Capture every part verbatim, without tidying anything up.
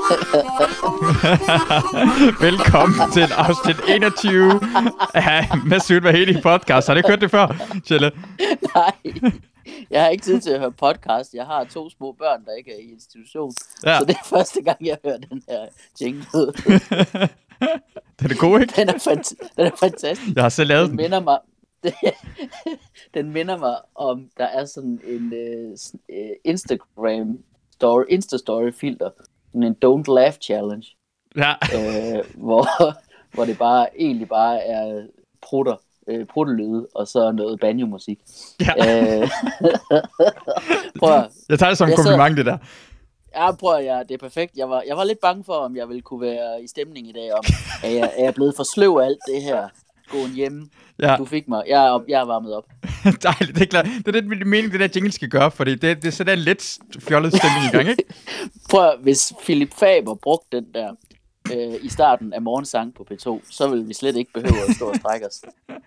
Velkommen til afsnit enogtyve af Masud Vahedi podcast. Har du hørt det før, Tjelle? Nej, jeg har ikke tid til at høre podcast. Jeg har to små børn, der ikke er i institution. Ja. Så det er første gang, jeg hører den her jingle. Den er god, ikke? Den er, fant- den er fantastisk. Jeg har selv lavet den. Den minder mig, den minder mig om, der er sådan en uh, Instagram story, Insta-story filter. Sådan en Don't Laugh Challenge. Ja. øh, hvor, hvor det bare egentlig bare er prutter, øh, pruttelyd og så noget banjo-musik. Ja. Øh, prøv at, jeg tager det som en kompliment, det der. Ja, prøv at, ja, det er perfekt. Jeg var, jeg var lidt bange for, om jeg ville kunne være i stemning i dag, om er jeg, er jeg blevet for sløv af alt det her gåen hjemme. Ja. Du fik mig. Jeg er, jeg er varmet op. Dejligt, det er klart. Det er det, mening, det der jingle skal gøre, fordi det, det er sådan en lidt fjollet stemning i gang, ikke? Prøv at, hvis Philip Faber brugte den der øh, i starten af morgensang på P to, så ville vi slet ikke behøve at stå og strække os.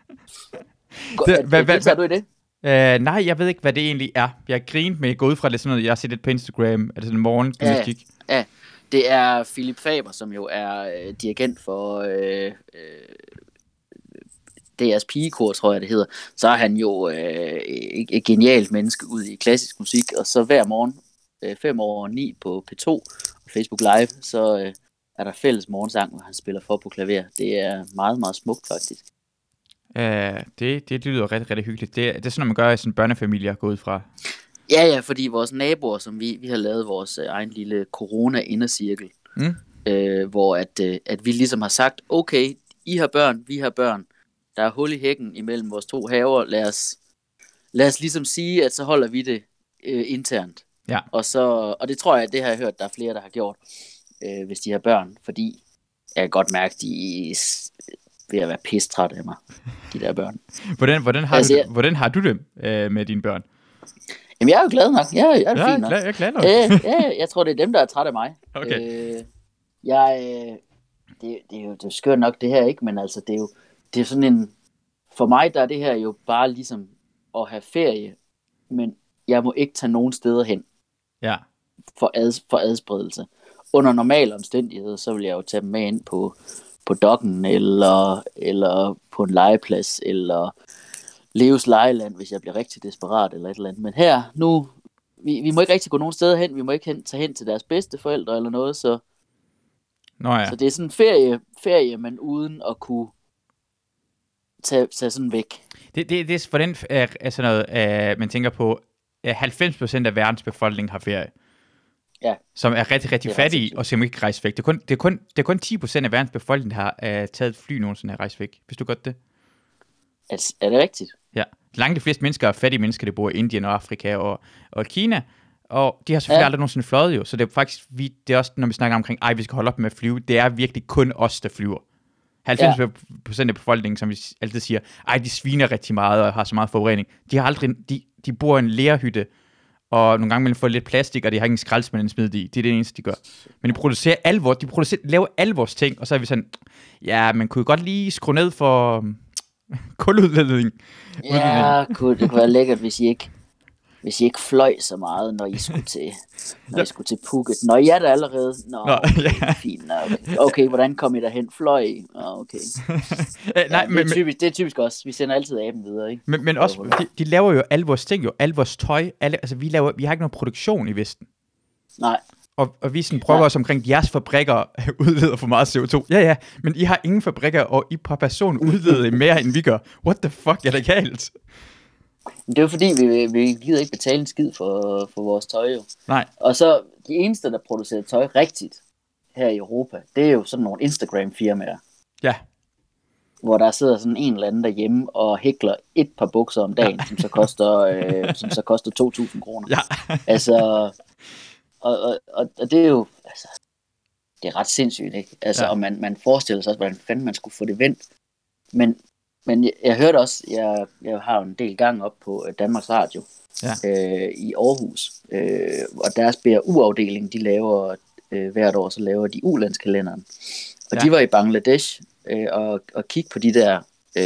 Hvad du i det? Uh, nej, jeg ved ikke, hvad det egentlig er. Jeg har grint med, gå ud fra det sådan noget, jeg har set det på Instagram, er det sådan en morgengymnastik? Ja, ja, det er Philip Faber, som jo er øh, dirigent for øh, øh, D R's pigekor, tror jeg det hedder. Så er han jo øh, et, et genialt menneske ud i klassisk musik, og så hver morgen, øh, fem over ni på P to og Facebook Live, så øh, er der fælles morgensang, hvor han spiller for på klaver. Det er meget, meget smukt faktisk. Uh, det, det lyder rigtig, rigtig hyggeligt. Det, det er sådan, når man gør i sådan en børnefamilie gå ud fra. Ja, ja, fordi vores naboer, som vi, vi har lavet vores øh, egen lille corona-indercirkel, mm. øh, hvor at, øh, at vi ligesom har sagt, okay, I har børn, vi har børn, der er hul i hækken imellem vores to haver, lad os, lad os ligesom sige, at så holder vi det øh, internt. Ja. Og, så, og det tror jeg, det har jeg hørt, der er flere, der har gjort, øh, hvis de har børn, fordi jeg kan godt mærke, de er ved at være pistræt af mig, de der børn. Hvordan, hvordan, har, altså, du, hvordan har du det øh, med dine børn? Jamen, jeg er jo glad nok. Jeg, jeg er ja, fin nok. Jeg er glad nok. Æ, ja, jeg tror, det er dem, der er træt af mig. Okay. Øh, jeg, det, det, er jo, det er jo skørt nok, det her, ikke? Men altså, det er jo det er sådan en... For mig, der er det her jo bare ligesom at have ferie, men jeg må ikke tage nogen steder hen. Ja. For, ads, for adspredelse. Under normale omstændigheder, så vil jeg jo tage dem med ind på, på dokken, eller, eller på en legeplads, eller Leos legeland, hvis jeg bliver rigtig desperat eller et eller andet. Men her, nu, vi, vi må ikke rigtig gå nogen steder hen. Vi må ikke hen, tage hen til deres bedsteforældre eller noget, så, Nå ja. så det er sådan en ferie, ferie, men uden at kunne tage, tage sådan væk. Det, det, det er for den, er sådan noget, uh, man tænker på, uh, halvfems procent af verdens befolkning har ferie. Ja. Som er rigtig, rigtig fattige, og som ikke rejser væk. Det er kun, det er kun, det er kun ti procent af verdens befolkning, der har uh, taget et fly nogensinde har rejst væk. Hvis du godt det? Er, er det rigtigt? Ja. Langt de fleste mennesker er fattige mennesker, der bor i Indien og Afrika og, og Kina. Og de har selvfølgelig ja. aldrig nogensinde fløjet jo. Så det er faktisk, vi, det er også, når vi snakker omkring, ej, vi skal holde op med at flyve. Det er virkelig kun os, der flyver. halvfems procent af befolkningen, som vi altid siger, ej, de sviner rigtig meget og har så meget forurening. De har aldrig, de, de bor i en lerhytte, og nogle gange vil de få lidt plastik, og de har ingen skraldespand smidt i. Det er det eneste, de gør. Men de producerer alle vores, de producerer, laver alle vores ting, og så er vi sådan, ja, man kunne godt lige skrue ned for kuludledning. Ja, kunne, det kunne være lækkert, hvis I ikke, hvis I ikke fløj så meget, når I skulle til, når ja. I skulle til Phuket. Nå, I er der allerede. Nå, Nå okay, ja. fint. Nå, okay. okay, hvordan kom I derhen? Fløj I? Nå, okay. Ja, nej, det, men, er typisk, det er typisk også. Vi sender altid aben videre, ikke? Men, men også, de, de laver jo alle vores ting, jo. Alle vores tøj. Alle, altså, vi, laver, vi har ikke nogen produktion i Vesten. Nej. Og, og vi sådan prøver ja. os omkring, jeres fabrikker udleder for meget C O to. Ja, ja, men I har ingen fabrikker, og I per person udleder mere, end vi gør. What the fuck, er det galt? Det er jo fordi, vi, vi gider ikke betale en skid for, for vores tøj, jo. Nej. Og så, de eneste, der producerer tøj rigtigt her i Europa, det er jo sådan nogle Instagram-firmaer. Ja. Hvor der sidder sådan en eller anden derhjemme og hækler et par bukser om dagen, ja. som så koster, øh, som så koster to tusind kroner. Ja. Altså... Og, og, og det er jo, altså, det er ret sindssygt, ikke? Altså, ja. Og man, man forestiller sig også, hvordan fanden man skulle få det vendt. Men, men jeg, jeg hørte også, jeg, jeg har jo en del gang op på Danmarks Radio ja. øh, i Aarhus, øh, og deres B R U-afdeling, de laver øh, hvert år, så laver de ulandskalenderen. Og ja. de var i Bangladesh øh, og, og kigge på de der øh,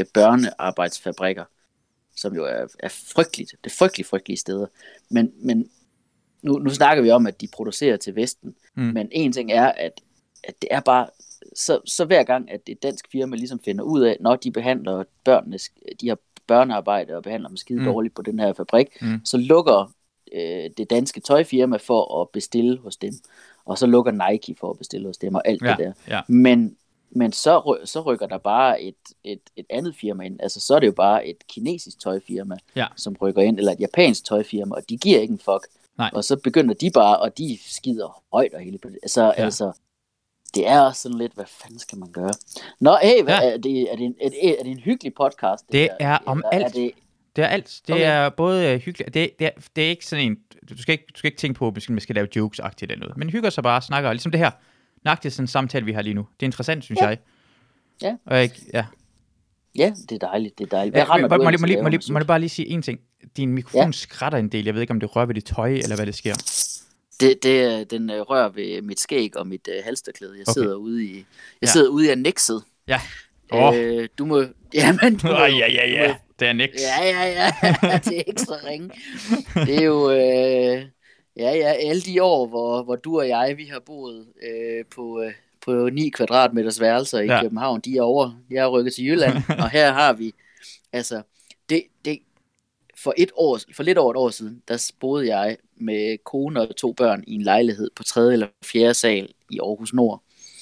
børnearbejdsfabrikker, som jo er, er frygteligt. Det er frygtelige, frygtelige steder. Men, men nu, nu snakker vi om, at de producerer til Vesten, Mm. men en ting er, at, at det er bare, så, så hver gang, at et dansk firma ligesom finder ud af, når de behandler børnene, de har børnearbejde og behandler dem skide Mm. dårligt på den her fabrik, Mm. så lukker øh, det danske tøjfirma for at bestille hos dem, og så lukker Nike for at bestille hos dem, og alt Ja, det der. ja. Men, men så, ry- så rykker der bare et, et, et andet firma ind, altså så er det jo bare et kinesisk tøjfirma, Ja. som rykker ind, eller et japansk tøjfirma, og de giver ikke en fuck. Nej. Og så begynder de bare, og de skider højt og hele på det. Altså, Ja. altså, det er også sådan lidt, hvad fanden skal man gøre? Nå, hey, hvad, Ja. er, det, er, det en, er, det, er det en hyggelig podcast? Det her? er om Eller alt. Er det, Det er alt. Det Okay. er både øh, hyggeligt. Det, det, er, det er ikke sådan en... Du skal ikke, du skal ikke tænke på, at vi skal, vi skal lave jokes-agtigt eller noget. Men hygger sig bare og snakker. Ligesom det her. Nøjagtigt sådan en samtale, vi har lige nu. Det er interessant, synes Ja. jeg. Ja. Og jeg, ja. ja, det er dejligt, det er dejligt. Hvad Ja, render må, du må, ellers må, at må, lave, må, Masud? må jeg bare lige sige en ting? Din mikrofon Ja. skrætter en del. Jeg ved ikke, om det rører ved dit tøj, eller hvad det sker. Det, det, den øh, rører ved mit skæg og mit øh, halsterklæde. Jeg Okay. sidder ude i, jeg Ja. sidder ude i annexet. Ja. Åh. Øh, du må, jamen, du må, Åh, ja, ja, du ja. må- Det er niks. Ja, ja, ja. Det er ekstra ringe. Det er jo, øh, ja, ja, alle de år, hvor, hvor du og jeg, vi har boet øh, på, øh, på ni kvadratmeters værelser i Ja. København, de er over. Jeg er rykket til Jylland, og her har vi, altså, det, det, for, et år, for lidt over et år siden, der boede jeg med kone og to børn i en lejlighed på tredje eller fjerde sal i Aarhus Nord.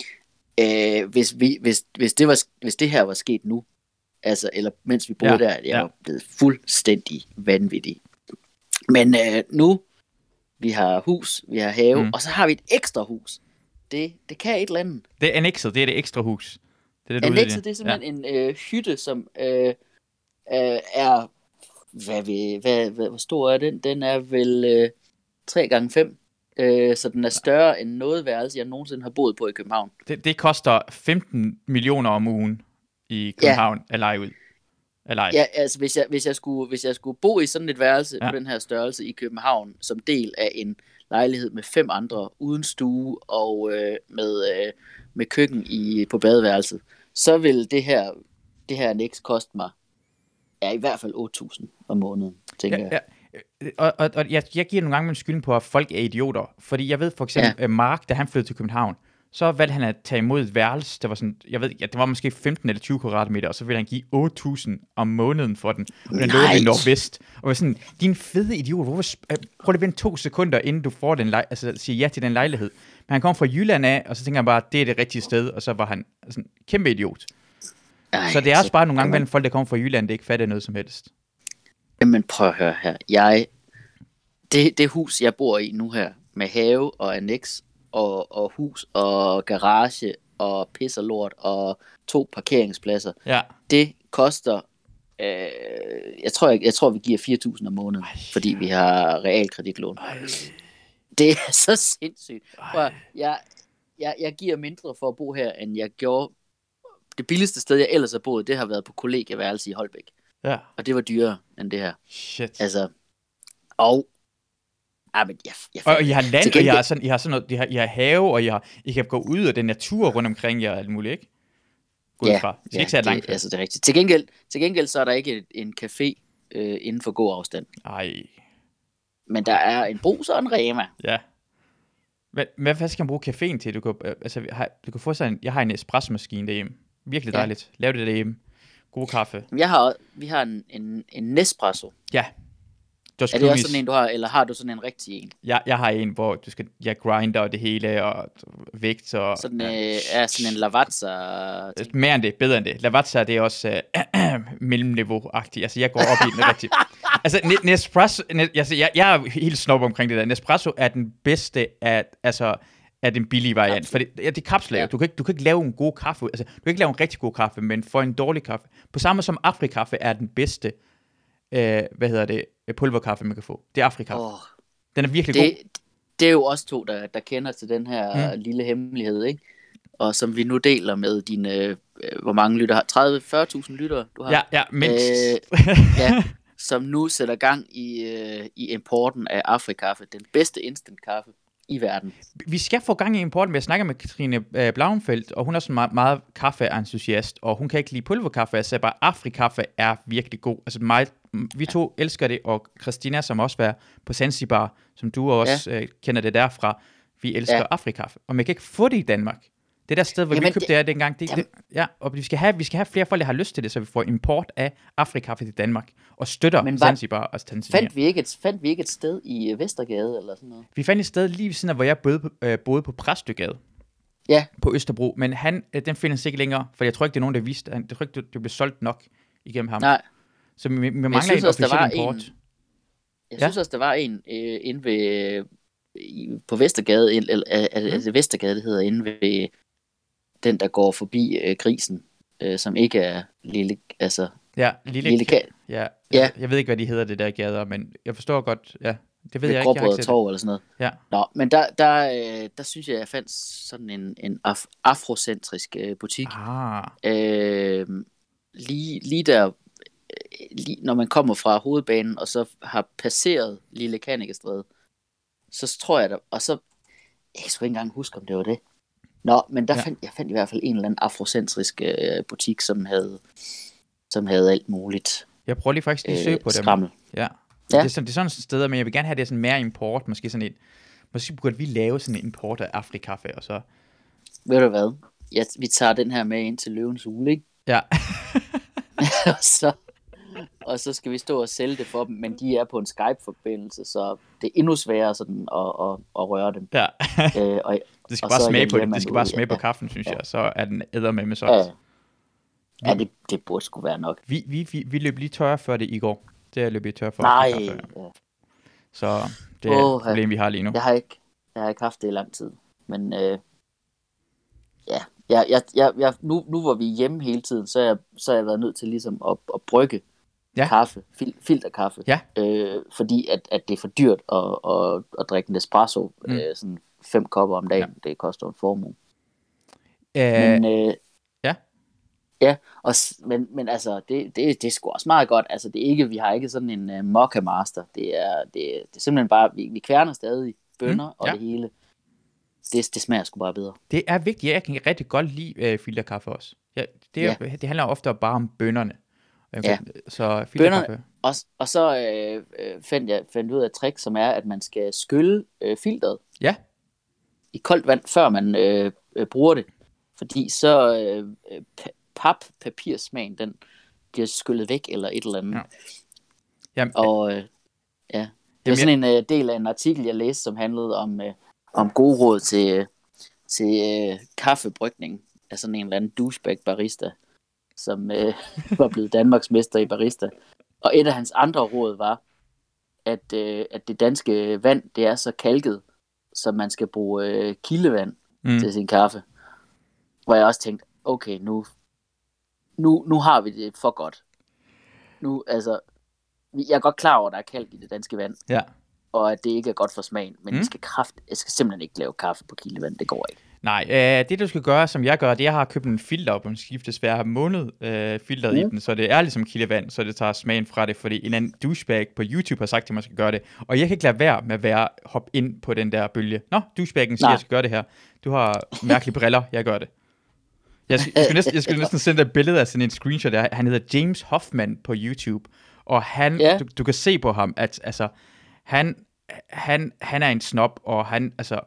Øh, hvis, vi, hvis, hvis, det var, hvis det her var sket nu, altså, eller mens vi boede Ja, der, jeg ja. var blevet fuldstændig vanvittig. Men øh, nu, vi har hus, vi har have, Mm. mm. og så har vi et ekstra hus. Det, det kan et eller andet. Det er annexet. Det er det ekstra hus. Det er det, du ved Annexet, det er simpelthen ja. en øh, hytte, som øh, øh, er, hvad, vi, hvad, hvad, hvor stor er den? Den er vel øh, tre gange fem. Øh, så den er større end noget værelse, jeg nogensinde har boet på i København. Det, det koster femten millioner om ugen i København ja. at lege ud. At lege. Ja, altså hvis jeg, hvis jeg, skulle, hvis jeg skulle bo i sådan et værelse Ja. på den her størrelse i København, som del af en lejlighed med fem andre, uden stue og øh, med, øh, med køkken i, på badeværelset, så vil det her, det her annex koste mig ja, i hvert fald otte tusind om måneden, tænker Ja, jeg. ja. Og, og, og jeg, jeg giver nogle gange min skylden på, at folk er idioter. Fordi jeg ved for eksempel, ja. Mark, da han flyttede til København, så valgte han at tage imod et værelse, der var sådan, jeg ved, ja, det var måske femten eller tyve kvadratmeter, og så ville han give otte tusind om måneden for den. Og den lå Nej. ved Nordvest. Og jeg var sådan, din fede idiot, hvorfor, sp- øh, prøv lige at vente to sekunder, inden du får den lej- altså siger ja til den lejlighed. Men han kom fra Jylland af, og så tænker han bare, det er det rigtige sted, og så var han sådan kæmpe idiot. Ej, Så det er også bare nogle gange kan man- mellem folk, der kommer fra Jylland, det ikke fatter noget som helst. Jamen prøv at høre her. Jeg, det, det hus, jeg bor i nu her, med have og annex, og, og hus og garage, og pis og lort, og to parkeringspladser, Ja. det koster, øh, jeg, tror, jeg, jeg tror, vi giver fire tusind om måneden, Ej. fordi vi har realkreditlån. Ej. Det er så sindssygt. Prøv, at- jeg, jeg, jeg giver mindre for at bo her, end jeg gjorde. Det billigste sted, jeg ellers har boet, det har været på kollegieværelse i Holbæk. Ja. Og det var dyrere end det her. Shit. Altså, og... Ah, men jeg, jeg Og I har land, Til og I gengæld- har, sådan, I har sådan noget, I har, I har have, og I, har, I kan gå ud, og det er natur rundt omkring jer og alt muligt, ikke? Gå Ja, fra. I skal ja, ikke tage det, langt. altså, det er rigtigt. Til gengæld, til gengæld så er der ikke et, en café øh, inden for god afstand. Ej, Men der er en brus og en Rema. ja. Hvad, hvad, hvad skal man bruge caféen til? Du kan, øh, altså, har, du kan få sådan en, jeg har en espresso-maskine derhjemme. Virkelig Ja. dejligt. Lav det derhjemme. God kaffe. Jeg har, vi har en, en, en Nespresso. Ja. Josh Er det også Clooney's. sådan en, du har, eller har du sådan en rigtig en? Jeg, jeg har en, hvor du skal, jeg grinder og det hele, og vægt, og... Sådan, ja. øh, er sådan en Lavazza. Mere end det, bedre end det. Lavazza, det er også øh, mellemniveau-agtigt. Altså, jeg går op i den rigtigt. Altså, Ne- Nespresso, ne, altså, jeg, jeg er helt snob omkring det der. Nespresso er den bedste af, altså, af den billige variant. For det, ja, det er kapsler. Ja. Du, kan ikke, du kan ikke lave en god kaffe. Altså, du kan ikke lave en rigtig god kaffe, men for en dårlig kaffe. På samme måde som Afrikaffe er den bedste, øh, hvad hedder det, pulverkaffe, man kan få. Det er Afrikaffe. Oh, Den er virkelig god. det, det er jo også to, der, der kender til den her mm. lille hemmelighed, ikke? Og som vi nu deler med dine, øh, hvor mange lytter har? tredive til fyrre tusind lytter, du har? Ja, ja, mindst. Øh, ja, som nu sætter gang i, øh, i importen af Afrikaffe, den bedste instant kaffe i verden. Vi skal få gang i importen, men jeg snakker med Katrine øh, Blauenfeldt, og hun er sådan meget, meget kaffeentusiast, og hun kan ikke lide pulverkaffe. Jeg sagde bare, Afrikaffe er virkelig god. Altså meget, vi to elsker det, og Christina, som også var på Zanzibar, som du også ja. øh, kender det derfra, vi elsker ja. Afrikaffe, og man kan ikke få det i Danmark. Det der sted, hvor Jamen, vi købte det, det dengang, det, det, ja, og vi skal, have, vi skal have flere folk, der har lyst til det, så vi får import af Afrikaffe til Danmark, og støtter men Zanzibar og Tanzania. Fandt vi, ikke et, fandt vi ikke et sted i Vestergade, eller sådan noget? Vi fandt et sted lige ved siden af, hvor jeg boede på, øh, boede på Præstøgade. Ja. På Østerbro, men han, øh, den findes ikke længere, for jeg tror ikke, det er nogen, der vidste, jeg tror ikke, det, det blev solgt nok igennem ham. Nej. Så vi, vi mangler en officiel import. En, jeg ja? synes også, der var en øh, inde ved, øh, på Vestergade, eller er det altså Vestergade, det hedder, inde ved den, der går forbi øh, grisen, øh, som ikke er lille, altså... Ja, lille, lille ka- ja, jeg, ja. Jeg ved ikke, hvad de hedder, det der gader, men jeg forstår godt, ja. Det ved jeg ikke, jeg har ikke Torv eller sådan noget. Ja. Nå, men der, der, øh, der synes jeg, jeg fandt sådan en, en af, afrocentrisk øh, butik. Ah. Øh, lige, lige der, lige, når man kommer fra hovedbanen, og så har passeret Lille Kannikestræde, så tror jeg der, og så, jeg skulle ikke engang huske, om det var det. Nå, men der ja. fandt, jeg fandt i hvert fald en eller anden afrocentrisk øh, butik, som havde, som havde alt muligt. Jeg prøver lige faktisk lige at søge øh, på dem. Skrammel. Ja. Ja. Det er sådan, det er sådan steder, men jeg vil gerne have det sådan mere import, måske sådan et, måske burde vi lave sådan en import af Afrikaffe, og så... Ved du hvad? Ja, vi tager den her med ind til Løvens Hule, ikke? Ja. og, så, og så skal vi stå og sælge det for dem, men de er på en Skype-forbindelse, så det er endnu sværere sådan at, at, at røre dem. Ja. øh, og, det skal og bare smage på det, det skal bare smage på kaffen, synes ja. jeg, så er den eddermame med sådan. Ja, ja det, det burde sgu være nok. Vi, vi, vi, vi løb lige tørre for det i går. Det er løbet tør for. Nej. Kaffe, ja. Så det er oh, et problem, vi har lige nu. Jeg har ikke, jeg har ikke haft det i lang tid. Men øh, ja, jeg, jeg, jeg, jeg, nu, nu hvor vi er hjemme hele tiden, så har jeg, så har jeg været nødt til ligesom at, at brygge ja. kaffe, fil, filterkaffe. Ja. Øh, fordi at, at det er for dyrt at, at, at drikke en espresso. Mm. Øh, sådan fem kopper om dagen, ja. Det koster en formue. Æh... Men øh, Ja, og, men, men altså, det, det, det er sgu også meget godt. Altså, det er ikke, vi har ikke sådan en uh, Mokka Master. Det er, det, det er simpelthen bare, vi, vi kværner stadig bønner mm, og ja. det hele. Det, det smager sgu bare bedre. Det er vigtigt. Jeg kan rigtig godt lide uh, filterkaffe også. Ja, det, er, ja. det handler ofte bare om bønnerne. Ja. Så filterkaffe. Og, og så øh, fandt jeg fandt ud af et trick, som er, at man skal skylle øh, filteret ja. i koldt vand, før man øh, øh, bruger det. Fordi så øh, pappapirsmagen, den bliver skyllet væk, eller et eller andet. Ja. Jamen, og øh, ja, det er jamen, sådan en øh, del af en artikel, jeg læste, som handlede om, øh, om gode råd til, til øh, kaffebrygning af sådan en eller anden douchebag barista, som øh, var blevet Danmarks mester i barista. Og et af hans andre råd var, at, øh, at det danske vand, det er så kalket, så man skal bruge øh, kildevand mm. til sin kaffe. Hvor jeg også tænkte, okay, nu, nu, nu har vi det for godt. Nu, altså, jeg er godt klar over, at der er kalk i det danske vand. Ja. Og at det ikke er godt for smagen. Men mm. jeg, skal kraft, jeg skal simpelthen ikke lave kaffe på kildevand, det går ikke. Nej, øh, det du skal gøre, som jeg gør, det er, at jeg har købt en filter op, og en skiftes hver måned øh, filteret mm. i den, så det er ligesom kildevand, så det tager smagen fra det, fordi en anden douchebag på YouTube har sagt, at man skal gøre det. Og jeg kan ikke lade være med at være hoppe ind på den der bølge. Nå, douchebaggen siger, at jeg skal gøre det her. Du har mærkelige briller, jeg gør det. Jeg, jeg, skulle næsten, jeg skulle næsten sende dig et billede af sådan en screenshot der. Han hedder James Hoffman på YouTube, og han, yeah. du, du kan se på ham, at altså, han, han, han er en snob, og han, altså,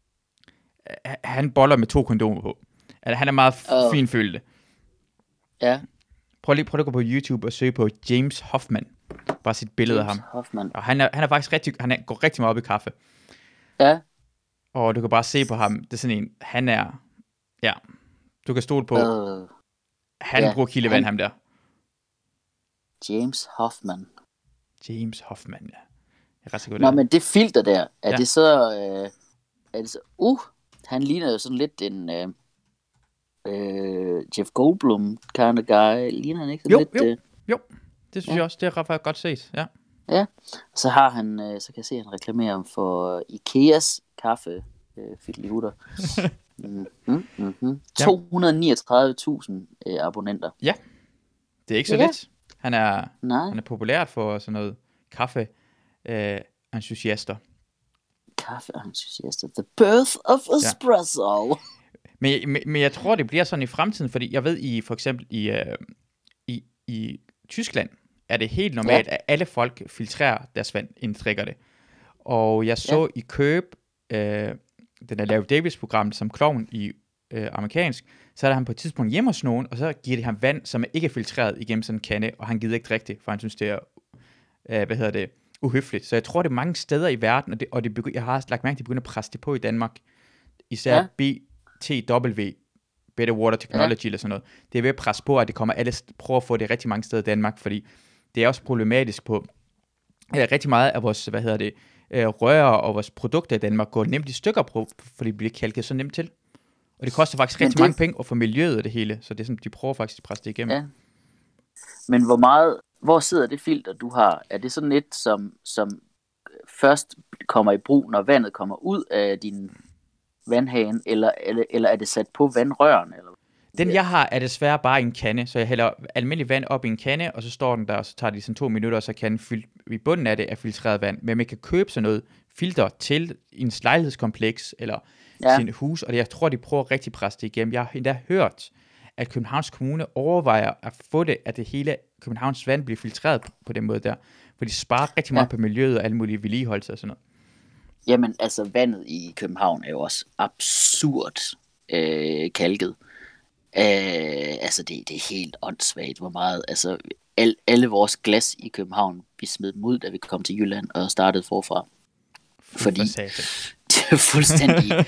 han boller med to kondomer på. Altså, han er meget oh. finfølte. Ja. Yeah. Prøv lige, prøv lige at gå på YouTube og søge på James Hoffman. Bare sit billede James af ham. Hoffman. Og han er, han er faktisk rigtig, han er, går rigtig meget op i kaffe. Ja. Yeah. Og du kan bare se på ham, det er sådan en, han er, ja, du kan stole på, uh, han yeah. bruger kildevand, ham der. James Hoffman. James Hoffman, ja. Jeg er ret sikker, Nå, men det filter der, er ja. det så, øh, er det så, uh, han ligner jo sådan lidt en, øh, øh, Jeff Goldblum kind of guy, ligner han ikke sådan jo, lidt? Jo, øh, jo, det synes ja. jeg også, det er ret godt set, ja. Ja, så har han, øh, så kan jeg se, at han reklamerer for Ikeas kaffe, øh, fidelihutter. Mm-hmm, mm-hmm. to hundrede og niogtredive tusind øh, abonnenter. Ja, det er ikke så ja. lidt. Han er, Nej. han er populært for sådan noget kaffe øh, entusiaster. Kaffe entusiaster. The birth of espresso. Ja. Men, men, men jeg tror, det bliver sådan i fremtiden, fordi jeg ved i for eksempel i, øh, i, i Tyskland, er det helt normalt, ja. at alle folk filtrerer deres vand, inden de drikker det. Og jeg så ja. i Køb, øh, den der Larry Davis-program, som klovn i øh, amerikansk, så er der han på et tidspunkt hjemme hos nogen, og så giver de ham vand, som er ikke filtreret igennem sådan en kande, og han gider ikke drikke det, for han synes, det er, øh, hvad hedder det, uhøfligt. Så jeg tror, det er mange steder i verden, og, det, og det begy- jeg har lagt mærke til, at de begynder at presse det på i Danmark. Især ja. B T W, Better Water Technology, ja. eller sådan noget. Det er ved at presse på, at det kommer alle, prøver at få det rigtig mange steder i Danmark, fordi det er også problematisk på, at rigtig meget af vores, hvad hedder det, øh, rør og vores produkter i Danmark går nemt i stykker på, fordi det bliver kalket så nemt til. Og det koster faktisk rigtig det... mange penge, og for miljøet og det hele, så det er sådan, de prøver faktisk at presse det igennem. Ja. Men hvor meget, hvor sidder det filter, du har? Er det sådan et, som, som først kommer i brug, når vandet kommer ud af din vandhane, eller, eller, eller er det sat på vandrøren? Eller? Den jeg har er desværre bare en kande, så jeg hælder almindelig vand op i en kande, og så står den der, og så tager det sådan to minutter, og så kan den fylde, i bunden af det er filtreret vand. Men man kan købe sådan noget filter til ens lejlighedskompleks, eller ja. sin hus, og jeg tror, de prøver at rigtig presse det igennem. Jeg har endda hørt, at Københavns Kommune overvejer at få det, at det hele Københavns vand bliver filtreret på, på den måde der, for de sparer rigtig meget ja. på miljøet og alle mulige vedligeholdelser og sådan noget. Jamen, altså vandet i København er jo også absurd øh, kalket. Øh, altså, det, det er helt åndssvagt, hvor meget, altså, al, alle vores glas i København, vi smed dem ud, da vi kom til Jylland og startede forfra. Fordi det er fuldstændig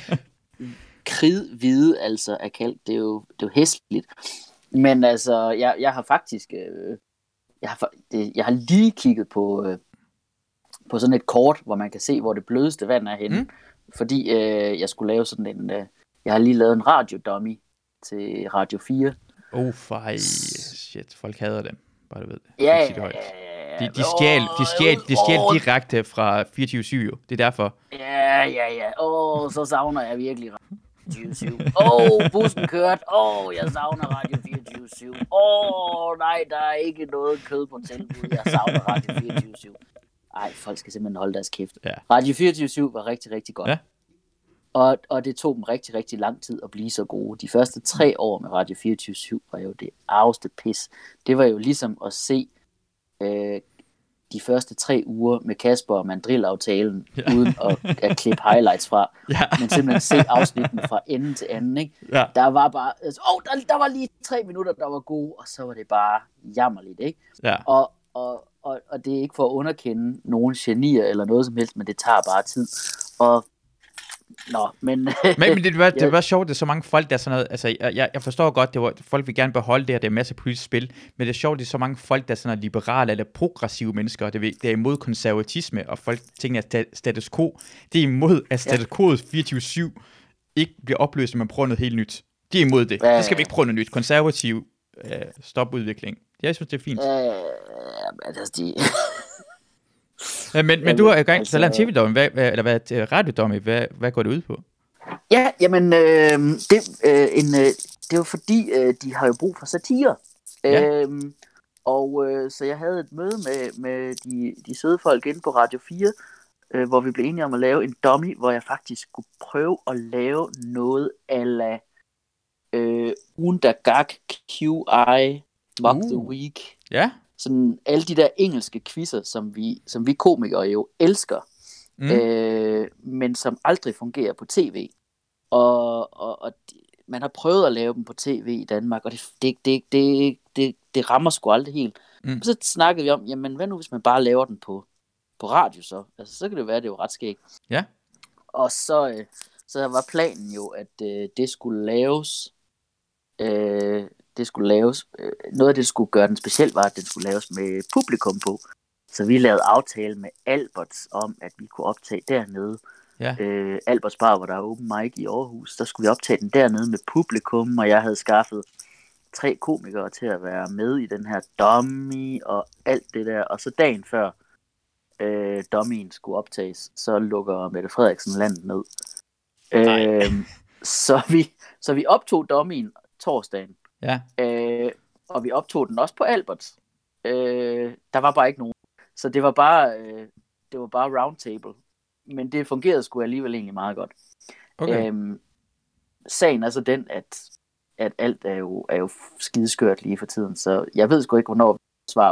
kridhvide, altså, af kalk. Det er jo, det er jo hæsligt. Men altså, jeg, jeg har faktisk, øh, jeg, har, det, jeg har lige kigget på, øh, på sådan et kort, hvor man kan se, hvor det blødeste vand er henne. Mm. Fordi øh, jeg skulle lave sådan en, øh, jeg har lige lavet en radiodummy til Radio fire. Oh, fej. Shit, folk hader dem. Bare du ved det. Ja, ja, ja. De, de stjal, de stjal, de stjal direkte fra fireogtyve syv, jo. Det er derfor. Ja, ja, ja. Åh, oh, så savner jeg virkelig Radio fireogtyve syv. Åh, oh, bussen kørte. Åh, oh, jeg savner Radio fireogtyve syv. Åh, oh, nej, der er ikke noget kød på tilbud. Jeg savner Radio fireogtyve syv. Ej, folk skal simpelthen holde deres kæft. Ja. Radio fireogtyve syv var rigtig, rigtig godt. Ja. Og, og det tog dem rigtig, rigtig lang tid at blive så gode. De første tre år med Radio fireogtyve syv var jo det arveste pis. Det var jo ligesom at se øh, de første tre uger med Kasper og Mandrill-aftalen, ja. uden at, at klippe highlights fra. Ja. Men simpelthen se afsnittene fra ende til anden. Ikke? Ja. Der var bare, altså, åh, der, der var lige tre minutter, der var gode, og så var det bare jammerligt. Ikke? Ja. Og, og, og, og det er ikke for at underkende nogen genier eller noget som helst, men det tager bare tid. Og Nå, men... men, men det var, det var sjovt, det er så mange folk, der er sådan noget... Altså, jeg, jeg forstår godt, det var, folk vil gerne beholde det, og det er masser af politisk spil, men det er sjovt, det er så mange folk, der er sådan noget liberale eller progressive mennesker, og det, det er imod konservatisme, og folk tænker, at status quo, det er imod, at status quo fireogtyve syv ikke bliver opløst, når man prøver noget helt nyt. De er imod det. Det skal vi ikke prøve noget nyt. Konservativ øh, stop udvikling. Jeg synes, det er fint. Øh, altså, de... Ja, men, men du har jo gang til altså, en tv-domme, hvad, hvad, eller hvad radiodomme, hvad, hvad går det ud på? Ja, jamen, øh, det, øh, en, øh, det er jo fordi, øh, de har jo brug for satire. Ja. Øh, og øh, så jeg havde et møde med, med de, de søde folk inde på Radio fire, øh, hvor vi blev enige om at lave en dummy, hvor jeg faktisk skulle prøve at lave noget a la øh, Undagak Q I Mock uh. the Week. Ja. Sådan alle de der engelske quizzer, som vi, som vi komikere jo elsker, mm. øh, men som aldrig fungerer på tv. Og, og, og de, man har prøvet at lave dem på tv i Danmark, og det, det, det, det, det, det rammer sgu aldrig helt. Mm. Og så snakkede vi om, jamen hvad nu hvis man bare laver den på, på radio så? Altså så kan det være, det er jo ret skægt. Ja. Og så, øh, så var planen jo, at øh, det skulle laves... Øh, det skulle laves, øh, noget af det, der skulle gøre den speciel, var, at den skulle laves med publikum på. Så vi lavede aftale med Alberts om, at vi kunne optage dernede. Ja. Øh, Alberts Bar, hvor der er open mic i Aarhus, der skulle vi optage den dernede med publikum, og jeg havde skaffet tre komikere til at være med i den her dummy og alt det der. Og så dagen før øh, dummyen skulle optages, så lukker Mette Frederiksen landet ned. Øh, så, vi, så vi optog dummyen torsdagen. Ja. Øh, og vi optog den også på Alberts. Øh, der var bare ikke nogen. Så det var bare, øh, det var bare roundtable. Men det fungerede sgu alligevel egentlig meget godt. Okay. Øhm, sagen er så den, at, at alt er jo, er jo skideskørt lige for tiden. Så jeg ved sgu ikke, hvornår vi svarer på,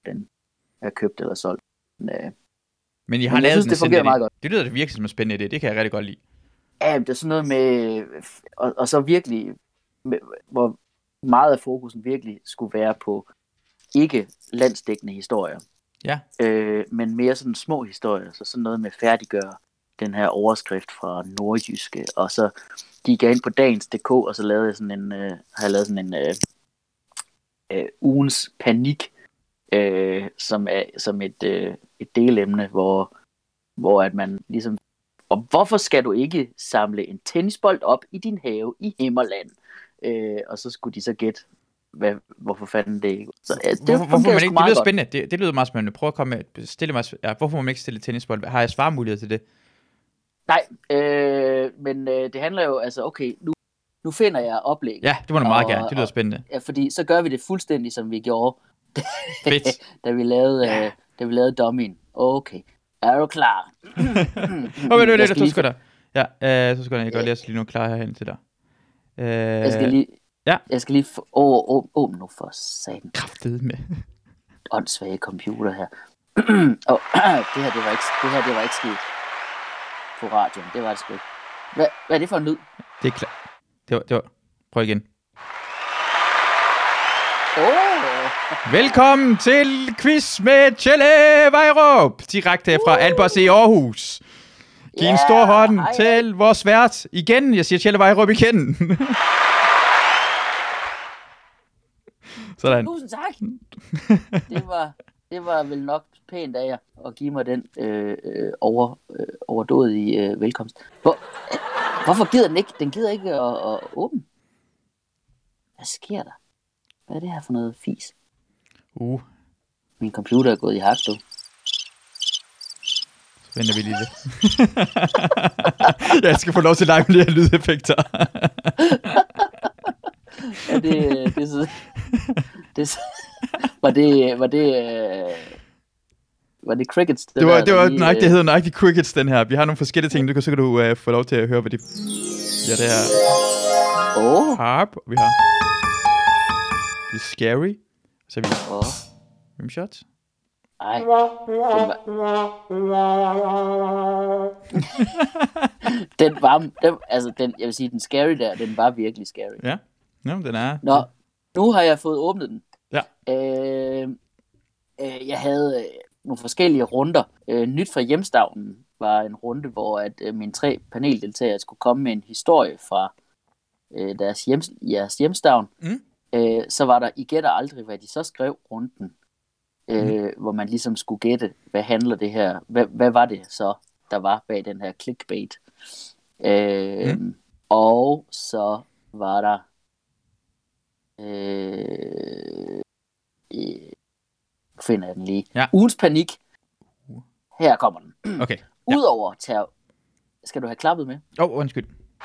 den er købt eller solgt. Men, øh, Men I har men jeg lavet synes, den det selv, fungerer det, meget godt. det lyder det virkelig som en spændende idé. Det kan jeg rigtig godt lide. Ja, det er sådan noget med, og, og så virkelig, med, hvor meget af fokusen virkelig skulle være på ikke landsdækkende historier, Ja. øh, men mere sådan små historier, så sådan noget med færdiggøre den her overskrift fra Nordjyske, og så gik jeg ind på dagens punktum d k, og så lavede jeg sådan en, øh, har jeg lavet sådan en øh, øh, ugens panik, øh, som er som et, øh, et delemne, hvor, hvor at man ligesom, og hvorfor skal du ikke samle en tennisbold op i din have i Himmerland? Øh, og så skulle de så gætte, hvad, hvorfor fanden det ikke. Så, ja, det hvorfor, hvorfor man ikke? Det lyder godt. spændende. Det, det lyder meget spændende. Prøv at komme med, stille mig, ja, hvorfor må man ikke stille tennisbold? Har jeg svarmulighed til det? Nej, øh, men øh, det handler jo, altså okay, nu, nu finder jeg oplæg. Ja, det må du meget og, gerne. Det lyder spændende. Ja, fordi så gør vi det fuldstændig, som vi gjorde, Fedt. da vi lavede, Ja. øh, da vi lavede dummyen. Okay, er du klar? Åh, men det er det, du skal der. Ja, øh, så skal jeg godt læse lige nu klar herhen til dig. Øh, jeg skal lige, ja. jeg skal lige, få, åh, åh, åh, nu for satan. Kraftedeme med. Åndssvage computer her. Og det her, det var ikke, det her, det var ikke skidt på radioen. Det var det sgu ikke. Hvad, hvad er det for en lyd? Det er klart. Det var, det var. Prøv igen. Oh. Velkommen til quiz med Tjelle Vejrup. Direkte fra uh. Albers i Aarhus. Giv yeah, en stor hånd hej, til hej. Vores vært. Igen, jeg siger Tjelle Vejrup igen. Sådan. Tusind tak. Det var, det var vel nok pænt af jer at give mig den øh, over, øh, overdådige øh, velkomst. Hvor, øh, hvorfor gider den ikke? Den gider ikke at, at åbne. Hvad sker der? Hvad er det her for noget fis? Uh. Min computer er gået i hak, du. Så venter vi lige lidt. Jeg skal få lov til at lege med de her lydeffekter. Ja, det, det, det, det var det, var det, var det crickets? Det var, der, det var lige, nøjagtigt, det hedder nøjagtigt crickets, den her. Vi har nogle forskellige ting, du kan, så kan du uh, få lov til at høre, hvad de... Ja, det er... Oh. Harp, vi har... Det er scary. Så vi... Oh. Rimshots. Ej. Den var... den var... Den, altså, den, jeg vil sige, den scary der, den var virkelig scary. Ja. Nå, den er... Nå, nu har jeg fået åbnet den. Ja. Øh, øh, jeg havde øh, nogle forskellige runder. Øh, Nyt fra hjemstavnen var en runde, hvor at øh, mine tre paneldeltagere skulle komme med en historie fra øh, deres, hjem, deres hjemstavn. Mm. Øh, så var der I gætter aldrig, hvad de så skrev runden. Øh, mm. Hvor man ligesom skulle gætte, hvad handler det her, hvad, hvad var det så, der var bag den her clickbait. Øh, mm. Og så var der øh, øh, finder jeg den lige. Ja. Ugens panik. Her kommer den. Okay. Ja. Udover terror. Skal du have klappet med? Åh, oh, undskyld.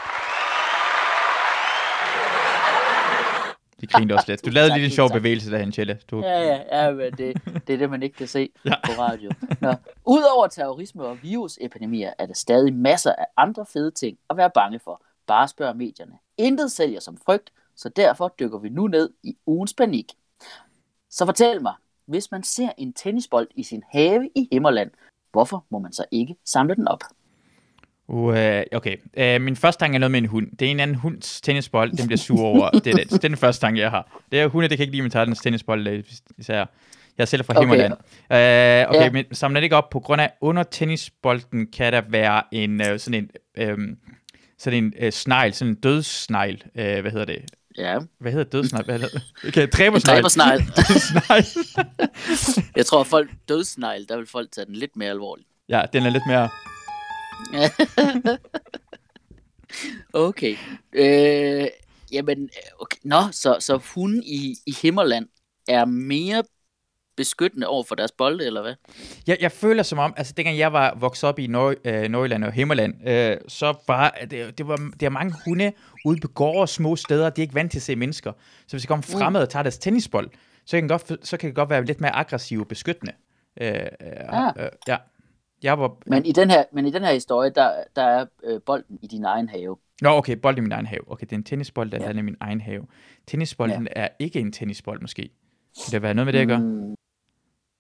De grinte også lidt. Du lavede lige en sjov bevægelse derhen, Tjelle. Du... Ja, ja, ja, men det, det er det, man ikke kan se ja. på radio. Nå. Udover terrorisme og virusepidemier, er der stadig masser af andre fede ting at være bange for. Bare spørg medierne. Intet sælger som frygt, så derfor dykker vi nu ned i ugens panik. Så fortæl mig, hvis man ser en tennisbold i sin have i Himmerland, hvorfor må man så ikke samle den op? Uh, okay, uh, min første tanke er noget med en hund. Det er en anden hunds tennisbold, den bliver sur over. det, er det. det er den første tanke, jeg har. Det er hunde, det kan ikke lide, man tager den tennisbold, især. Jeg er selv fra Himmerland. Okay, uh, okay ja. Men samler det ikke op på grund af, under tennisbolden kan der være en uh, sådan en, um, sådan en uh, snegl, sådan en dødssnegl, uh, hvad hedder det? Ja. Hvad hedder dødssnegl? Hvad hedder det? Okay, dræbersnegl. Dræbersnegl. Dræbersnegl. Jeg tror, at folk dødssnegl, der vil folk tage den lidt mere alvorligt. Ja, den er lidt mere... Okay. Øh, jamen, okay. Nå, så, så hunde i, i Himmerland er mere beskyttende over for deres bolde, eller hvad? Jeg, jeg føler som om, altså dengang jeg var vokset op i Nord, øh, Nordjylland og Himmerland, øh, så var det, det var det er mange hunde ude på gårde og små steder, de er ikke vant til at se mennesker. Så hvis de kommer fremmede og tager deres tennisbold, så kan, godt, så kan det godt være lidt mere aggressive og beskyttende. Øh, ah. øh, ja. Jeg var, men, i den her, men i den her historie, der, der er øh, bolden i din egen have. Nå, okay, bolden i min egen have. Okay, det er en tennisbold, der ja. er i min egen have. Tennisbolden ja. er ikke en tennisbold, måske. Kan det være noget med det, jeg gør? Mm.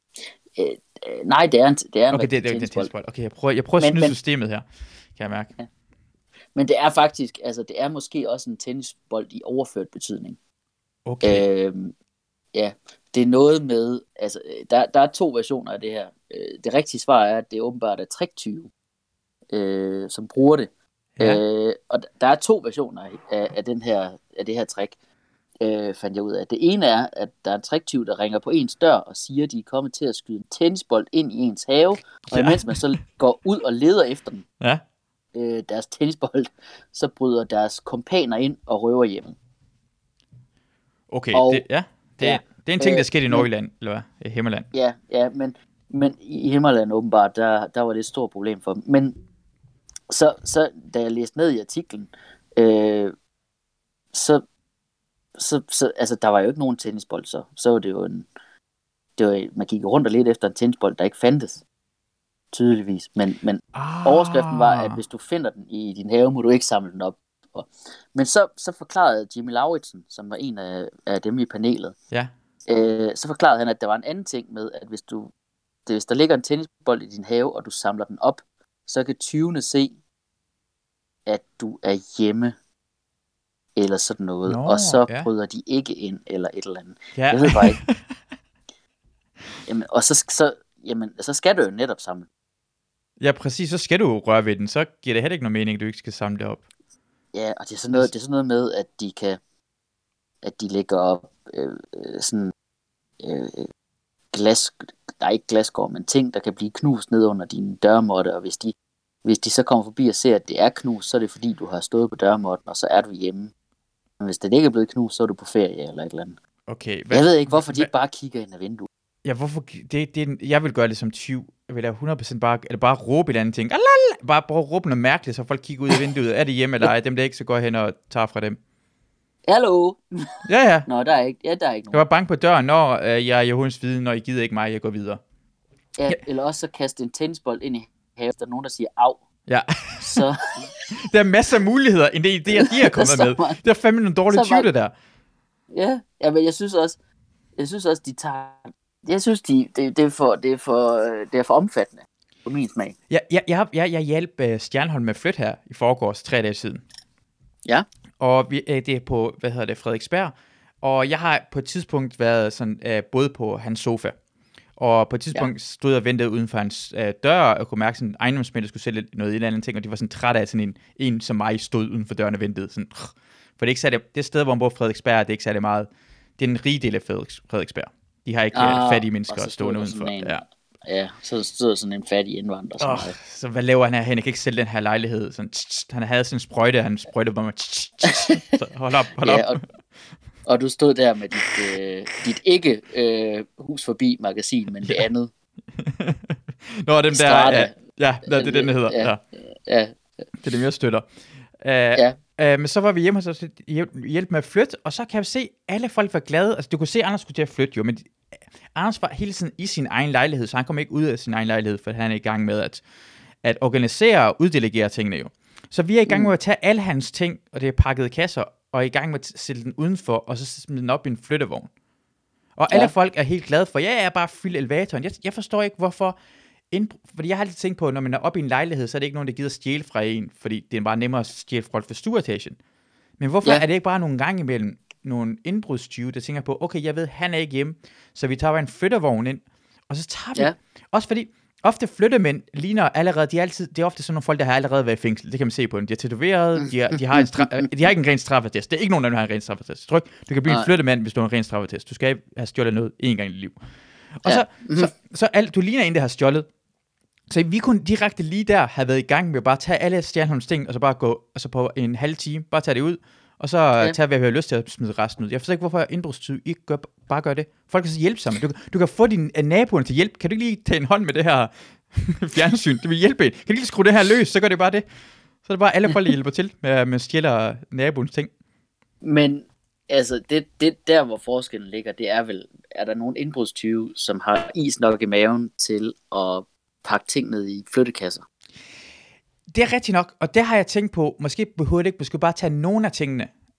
Øh, øh, nej, det er en, det er en Okay, det, det er en tennisbold. tennisbold. Okay, jeg prøver, jeg prøver at Men, snyde men, systemet her, kan jeg mærke. ja. Men det er faktisk, altså det er måske også en tennisbold i overført betydning. Okay. Øhm, ja, det er noget med, altså der, der er to versioner af det her. Øh, det rigtige svar er, at det åbenbart er tricktyve, øh, som bruger det. Ja. Øh, og der er to versioner af, af, den her, af det her trick, øh, fandt jeg ud af. Det ene er, at der er en tricktyv, der ringer på ens dør og siger, at de er kommet til at skyde en tennisbold ind i ens have, og Ja. imens man så går ud og leder efter den, Ja. øh, deres tennisbold, så bryder deres kompaner ind og røver hjemmet. Okay, Og- det, ja. Det, ja. det er en ting, der Øh, sker i men- Nordjylland, eller hvad? I Himmerland. Ja, ja, men, men i Himmerland åbenbart, der, der var det et stort problem for dem. Men så, så da jeg læste ned i artiklen, øh, så, så, så, altså der var jo ikke nogen tennisbold, så, så var det jo en, det var, man gik rundt og lidt efter en tennisbold, der ikke fandtes, tydeligvis. Men, men Ah. overskriften var, at hvis du finder den i din have, må du ikke samle den op. Og, men så, så forklarede Jimmy Lauritsen, som var en af, af dem i panelet, Ja. øh, så forklarede han, at der var en anden ting med, at hvis, du, det, hvis der ligger en tennisbold i din have, og du samler den op, så kan tyvene se, at du er hjemme, eller sådan noget, Nå, og så ja. bryder de ikke ind, eller et eller andet. Ja. Jeg ved bare ikke. Jamen, og så, så, jamen, så skal du jo netop samle. Ja, præcis. Så skal du røre ved den. Så giver det heller ikke nogen mening, at du ikke skal samle det op. Ja, og det er sådan noget, det er sådan noget med, at de kan, at de lægger op øh, øh, sådan øh, glas, der er ikke glasgård, men ting, der kan blive knust ned under dine dørmåtte, og hvis de, hvis de så kommer forbi og ser, at det er knust, så er det fordi, du har stået på dørmåtten, og så er du hjemme. Men hvis det ikke er blevet knust, så er du på ferie eller et eller andet. Okay. Jeg ved ikke, hvorfor de hvad- ikke bare kigger ind ad vinduet. Ja, hvorfor... Det, det, er en- jeg vil gøre det som tyv. Jeg vil da hundrede procent bare... Eller bare råbe et eller andet ting. Alala! Bare prøve at råbe noget mærkeligt, så folk kigger ud af vinduet. Er det hjemme eller ej? Dem der ikke, så går jeg hen og tager fra dem. Hallo? Ja, ja. Nå, der er ikke, ja, der er ikke Jeg nogen. var bange på døren, når øh, jeg er Jehovens vidne, når I gider ikke mig, jeg går videre. Ja, eller også så kaste en tennisbold ind i haven, der er nogen, der siger af. Ja. Så, Der er masser af muligheder, end det idéer, de er kommet Så med. meget. Det er fandme nogle dårlige Så meget. tyve, det der. ja, ja, men jeg synes også, jeg synes også, de tager, jeg synes, de, det, det, er for, det, er for, øh, det er for omfattende, på min smag. Jeg, jeg, jeg, jeg, jeg hjalp uh, Stjernholm med at flytte her i forgårs, tre dage siden. Ja. Og vi, øh, det er på, hvad hedder det, Frederiksberg. Og jeg har på et tidspunkt været sådan, øh, både på hans sofa. Og på et tidspunkt ja. stod jeg og ventede uden for hans øh, dør, og kunne mærke, at ejendomsmænd skulle sælge noget eller andet ting, og de var sådan trætte af sådan en, en som mig stod uden for døren og ventede. Sådan, for det er ikke særlig, det sted, hvor man bor Frederiksberg, det er ikke særlig meget. Det er en rig del af Frederiks, Frederiksberg. De har ikke Ah, ah, fattige mennesker og så stående stod der udenfor. sådan en- Ja. Ja, så stod sådan en fattig indvandrer. Som Oh, så hvad laver han her? Han kan ikke sælge den her lejlighed. Sådan, tss, tss, han havde sådan en sprøjte, han sprøjtede på mig. Tss, tss, tss. Så hold op, hold ja, op. og, og du stod der med dit, øh, dit ikke øh, hus forbi magasin, men det andet. Nå, dem der, Strata. ja, ja, det er den, der hedder. Ja. Ja, ja, Det er dem, jeg støtter. Uh, ja. uh, men så var vi hjemme hos os og hjælp, hjælp med at flytte, og så kan jeg se, at alle folk var glade. Altså, du kunne se, at Anders skulle til at flytte jo, men Anders var hele tiden i sin egen lejlighed, så han kom ikke ud af sin egen lejlighed, for han er i gang med at, at organisere og uddelegere tingene jo. Så vi er i gang med at tage alle hans ting, og det er pakkede kasser, og er i gang med at sætte den udenfor, og så smide den op i en flyttevogn. Og alle Ja. folk er helt glade for, ja, jeg er bare fyldt elevatoren. Jeg, jeg forstår ikke, hvorfor... Indbr- fordi jeg har altid tænkt på, at når man er oppe i en lejlighed, så er det ikke nogen, der gider stjæle fra en, fordi det er bare nemmere at stjæle fra folk fra stueetagen. Men hvorfor Ja. er det ikke bare nogle gange imellem nogle indbrudstyve, der tænker på, okay, jeg ved, han er ikke hjemme, så vi tager bare en flyttevogn ind, og så tager vi... Ja. Også fordi, ofte flyttemænd ligner allerede, de er, altid, det er ofte sådan nogle folk, der har allerede været i fængsel, det kan man se på dem. De er tatoveret, de, er, de, har en stra- de har ikke en ren straffetest. Det er ikke nogen af dem, der har en ren straffetest. Tryk, du kan blive Nej. en flyttemand, hvis du har en ren straffetest. Du skal have stjålet noget en gang i dit liv. Og Ja. så, så, så alt, du ligner en, der har stjålet. Så vi kunne direkte lige der have været i gang med at bare tage alle Stjernholms ting, og så bare gå, og så på en halv time, bare tage det ud, og så Ja. ja. tage, hvad vi har lyst til at smide resten ud. Jeg forstår ikke, hvorfor indbrudstyve ikke gør, bare gør det. Folk kan så hjælpe sammen. Du, du kan få dine uh, naboerne til hjælp. Kan du ikke lige tage en hånd med det her fjernsyn? Det vil hjælpe en. Kan du ikke lige skrue det her løs, så gør det bare det. Så er det bare alle folk, der hjælper til med, med stjæler naboens ting. Men altså, det, det der, hvor forskellen ligger, det er vel, er der nogen indbrudstyve, som har is nok i maven til at pakke ting ned i flyttekasser? Det er rigtigt nok, og det har jeg tænkt på, måske behøver det ikke, måske bare tage nogle af tingene,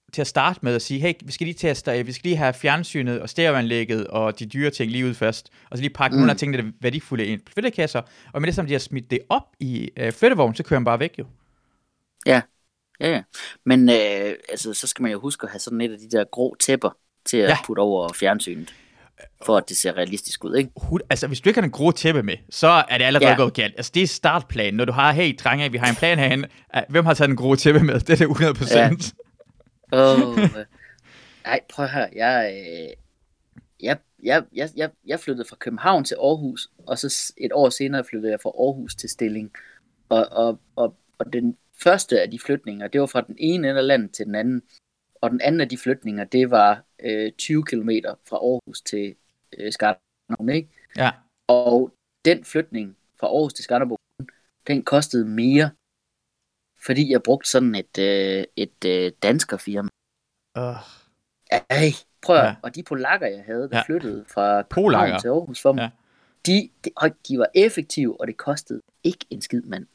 til at starte med at sige, hey, vi skal lige teste, vi skal lige have fjernsynet og stereoanlægget og de dyre ting lige ud først, og så lige pakke mm. nogle af tingene, der er værdifulde ind på flyttekasser, og med det, som de har smidt det op i øh, flyttevognen, så kører man bare væk jo. Ja, ja, ja. Men øh, altså, så skal man jo huske at have sådan et af de der grå tæpper til at ja. putte over fjernsynet, for at det ser realistisk ud, ikke? Altså, hvis du ikke har en grå tæppe med, så er det allerede ja. gået galt. Altså, det er startplanen. Når du har, hey, drenge, vi har en plan herhen. Hvem har taget en grå tæppe med? Det er det hundrede procent. Ja. Oh, ej, prøv at høre. Jeg, øh, jeg, jeg, jeg, jeg, jeg flyttede fra København til Aarhus, og så et år senere flyttede jeg fra Aarhus til Stilling. Og, og, og, og den første af de flytninger, det var fra den ene ende af landet til den anden. Og den anden af de flytninger, det var øh, tyve kilometer fra Aarhus til øh, Skanderborg, ikke? Ja. Og den flytning fra Aarhus til Skanderborg, den kostede mere, fordi jeg brugte sådan et, øh, et øh, danskerfirma. Uh. Ej, prøv at, ja. Og de polakker, jeg havde, der ja. flyttede fra København til Aarhus for mig, ja. de, de, de var effektive, og det kostede ikke en skid, mand.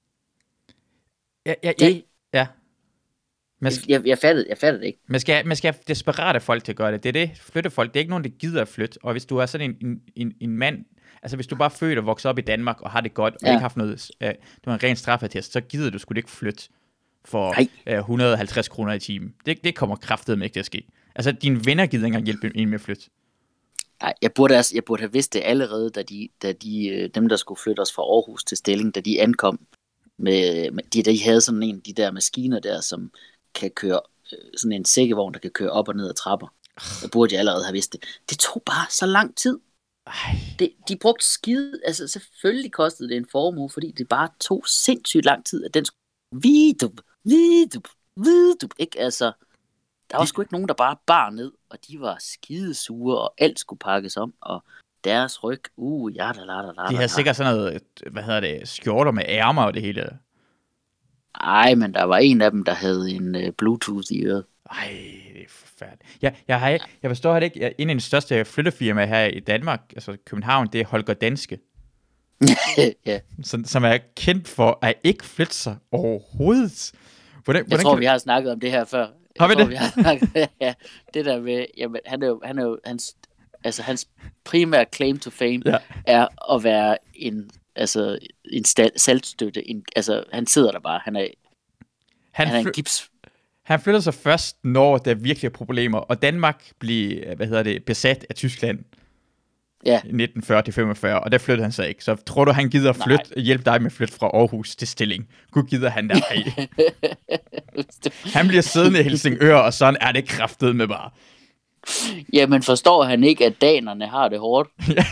Ja, ja, ja. Det, ja. Man skal, jeg, jeg, fattede, jeg fattede det ikke. Man skal, man skal have desperate folk til at gøre det. Det er det, flytte folk. Det er ikke nogen, der gider at flytte. Og hvis du er sådan en, en, en mand, altså hvis du bare er født og vokset op i Danmark og har det godt, og ja. ikke haft noget, uh, du har en ren straffetest, så gider du sgu ikke flytte for uh, et hundrede og halvtreds kroner i timen. Det, det kommer kraftedeme ikke til at ske. Altså, dine venner gider ikke engang hjælpe en med at flytte. Nej, jeg burde, altså, jeg burde have vidst det allerede, da, de, da de, dem, der skulle flytte os fra Aarhus til Stilling, da de ankom. Med, med de, de havde sådan en af de der maskiner der, som kan køre, sådan en sækkevogn, der kan køre op og ned ad trapper. Der burde jeg allerede have vidst det. Det tog bare så lang tid. Det, de brugte skide, altså selvfølgelig kostede det en formue, fordi det bare tog sindssygt lang tid, at den skulle vidup, vidup, vidup, ikke? Altså, der var de... sgu ikke nogen, der bare bar ned, og de var skidesure, og alt skulle pakkes om, og deres ryg, uh, ja, da, da, da, da. De havde sikkert sådan noget, hvad hedder det, skjorter med ærmer og det hele. Ej, men der var en af dem, der havde en uh, Bluetooth i øret. Ej, det er forfærdeligt. Ja, jeg, har, jeg forstår det ikke. Jeg, en af de største flyttefirma her i Danmark, altså København, det er Holger Danske. ja. som, som er kendt for at ikke flytte sig overhovedet. Hvordan, jeg hvordan tror, kan... vi har snakket om det her før. Har vi jeg tror, det? Vi har snakket, ja, det der med, jamen, han er jo, han er jo hans, altså hans primære claim to fame ja. er at være en, altså en saltstøtte. En, altså han sidder der bare. Han er, han, han er en gips. Han flytter sig først, når der virkelig er problemer, og Danmark bliver, hvad hedder det, besat af Tyskland ja. i nitten fyrre til femogfyrre, og der flyttede han sig ikke. Så tror du, han gider at flytte, hjælpe dig med at flytte fra Aarhus til Stilling? Gud gider han der. Han bliver siddende i Helsingør, og sådan er det kraftedeme bare. Jamen forstår han ikke, at danerne har det hårdt?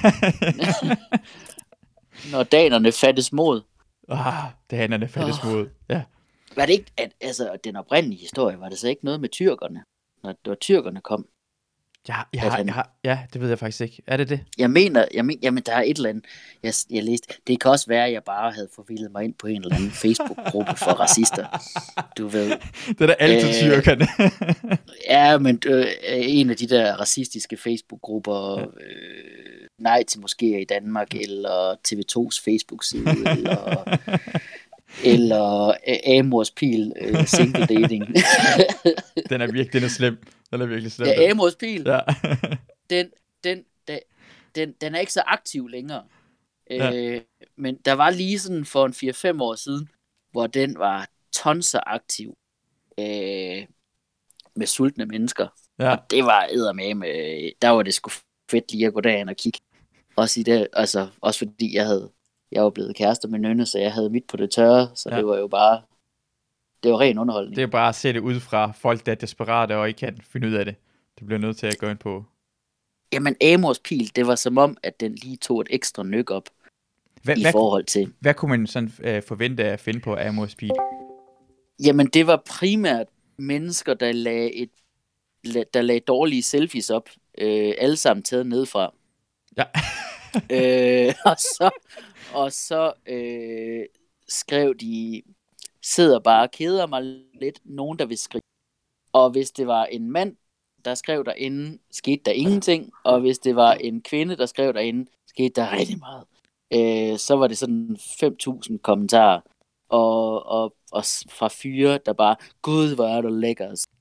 Når danerne fattes mod. Ah, danerne fattes oh. mod, ja. Var det ikke, at altså, den oprindelige historie, var det så ikke noget med tyrkerne, når det var tyrkerne kom? Ja, jeg har, han, jeg har, ja, det ved jeg faktisk ikke. Er det det? Jeg mener, jeg mener jamen, der er et eller andet, jeg, jeg læste. Det kan også være, at jeg bare havde forvildet mig ind på en eller anden Facebook-gruppe for racister. Du ved. Det er da altid øh, tyrkerne. ja, men øh, en af de der racistiske Facebook-grupper, øh, Nej til Moskéer i Danmark, eller T V to's Facebook-side, eller... eller Amors Pil uh, single dating. den er virkelig den er slem. Den er virkelig slem. Ja, Amors Pil. Ja. den, den, den, den, den er ikke så aktiv længere. Ja. Øh, men der var lige sådan for en fire fem år siden, hvor den var tonser aktiv øh, med sultne mennesker. Ja. Og det var eddermame. Øh, der var det sgu fedt lige at gå derind og kigge. Også, i det, altså, også fordi jeg havde Jeg var blevet kærester med Nynne, så jeg havde mit på det tørre, så ja. det var jo bare, det var ren underholdning. Det er bare at se det ud fra folk, der er desperate og ikke kan finde ud af det. Det bliver nødt til at gå ind på. Jamen, Amors Pil, det var som om, at den lige tog et ekstra nyk op hva, i hvad, forhold til. Hvad kunne man sådan uh, forvente at finde på Amors Pil? Jamen, det var primært mennesker, der lagde, et, der lagde dårlige selfies op, øh, alle sammen taget nedefra. Ja. øh, og så... Og så øh, skrev de, sidder bare og keder mig lidt, nogen der vil skrive. Og hvis det var en mand, der skrev derinde, skete der ingenting. Og hvis det var en kvinde, der skrev derinde, skete der rigtig meget. Øh, så var det sådan fem tusind kommentarer. Og, og, og fra fyre, der bare, gud hvor er du lækker.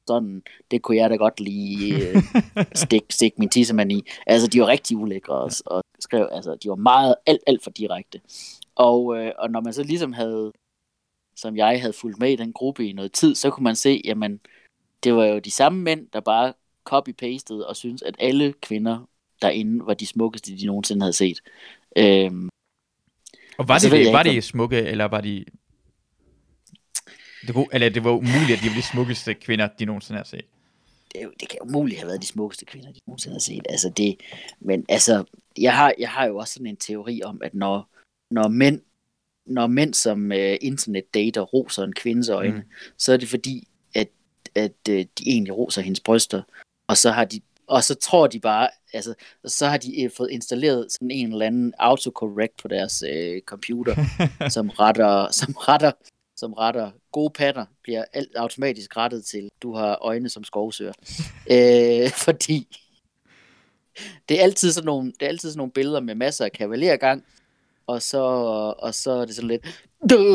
sådan, det kunne jeg da godt lige øh, stikke stik min tissemand i. Altså, de var rigtig ulækre og, og skrev, altså, de var meget, alt, alt for direkte. Og, øh, og når man så ligesom havde, som jeg havde fulgt med i den gruppe i noget tid, så kunne man se, jamen, det var jo de samme mænd, der bare copy-pastede og syntes, at alle kvinder derinde var de smukkeste, de nogensinde havde set. Øhm, og var, og det, det, var de smukke, eller var de... Det, kunne, eller det var umuligt, at de var de smukkeste kvinder, de nogensinde har set? Det, det kan umuligt have været de smukkeste kvinder, de nogensinde har set. Altså det, men altså, jeg har, jeg har jo også sådan en teori om, at når, når mænd, når mænd som uh, internetdater roser en kvindes øjne, mm. så er det fordi, at, at uh, de egentlig roser hendes bryster, og så har de og så tror de bare, altså, så har de fået installeret sådan en eller anden autocorrect på deres øh, computer, som retter, som retter, som retter gode patter, bliver alt automatisk rettet til, du har øjne som skovsøer. øh, fordi det er altid sådan nogle, det er altid sådan nogle billeder med masser af kavalergang, og så, og så er det sådan lidt,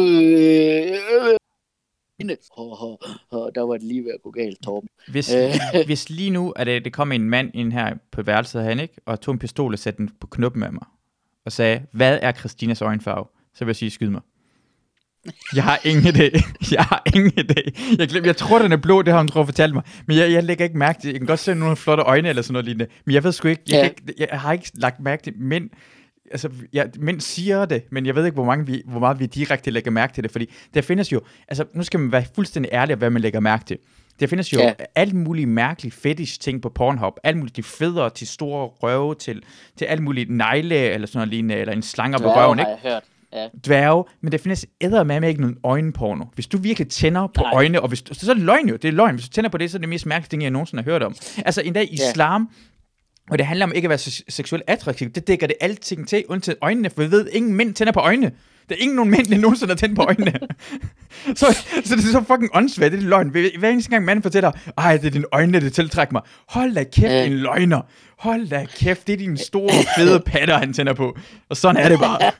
Oh, oh, oh, der var det lige ved at gå galt, Torben. Hvis, hvis lige nu, at det, det kom en mand ind her på værelset herhen, ikke, og tog en pistol og satte den på knuppen af mig, og sagde, hvad er Christinas øjenfarve? Så vil jeg sige, skyd mig. Jeg har ingen idé. Jeg har ingen idé. Jeg, glem, jeg tror, den er blå, det har hun tror fortalt mig. Men jeg, jeg lægger ikke mærke til, jeg kan godt se nogle flotte øjne eller sådan noget lignende. Men jeg ved sgu ikke, jeg, ja. ikke, jeg har ikke lagt mærke til, men... Altså, ja, mænd siger det, men jeg ved ikke, hvor, mange vi, hvor meget vi direkte lægger mærke til det, fordi der findes jo, altså nu skal man være fuldstændig ærlig af, hvad man lægger mærke til. Der findes jo ja. alt muligt mærkelige fetish ting på Pornhub, alt muligt de fædre til store røve, til, til alt muligt negle, eller sådan noget lignende, eller en slanger på røven, ikke? Har jeg hørt. Ja. Dværge, men der findes eddermame ikke nogen øjenporno. Hvis du virkelig tænder på Nej. øjne, og hvis du, så er det løgn jo, det er løgn. Hvis du tænder på det, så er det mest mærkelige ting, jeg nogensinde har hørt om. Altså en dag islam, ja. Og det handler om ikke at være seksuelt attraktiv. Det dækker det alting til, undtagen øjnene, for vi ved, ingen mænd tænder på øjnene. Der er ingen nogen mænd, der nogensinde har tændt på øjnene. så, så det er så fucking åndssvagt, det er løgn. Hver eneste gang manden fortæller, ej, det er dine øjne, det tiltrækker mig. Hold da kæft, en løgner. Hold da kæft, det er dine store, fede patter, han tænder på. Og sådan er det bare.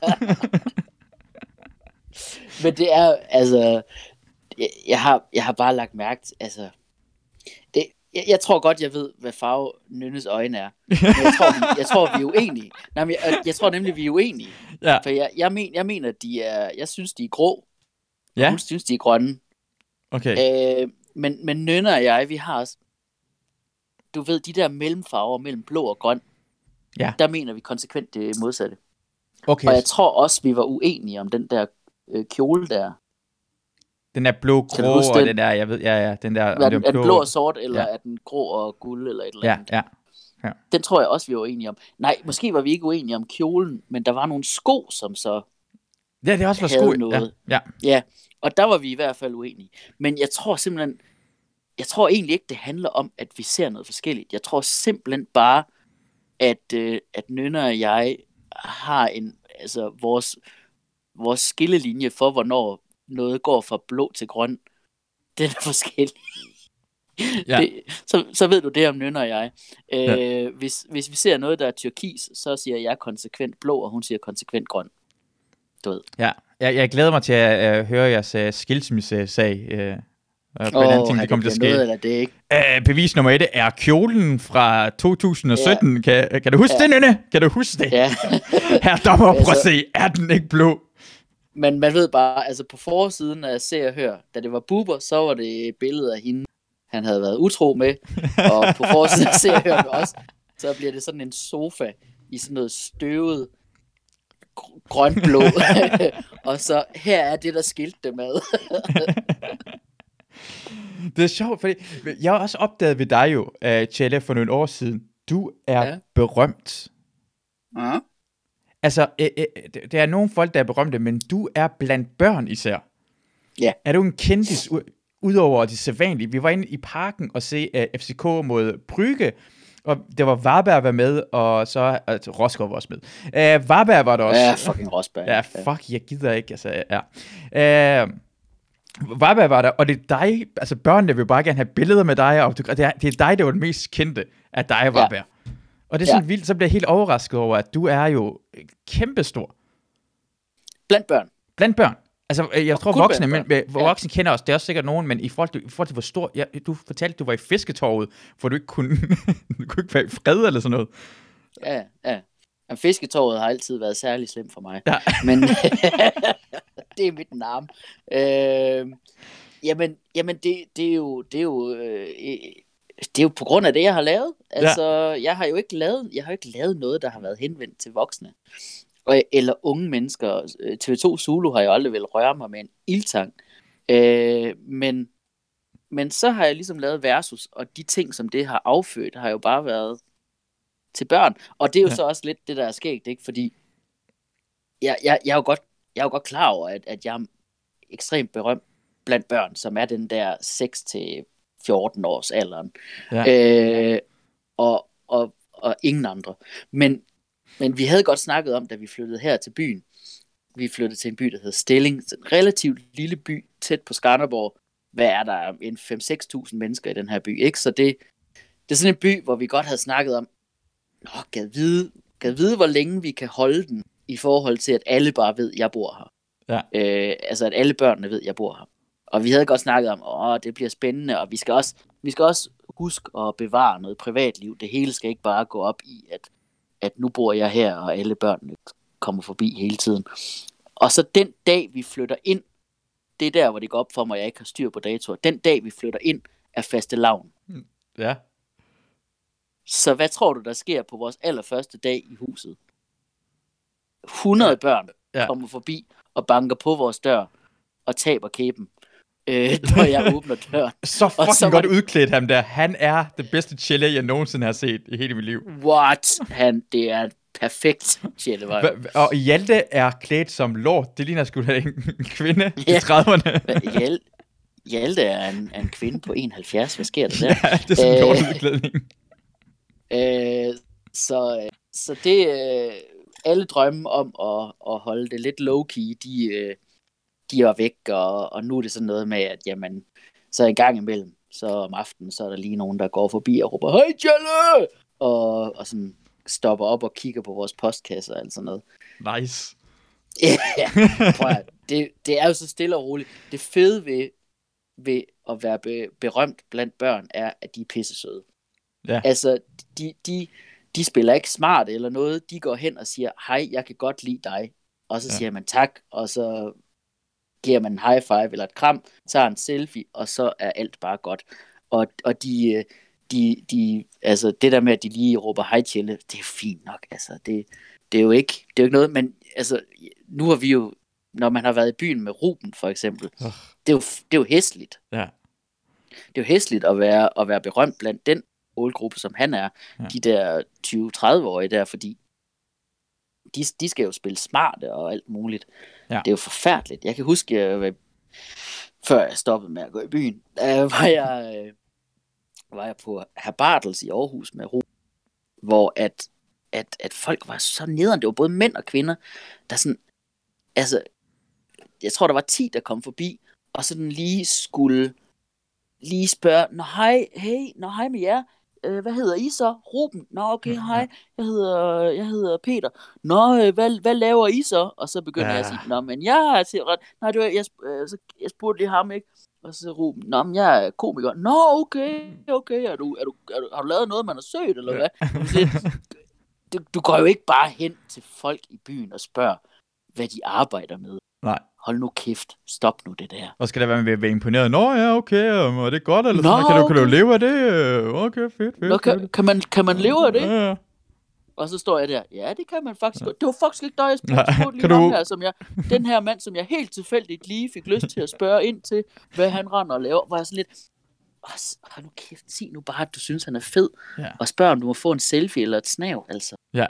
Men det er, altså, jeg, jeg, har, jeg har bare lagt mærke til, altså, det, Jeg, jeg tror godt, jeg ved, hvad farve Nynnes øjne er. Men jeg tror, vi, jeg tror, vi er uenige. Nej, men jeg, jeg tror nemlig, vi er uenige. Ja. For jeg, jeg, men, jeg mener, de er, jeg synes, de er grå. Ja. Og hun synes, de er grønne. Okay. Øh, men, men Nynne og jeg, vi har også, du ved, de der mellemfarver mellem blå og grøn. Ja. Der mener vi konsekvent det modsatte. Okay. Og jeg tror også, vi var uenige om den der øh, kjole der. Den er blå, grå, og den der, jeg ved, ja, ja, den der... Er den, er den blå og sort, eller ja. er den grå og guld, eller et eller ja, andet? Ja, ja. Den tror jeg også, vi var uenige om. Nej, måske var vi ikke uenige om kjolen, men der var nogle sko, som så ja, det er også var sko. Noget. Ja, ja. ja, og der var vi i hvert fald uenige. Men jeg tror simpelthen, jeg tror egentlig ikke, det handler om, at vi ser noget forskelligt. Jeg tror simpelthen bare, at, øh, at Nynne og jeg har en, altså vores, vores skillelinje for, hvornår noget går fra blå til grøn, den er forskellig. Ja. Det, så, så ved du det om Nynne og jeg. Øh, ja. hvis, hvis vi ser noget, der er turkis, så siger jeg konsekvent blå, og hun siger konsekvent grøn. Du ved. Ja, jeg, jeg glæder mig til at uh, høre jeres uh, skilsmissesag. Uh, Åh, oh, ting, det kommer til noget, eller det ikke? Uh, bevis nummer et er kjolen fra to tusind og sytten. Ja. Kan, kan du huske ja. det, Nynne? Kan du huske det? Ja. Herre dommer, prøv at se, er den ikke blå? Men man ved bare, altså på forsiden af Se og Hør, da det var Bubber, så var det et billede af hende, han havde været utro med. Og på forsiden af Se og Hør også, så bliver det sådan en sofa i sådan noget støvet grønblå. Og så her er det, der skilte det med. Det er sjovt, fordi jeg har også opdaget ved dig jo, uh, Tjelle, for nogle år siden. Du er ja. berømt. Ja. Altså, øh, øh, der er nogle folk, der er berømte, men du er blandt børn især. Ja. Er du en kendis, u- udover det sædvanlige? Vi var inde i parken og se uh, F C K mod Brygge, og der var Varberg var med, og så altså, Rosgaard var også med. Uh, Varberg var der også. Ja, fucking Rosberg. Ja, fuck, jeg gider ikke. Altså, ja. Uh, Varberg var der, og det er dig, altså børnene vil bare gerne have billeder med dig, og det er, det er dig, der var den mest kendte af dig, Varberg. Ja. Og det er sådan ja. vildt, så bliver jeg helt overrasket over, at du er jo kæmpestor. Blandt børn. Blandt børn. Altså, jeg Og tror, kun voksne, blandt men, børn. hvor voksne kender os, det er også sikkert nogen, men i forhold til, i forhold til hvor stor... Ja, du fortalte, du var i Fisketorvet, hvor du ikke kunne, du kunne ikke være i fred eller sådan noget. Ja, ja. Men fisketorvet har altid været særlig slemt for mig. Ja. Men det er mit navn. Øh, jamen, jamen det, det er jo, det er jo, øh, det er jo på grund af det, jeg har lavet. Altså, ja. jeg har jo ikke lavet, jeg har jo ikke lavet noget, der har været henvendt til voksne. Eller unge mennesker. T V to Zulu har jeg aldrig vel røre mig med en ildtang. Øh, men, men så har jeg ligesom lavet Versus, og de ting, som det har affødt, har jo bare været til børn. Og det er jo ja. så også lidt det, der er sket, ikke? Fordi jeg, jeg, jeg, er jo godt, jeg er jo godt klar over, at, at jeg er ekstremt berømt blandt børn, som er den der seks til fjorten års alderen. Ja. Øh, og, og, og ingen andre. Men Men vi havde godt snakket om, da vi flyttede her til byen. Vi flyttede til en by, der hedder Stilling. En relativt lille by, tæt på Skanderborg. Hvad er der? En fem til seks tusind mennesker i den her by, ikke? Så det, det er sådan en by, hvor vi godt havde snakket om, Nå, gad vide, gad vide, hvor længe vi kan holde den, i forhold til, at alle bare ved, at jeg bor her. Ja. Øh, altså, at alle børnene ved, at jeg bor her. Og vi havde godt snakket om, åh, det bliver spændende, og vi skal også, vi skal også huske at bevare noget privatliv. Det hele skal ikke bare gå op i, at at nu bor jeg her, og alle børnene kommer forbi hele tiden. Og så den dag, vi flytter ind, det er der, hvor det går op for mig, at jeg ikke har styr på datoer. Den dag, vi flytter ind, er fastelavn. Ja. Så hvad tror du, der sker på vores allerførste dag i huset? hundrede ja. børn ja. kommer forbi og banker på vores dør og taber kæben, øh, når jeg åbner døren. Så fucking så godt det... udklædt ham der. Han er det bedste chille, jeg nogensinde har set i hele mit liv. What? Han, det er perfekt chille. Hva- og Hjalte er klædt som lort. Det ligner sgu da en kvinde ja. i trediverne. Hjal- Hjalte er en, en kvinde på enoghalvfjerds. Hvad sker der der? Ja, det er sådan en lortudklædning. Øh, så, så det øh, alle drømme om at, at holde det lidt low-key, de... Øh, de var væk, og, og nu er det sådan noget med, at jamen, så en gang imellem, så om aftenen, så er der lige nogen, der går forbi og råber, hej Tjelle! Og, og sådan stopper op og kigger på vores postkasse og alt sådan noget. Nice. Ja, prøv at, det, det er jo så stille og roligt. Det fede ved, ved at være be, berømt blandt børn, er, at de er pissesøde. Ja. Altså, de, de, de spiller ikke smart eller noget. De går hen og siger, hej, jeg kan godt lide dig. Og så ja. siger man tak, og så giver man en high five eller et kram, tager en selfie, og så er alt bare godt. Og, og de, de, de, altså det der med, at de lige råber hej Tjelle, det er fint nok. Altså, det, det er jo ikke, det er jo ikke noget, men altså, nu har vi jo, når man har været i byen med Ruben for eksempel, uh. det, er jo, det er jo hæsligt. Ja. Det er jo hæsligt at være, at være berømt blandt den målgruppe, som han er, ja. De der tyve til tredive-årige der, fordi de, de skal jo spille smarte og alt muligt. Ja. Det er jo forfærdeligt. Jeg kan huske, jeg, før jeg stoppede med at gå i byen, der var jeg, var jeg på Herr Bartels i Aarhus med Ro, hvor at, at, at folk var så nederen. Det var både mænd og kvinder, der sådan, altså, jeg tror, der var ti, der kom forbi, og sådan lige skulle lige spørge, nå hej, hey, nå hej med jer. Øh, hvad hedder I så? Ruben? Nå, okay, hej. Jeg hedder, jeg hedder Peter. Nå, øh, hvad, hvad laver I så? Og så begynder ja. jeg at sige, nå, men jeg er til ret. Nej, det var, jeg, øh, så, jeg spurgte lige ham, ikke? Og så Ruben, nå, men jeg er komiker. Nå, okay, okay. Er du, er du, er du, har du lavet noget, man har søgt, eller hvad? du, du går jo ikke bare hen til folk i byen og spørger, hvad de arbejder med. Nej. Hold nu kæft, stop nu det der. Og skal der være med at være imponeret? Nå ja, okay, og er det godt, eller Nå, sådan? Kan, du, kan du leve af det? Okay, fedt, fedt. Nå, kan, fedt. Kan, man, kan man leve af det? Ja, ja. Og så står jeg der, ja, det kan man faktisk godt. Det var faktisk ikke dig, jeg spurgte lige du... her, som jeg, den her mand, som jeg helt tilfældigt lige fik lyst til at spørge ind til, hvad han render og laver, var jeg sådan lidt, hold nu kæft, sig nu bare, at du synes, han er fed, ja. Og spørg, om du må få en selfie eller et snav, altså. Ja.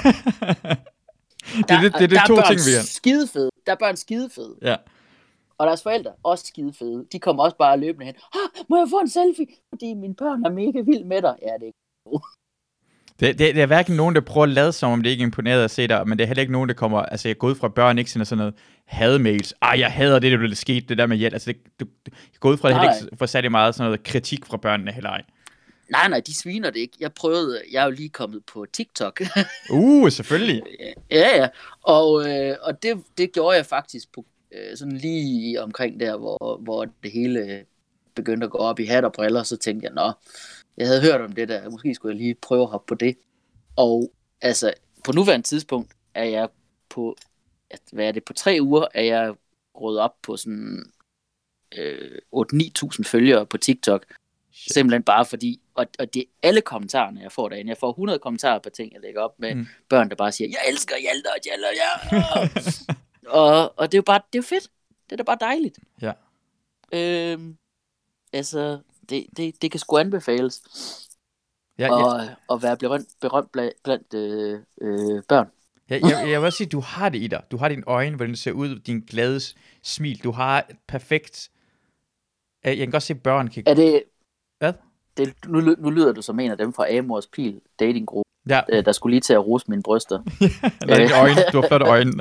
det, det, det, det, det er to ting, vi er. Skidefede. Der er børn skidefede. Ja. Og deres forældre også skidefede. De kommer også bare løbende hen. Må jeg få en selfie? Fordi mine børn er mega vilde med dig. Ja, det er det, det, det er hverken nogen, der prøver at lade som om det ikke er imponeret at se dig, men det er heller ikke nogen, der kommer, altså jeg går ud fra børn, ikke sådan noget hademails. Ej, jeg hader det, der blev sket, det der med hjælp. Altså det, du, jeg går ud fra, det heller ikke for særlig meget sådan noget kritik fra børnene heller ej. Nej, nej, de sviner det ikke. Jeg prøvede, jeg er jo lige kommet på TikTok. uh, selvfølgelig. Ja, ja. Og, øh, og det, det gjorde jeg faktisk på øh, sådan lige omkring der, hvor, hvor det hele begyndte at gå op i hat og briller, så tænkte jeg, nå, jeg havde hørt om det der, måske skulle jeg lige prøve at hoppe på det. Og altså, på nuværende tidspunkt er jeg på, hvad er det, på tre uger er jeg gået op på sådan øh, otte ni tusind følgere på TikTok. Shit. Simpelthen bare fordi, og, og det er alle kommentarerne, jeg får derinde. Jeg får hundrede kommentarer på ting, jeg lægger op med mm. børn, der bare siger, jeg elsker Hjalte og Hjalte, ja! og, og det er jo bare, det er jo fedt. Det er da bare dejligt. Ja. Øhm, altså, det, det, det kan sgu anbefales. Ja, og, ja. og være berømt, berømt blandt, blandt øh, øh, børn. Ja, jeg, jeg vil også sige, du har det i dig. Du har dine øjne, hvordan det ser ud, din glade smil. Du har et perfekt... Jeg kan godt se, at børn kan... Er det... Hvad? Det, nu, nu lyder du som en af dem fra Amors Pil datinggruppe, ja. øh, der skulle lige til at rose mine bryster. Eller dine øjne. Du har flotte øjne.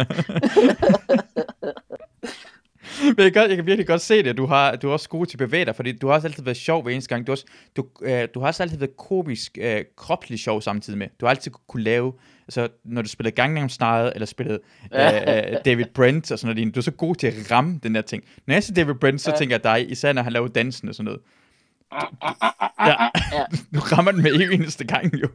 Men jeg, kan, jeg kan virkelig godt se det. Du har, du er også god til at bevæge dig, fordi du har også altid været sjov hver eneste gang. Du har, også, du, øh, du har også altid været komisk, øh, kropslig sjov samtidig med. Du har altid kunne lave, altså når du spillede Gangnam Style, eller spillede øh, David Brent og sådan noget, du er så god til at ramme den der ting. Når jeg ser David Brent, så tænker jeg dig, især når han laver dansen og sådan noget. Ja, du rammer den med en eneste gang jo.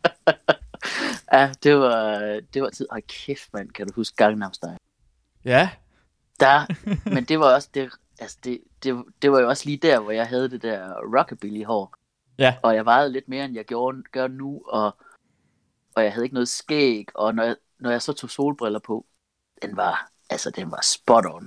Ja, det var, det var tid. Ej, kæft, mand, kan du huske Gangnam Style? Ja. Der, men det var også det, altså det, det, det var jo også lige der, hvor jeg havde det der rockabilly-hår. Ja. Og jeg vejede lidt mere, end jeg gjorde, gør nu, og, og jeg havde ikke noget skæg, og når jeg, når jeg så tog solbriller på, den var, altså den var spot on.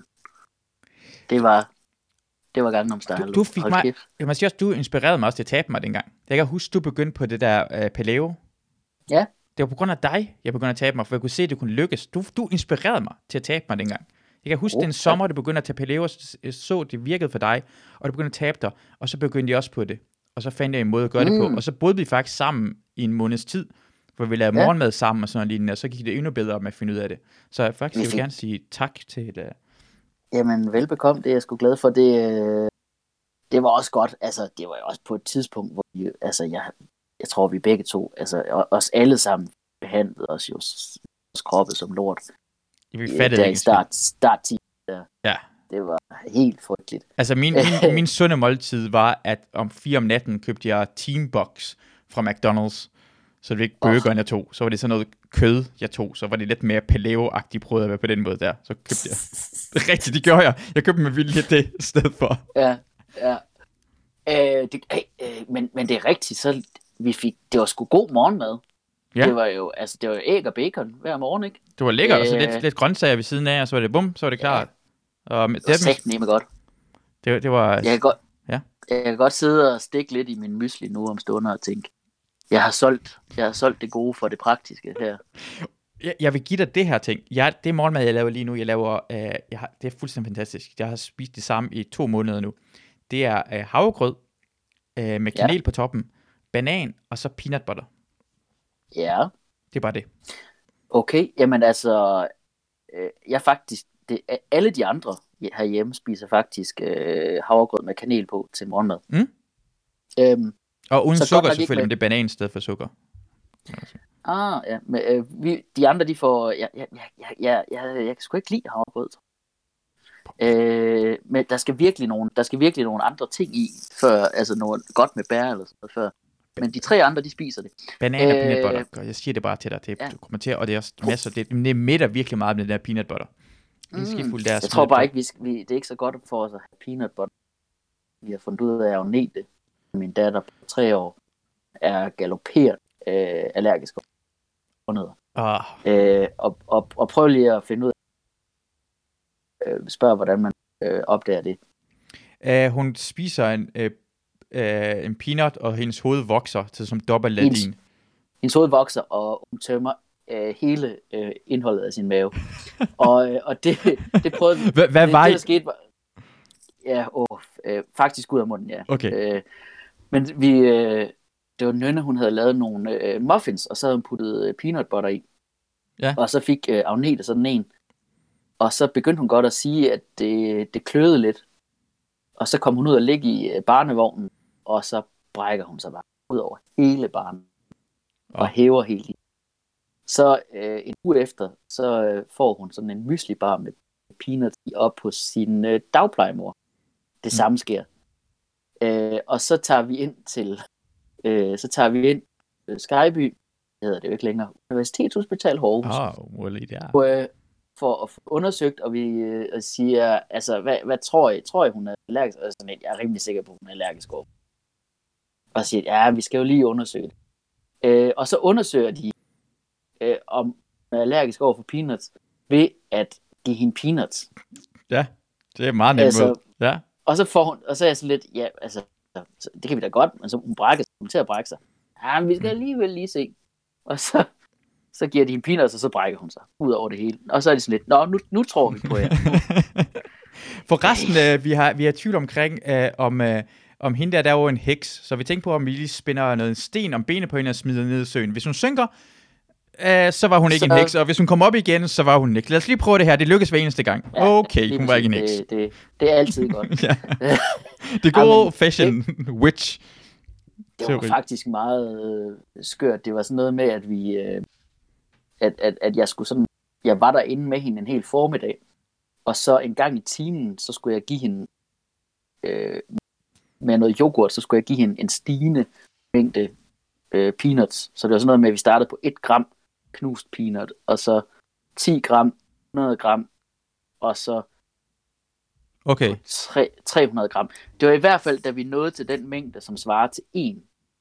Det var, det var Gangnam Style. Du, du fik mig, jeg må sige også, du inspirerede mig også til at tabe mig dengang. Jeg kan huske, du begyndte på det der uh, paleo. Ja. Det var på grund af dig, jeg begyndte at tabe mig, for jeg kunne se, at det kunne lykkes. Du, du inspirerede mig til at tabe mig dengang. Jeg kan huske, oh, den sommer, du begyndte at tage paleo, så det virkede for dig, og du begyndte at tabe dig, og så begyndte jeg også på det. Og så fandt jeg en måde at gøre mm. det på, og så boede vi faktisk sammen i en måneds tid, hvor vi lavede ja. morgenmad sammen og sådan noget lignende, og så gik det endnu bedre med at finde ud af det. Så jeg faktisk jeg vil gerne sige tak til det. Jamen, velbekomme, det er jeg sgu glad for. Det, det var også godt, altså det var jo også på et tidspunkt, hvor vi, altså jeg, jeg tror, vi begge to, altså os alle sammen behandlede os jo kroppet som lort. Vi fattede der i start, start ti der. Ja. Det var helt frygteligt. Altså min, min, min sunde måltid var, at om fire om natten købte jeg Teambox fra McDonald's. Så det var ikke burgeren, jeg tog. Så var det sådan noget kød, jeg tog. Så var det lidt mere paleo-agtigt, prøvede at være på den måde der. Så købte jeg. Det er rigtigt, det gjorde jeg. Jeg købte med vilje det i stedet for. Ja, ja. Øh, det, øh, men, men det er rigtigt, så vi fik, det var sgu god morgenmad. Ja. Det var jo, altså det var æg og bacon hver morgen, ikke? Det var lækkert, og så lidt, lidt grøntsager ved siden af, og så var det bum, så var det klart. Ja. Og det var sagt nemme godt. Det, det var... Jeg kan, godt, ja. jeg kan godt sidde og stikke lidt i min mysli nu om stunder og tænke, jeg har solgt, jeg har solgt det gode for det praktiske her. Jeg, jeg vil give dig det her ting. Jeg, det morgenmad, jeg laver lige nu, jeg laver, øh, jeg har, det er fuldstændig fantastisk. Jeg har spist det samme i to måneder nu. Det er øh, havregrød øh, med kanel ja. på toppen, banan og så peanut butter. Ja. Det er bare det. Okay, jamen altså, øh, jeg faktisk, det, alle de andre herhjemme spiser faktisk øh, havregrød med kanel på til morgenmad. Mm. Øhm, og uden sukker selvfølgelig, men det er banan i stedet for sukker. Ah, ja, men øh, vi, de andre, de får, jeg, jeg, jeg, jeg, jeg, jeg, jeg kan sgu ikke lide havregrød. Øh, men der skal virkelig nogle, der skal virkelig nogle andre ting i, før, altså noget godt med bær eller sådan noget før. Men de tre andre, de spiser det. Banan og peanut butter. Jeg siger det bare til dig. Det, ja. Du kommer til, og det er også masser. Det, det midter virkelig meget med den der peanut butter. Mm. Jeg tror bare ikke, vi, skal, vi det er ikke så godt for os at have peanut butter. Vi har fundet ud af at afnede det. Min datter på tre år er galoperet øh, allergisk. Ah. Øh, og, og, og prøv lige at finde ud af, øh, spørg hvordan man øh, opdager det. Uh, hun spiser en... Øh, Uh, en peanut, og hendes hoved vokser til som dobbelt ladin. Hendes, hendes hoved vokser, og hun tømmer uh, hele uh, indholdet af sin mave. og, uh, og det, det prøvede vi. Hvad, hvad det, var det, der skete var... Ja, åh, uh, faktisk ud af munden, ja. Okay. Uh, men vi... Uh, det var Nynne, hun havde lavet nogle uh, muffins, og så havde hun puttet uh, peanut butter i. Ja. Og så fik uh, Agnete sådan en. Og så begyndte hun godt at sige, at det, det kløede lidt. Og så kom hun ud og ligge i uh, barnevognen, og så brækker hun sig bare ud over hele barnen, og oh. hæver helt i. Så øh, en uge efter, så øh, får hun sådan en mysli-bar med peanuts op hos sin øh, dagplejemor. Det mm. samme sker. Øh, og så tager vi ind til, øh, så tager vi ind øh, Skyby, det hedder det jo ikke længere, Universitetshospital Aarhus. Åh, oh, really, ja. Og, øh, for at få undersøgt, og vi øh, siger, altså, hvad, hvad tror I? Tror I, hun er allergisk? Og sådan, jeg er rimelig sikker på, at hun er allergisk over. Og siger, ja, vi skal jo lige undersøge det. Øh, og så undersøger de, øh, om hun er allergisk over for peanuts, ved at give hende peanuts. Ja, det er meget nemt altså, ja. Og så får hun, og så er jeg sådan lidt, ja, altså, det kan vi da godt, men så hun brækker sig, hun til at brække sig. Ja, men vi skal alligevel lige se. Og så, så giver de hende peanuts, og så brækker hun sig ud over det hele. Og så er det sådan lidt, nå, nu, nu tror vi på jer. For resten, øh, vi har vi har tvivl omkring, øh, om, øh, om hende der, der er jo en heks. Så vi tænker på, om vi lige spænder noget sten om benet på hende og smider ned i søen. Hvis hun synker, øh, så var hun ikke så... en heks. Og hvis hun kommer op igen, så var hun en heks. Lad os lige prøve det her. Det lykkes hver eneste gang. Ja, okay, hun var ikke en heks. Det, det, det er altid godt. Ja. Det gode fashion det, witch. Det var faktisk meget øh, skørt. Det var sådan noget med, at vi... Øh, at, at, at jeg skulle sådan... Jeg var derinde med hende en hel formiddag. Og så en gang i timen, så skulle jeg give hende... Øh, med noget yoghurt, så skulle jeg give hende en stigende mængde øh, peanuts. Så det var sådan noget med, at vi startede på et gram knust peanut, og så ti gram, hundrede gram, og så okay. tre hundrede gram. Det var i hvert fald, da vi nåede til den mængde, som svarer til en.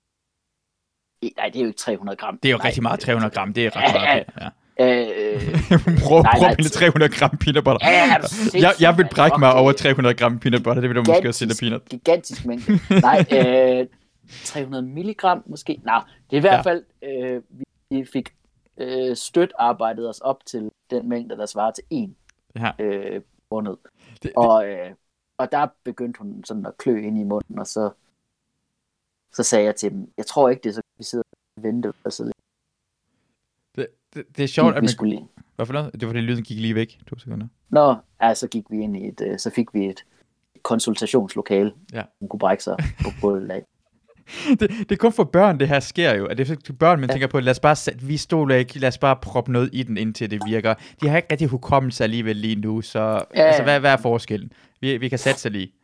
Nej, det er jo ikke tre hundrede gram. Det er jo nej, rigtig meget tre hundrede gram, det er ret ja, meget. Ja. Øh, prøv prøv med tre hundrede gram peanut butter. Ja, jeg, jeg vil brække mig over tre hundrede gram peanut butter, det vil du måske også sige peanut. Gigantisk mængde. Nej, øh, tre hundrede milligram måske. Nej, det er i hvert ja. fald, øh, vi fik øh, støt arbejdet os op til den mængde, der svarer til en ja. øh, måned. Det, og, øh, og der begyndte hun sådan at klø ind i munden, og så, så sagde jeg til dem, jeg tror ikke, det er så, vi sidder og venter. Altså, det, det, det er sjovt, at man skulle... Hvorfor noget? Det var det, lyden gik lige væk. To sekunder. Nå, ja, så gik vi ind i et, så fik vi et konsultationslokale. Ja. Hun kunne brække sig på gulvet af. det, det er kun for børn, det her sker jo. At det er for børn, man ja. tænker på, lad os bare sætte, vi stoler ikke, lad os bare proppe noget i den, indtil det virker. De har ikke rigtig hukommelse alligevel lige nu, så ja. altså, hvad, hvad er forskellen? Vi, vi kan sætte sig lige.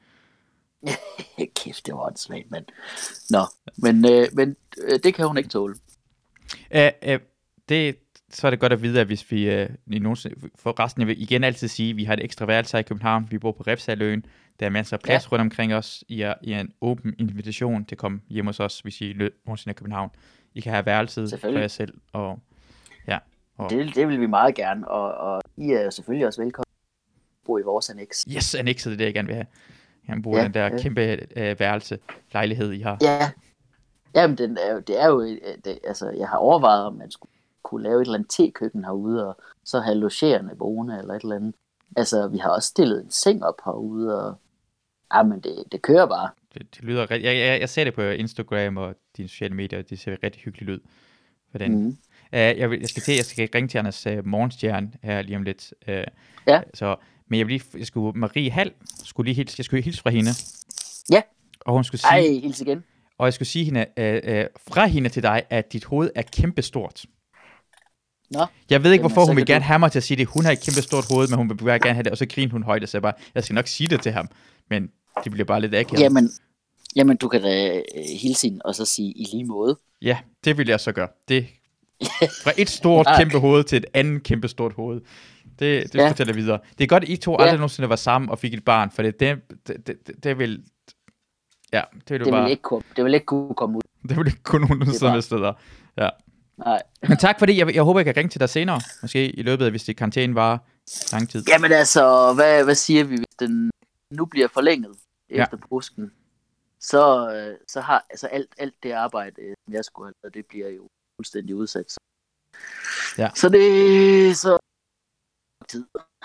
Kæft, det var åndssvagt, mand. Nå, men, øh, men øh, det kan hun ikke tåle. Æh, øh, det så er det godt at vide, at hvis vi øh, i nogen, for resten, jeg vil igen altid sige, at vi har et ekstra værelse her i København, vi bor på Refsaløen, der er masser af plads ja. rundt omkring os, I er, I er en åben invitation til at komme hjem hos os, hvis I nogensinde er i København. I kan have værelset for jer selv, og ja. Og... Det, det vil vi meget gerne, og, og I er selvfølgelig også velkommen at bo i vores annex. Yes, annexet, det er det, jeg gerne vil have. Jeg vil bruge ja, den der ja. kæmpe øh, værelse, lejlighed, I har. Ja, jamen den er, det er jo, det, altså jeg har overvejet, om man skulle kunne lave et eller andet tekøkken herude, og så have logerende boende eller et eller andet. Altså, vi har også stillet en seng op herude, og ja, men det, det kører bare. Det, det lyder rigtig... Jeg, jeg, jeg ser det på Instagram og dine sociale medier, det ser rigtig hyggeligt ud. Hvordan? Mm. Uh, jeg, vil, jeg skal til, jeg skal ringe til Anders uh, morgenstjerne her lige om lidt. Uh, ja. Så, men jeg vil lige, jeg skulle, Marie Hall, skulle lige hilse, jeg skulle hilse fra hende. Ja. Og hun skulle sige... Ej, hils igen. Og jeg skulle sige hende, uh, uh, fra hende til dig, at dit hoved er kæmpestort. Nå, jeg ved ikke, hvorfor hun vil gerne have mig til at sige det. Hun har et kæmpe stort hoved, men hun vil bare gerne have det. Og så griner hun højt og siger bare, jeg skal nok sige det til ham. Men det bliver bare lidt akavet. Jamen, jamen, du kan da hilse hende og så sige i lige måde. Ja, det vil jeg så gøre. Det fra et stort kæmpe hoved til et andet kæmpe stort hoved. Det, det ja. fortæller jeg videre. Det er godt, at I to aldrig ja. nogensinde var sammen og fik et barn, for det, det, det, det, det vil... Ja, det vil, det bare... vil ikke kunne, det vil ikke kunne komme ud. Det vil ikke kunne nogen sådan steder. Ja. Nej. Men tak for det. Jeg, jeg håber, jeg kan ringe til dig senere. Måske i løbet af, hvis det karantæne varer lang tid. Jamen altså, hvad, hvad siger vi, hvis den nu bliver forlænget efter ja. påsken? Så, så har altså alt, alt det arbejde, som jeg skulle have lavet, det bliver jo fuldstændig udsat. Så, ja. så det så tid.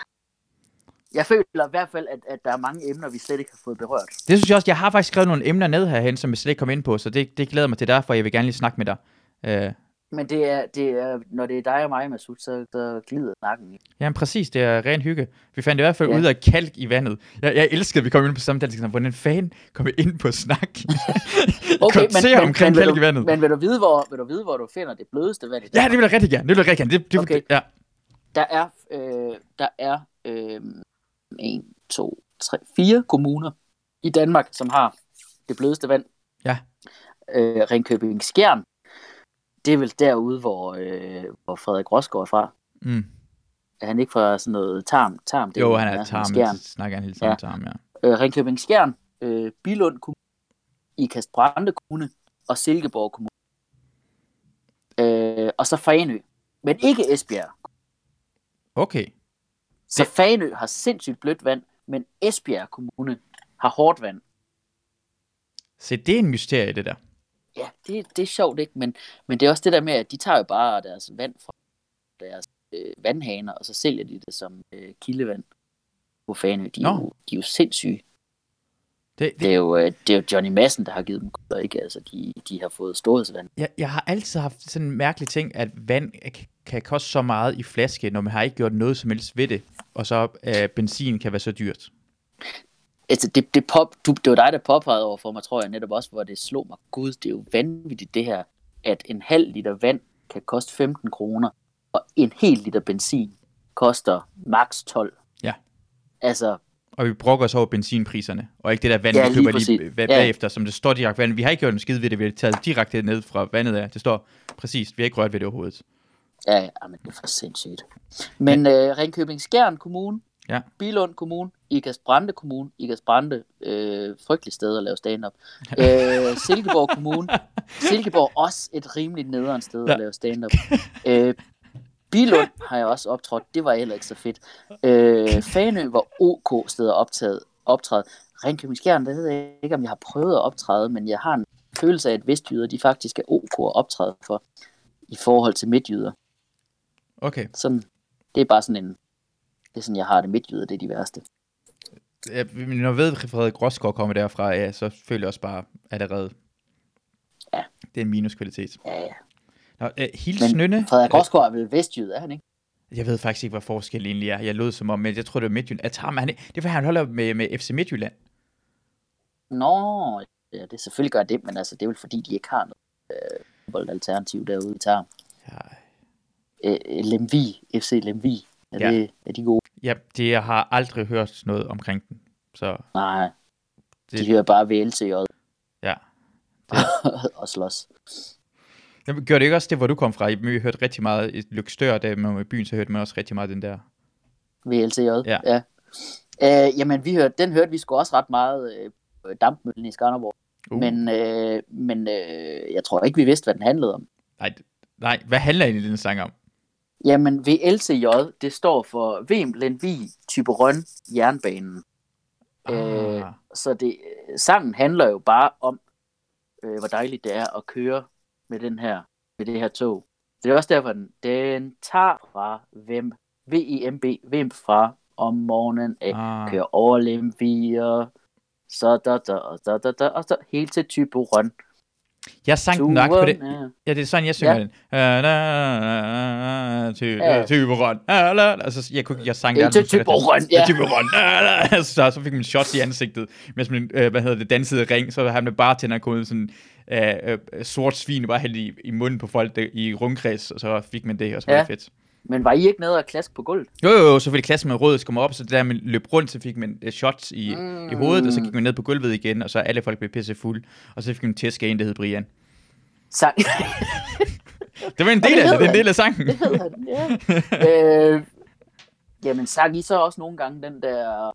Jeg føler i hvert fald, at, at der er mange emner, vi slet ikke har fået berørt. Det synes jeg også. Jeg har faktisk skrevet nogle emner ned herhen, som jeg slet ikke kom ind på, så det, det glæder mig til derfor. Jeg vil gerne lige snakke med dig. Uh... Men det er, det er, når det er dig og mig, Masud, så, så glider snakken. Jamen præcis, det er ren hygge. Vi fandt i hvert fald ja. ud af kalk i vandet. Jeg, jeg elskede, at vi kom ind på samtale. Hvordan fanden kom vi ind på snak? Okay, men, men, omkring men, kalk du, i vandet. Men vil du, vide, hvor, vil du vide, hvor du finder det blødeste vand i Danmark? Ja, det vil jeg rigtig gerne. Det vil jeg rigtig gerne. Det, det, okay. ja. Der er, øh, der er øh, en, to, tre, fire kommuner i Danmark, som har det blødeste vand. Ja. Øh, Ringkøbing Skjern, det er vel derude, hvor, øh, hvor Frederik Rosgaard er fra. Mm. Er han ikke fra sådan noget Tarm? Tarm det Jo, han er ja, Tarm, Skjern. snakker han hele tiden Ja. om Tarm, ja. Øh, Ringkøbing Skjern, øh, Billund Kommune, Ikast Brande Kommune og Silkeborg Kommune. Øh, og så Fanø, men ikke Esbjerg. Okay. Så Det- Fanø har sindssygt blødt vand, men Esbjerg Kommune har hårdt vand. Se, det er en mysterie, det der. Ja, det, det er sjovt, ikke? Men, men det er også det der med, at de tager jo bare deres vand fra deres øh, vandhaner, og så sælger de det som øh, kildevand på Fanø. De er, Nå. jo, de er jo sindssyge. Det, det, Det er jo, øh, det er jo Johnny Madsen, der har givet dem kunder, ikke? Altså, de, de har fået storhedsvand. jeg, jeg har altid haft sådan en mærkelig ting, at vand kan, kan koste så meget i flaske, når man har ikke gjort noget som helst ved det, og så øh, benzin kan være så dyrt. Altså, det, det, pop, du, det var dig, der påpegede over for mig, tror jeg netop også, hvor det slog mig. Gud, det er jo vanvittigt det her, at en halv liter vand kan koste femten kroner, og en hel liter benzin koster maks tolv. Ja. Altså, Og vi brokker os over benzinpriserne, og ikke det der vand, Ja, vi lige køber præcis. lige, lige Ja. bagefter, som det står direkte vand. Vi har ikke gjort en skid ved det, vi har taget direkte ned fra vandet af. Det står præcis, vi har ikke rørt ved det overhovedet. ja, ja, men det er for sindssygt. Men øh, Ringkøbing Skjern Kommune, Ja. Billund Kommune, Ikast Brande Kommune, Ikast Brande, øh, frygteligt sted at lave stand-up. Øh, Silkeborg Kommune, Silkeborg også et rimeligt nederen sted Ja. at lave stand-up. Øh, Billund har jeg også optrådt, det var heller ikke så fedt. Øh, Fanø var OK sted at optaget, optræde. Ringkøbing Skjern, det ved jeg ikke, om jeg har prøvet at optræde, men jeg har en følelse af, at vestjyder, de faktisk er OK at optræde for, i forhold til midtjyder. Okay. Sådan, det er bare sådan en, det er sådan, jeg har det, midtjyder, det er de værste. Ja, men når jeg ved, at Frederik Rosgaard kommer derfra, ja, så føler jeg også bare allerede, Ja. det er en minuskvalitet. Ja, ja. Nå, øh, Hils Men Nynne, Frederik Rosgaard er vel vestjyd, er han ikke? jeg ved faktisk ikke, hvad forskellen egentlig er. Jeg lød som om, men jeg tror, det var Midtjylland. At Tarm, han, det er for, han holder med, med F C Midtjylland. Nå, ja, det selvfølgelig gør det, men altså, det er vel fordi, de ikke har noget øh, fodboldalternativ derude i Tarm. Ja, Øh, Lemvig, F C Lemvig, er, Ja. det, er de gode? ja, det jeg har aldrig hørt noget omkring den. Så Nej, det, de hører bare V L C J ja. og slås. Jamen, gør det ikke også det, hvor du kom fra? Vi hørte rigtig meget i Løgstør, da man var i byen, så hørte man også rigtig meget den der. V L C J, Ja. ja. Øh, jamen, vi hørte, den hørte vi sgu også ret meget øh, på Dampmøllen i Skanderborg. Uh. Men, øh, men øh, jeg tror ikke, vi vidste, hvad den handlede om. Nej, nej, hvad handler egentlig den sang om? Jamen, V L C J, det står for Vem, Lemvig, Thyborøn, Jernbanen. Ah. Øh, så det, sangen handler jo bare om, øh, hvor dejligt det er at køre med den her, med det her tog. Det er også derfor, den, den tager fra Vem, V I M B, Vem fra om morgenen af, Ah. kører over Lemvig, og så da da, og da da da, og så helt til Thyborøn. Jeg sang den nok på det. Ja. Ja, det er sådan, jeg synger Ja. den. Ah, da, ty- Ja. Thyborøn. Ah, la. Altså, jeg, kunne, jeg sang Ja, den. til Thyborøn, ja. Thyborøn. Ah, la. Så, så fik man shots i ansigtet, mens man, øh, hvad hedder det, dansede ring, så havde man bartenderen kommet sådan øh, øh, sort svin, bare hældt i, i munden på folk der, i rundkreds, og så fik man det, og så var Ja. det fedt. Men var I ikke nede og klaske på gulvet? Jo, jo, jo, så ville klassen med rød komme op, så det der, man løb rundt, så fik man uh, shots i, mm. i hovedet, og så gik man ned på gulvet igen, og så alle folk blev pisse fuld, og så fik man tæsk af en, der hed Brian. Sang. Det var en Og del det af det, hed det er en han. del af sangen. Det hedder den, ja. øh, jamen, sang I så også nogle gange den der...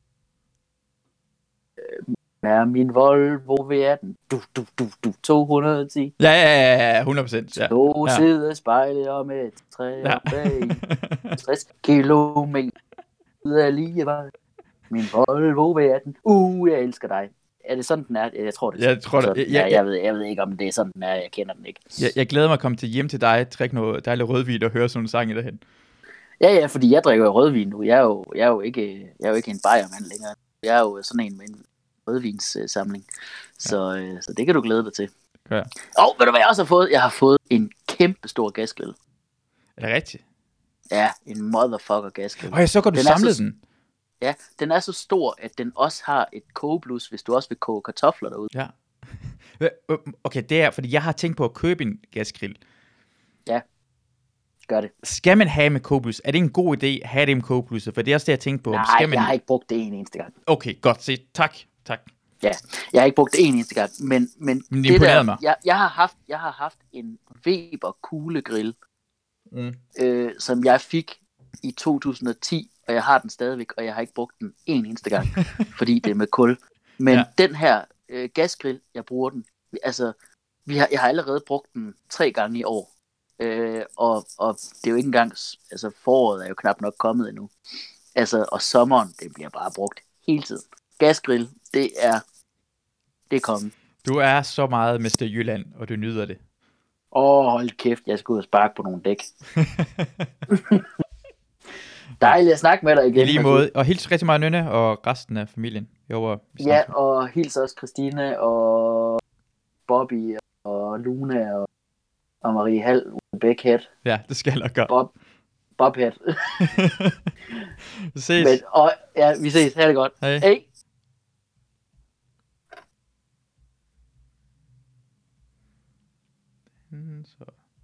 Øh, er min Volvo V atten? Du, du, du, du, to hundrede og ti. Ja, ja, ja, ja, hundrede procent. Ja. To Ja. sider spejle om et træ Ja. og bag. tres kilometer ud af lige vej. Min Volvo V atten. Uh, jeg elsker dig. Er det sådan, den er? Jeg tror, det er Jeg tror, det- sådan, jeg- ja, jeg- jeg, ved, jeg ved ikke, om det er sådan, den er. Jeg kender den ikke. Jeg, jeg glæder mig at komme til hjem til dig, drikke noget dejligt rødvin og høre sådan en sang i derhen. Ja, ja, fordi jeg drikker jo rødvin nu. Jeg er jo, jeg er jo, ikke, jeg er jo ikke en bajermand længere. Jeg er jo sådan en med en rødvinssamling. Så, øh, så det kan du glæde dig til. Ja. Og ved du hvad jeg også har fået? Jeg har fået en kæmpe stor gasgrill. Er det rigtigt? Ja, en motherfucker gasgrill. Og jeg så godt, du Den er samlede så- den. Ja, den er så stor, at den også har et kogeblus, hvis du også vil koge kartofler derude. Ja. Okay, det er, fordi jeg har tænkt på at købe en gasgrill. Ja. gør det. Skal man have med Coplus? Er det en god idé at have det med Coplus? For det er også det, jeg tænkte på. Nej, Skal man... jeg har ikke brugt det en eneste gang. Okay, godt set. Tak, tak. Ja, jeg har ikke brugt det en eneste gang, men, men, men det, det der, mig. Jeg, jeg, har haft, jeg har haft en Weber kuglegrill, mm. øh, som jeg fik i to tusind og ti, og jeg har den stadigvæk, og jeg har ikke brugt den en eneste gang, fordi det er med kul. Men ja. den her øh, gasgrill, jeg bruger den, altså, vi har, jeg har allerede brugt den tre gange i år, øh, og, og det er jo ikke engang, altså foråret er jo knap nok kommet endnu, altså, og sommeren, det bliver bare brugt hele tiden. Gasgrill, det er, det er kongen. Du er så meget mister Jylland, og du nyder det. Åh, oh, hold kæft, jeg skal ud og sparke på nogle dæk. Dejligt at snakke med dig igen. I lige måde, og hils rigtig meget Nynne og resten af familien. Jo, ja, og hils også Christine og Bobby og Luna og, og Marie Hall og Beckhead. Ja, det skal jeg gøre. Bob, Bobhead. Vi ses. Men, og, ja, vi ses. Ha' det godt. Hej. Hey. Så.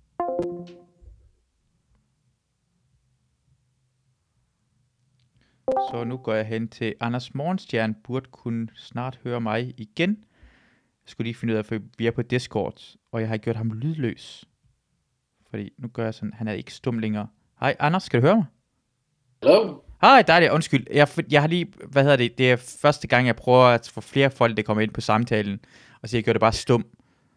Så nu går jeg hen til Anders Morgenstjerne, burde kunne snart høre mig igen. Jeg skulle lige finde ud af, for vi er på Discord, og jeg har gjort ham lydløs. Fordi nu gør jeg sådan, han er ikke stum længere. Hej Anders, skal du høre mig? Hallo? Hej, dejligt, undskyld. Jeg, jeg har lige, hvad hedder det, det er første gang, jeg prøver at få flere folk, der kommer ind på samtalen, og så jeg gør det bare stum.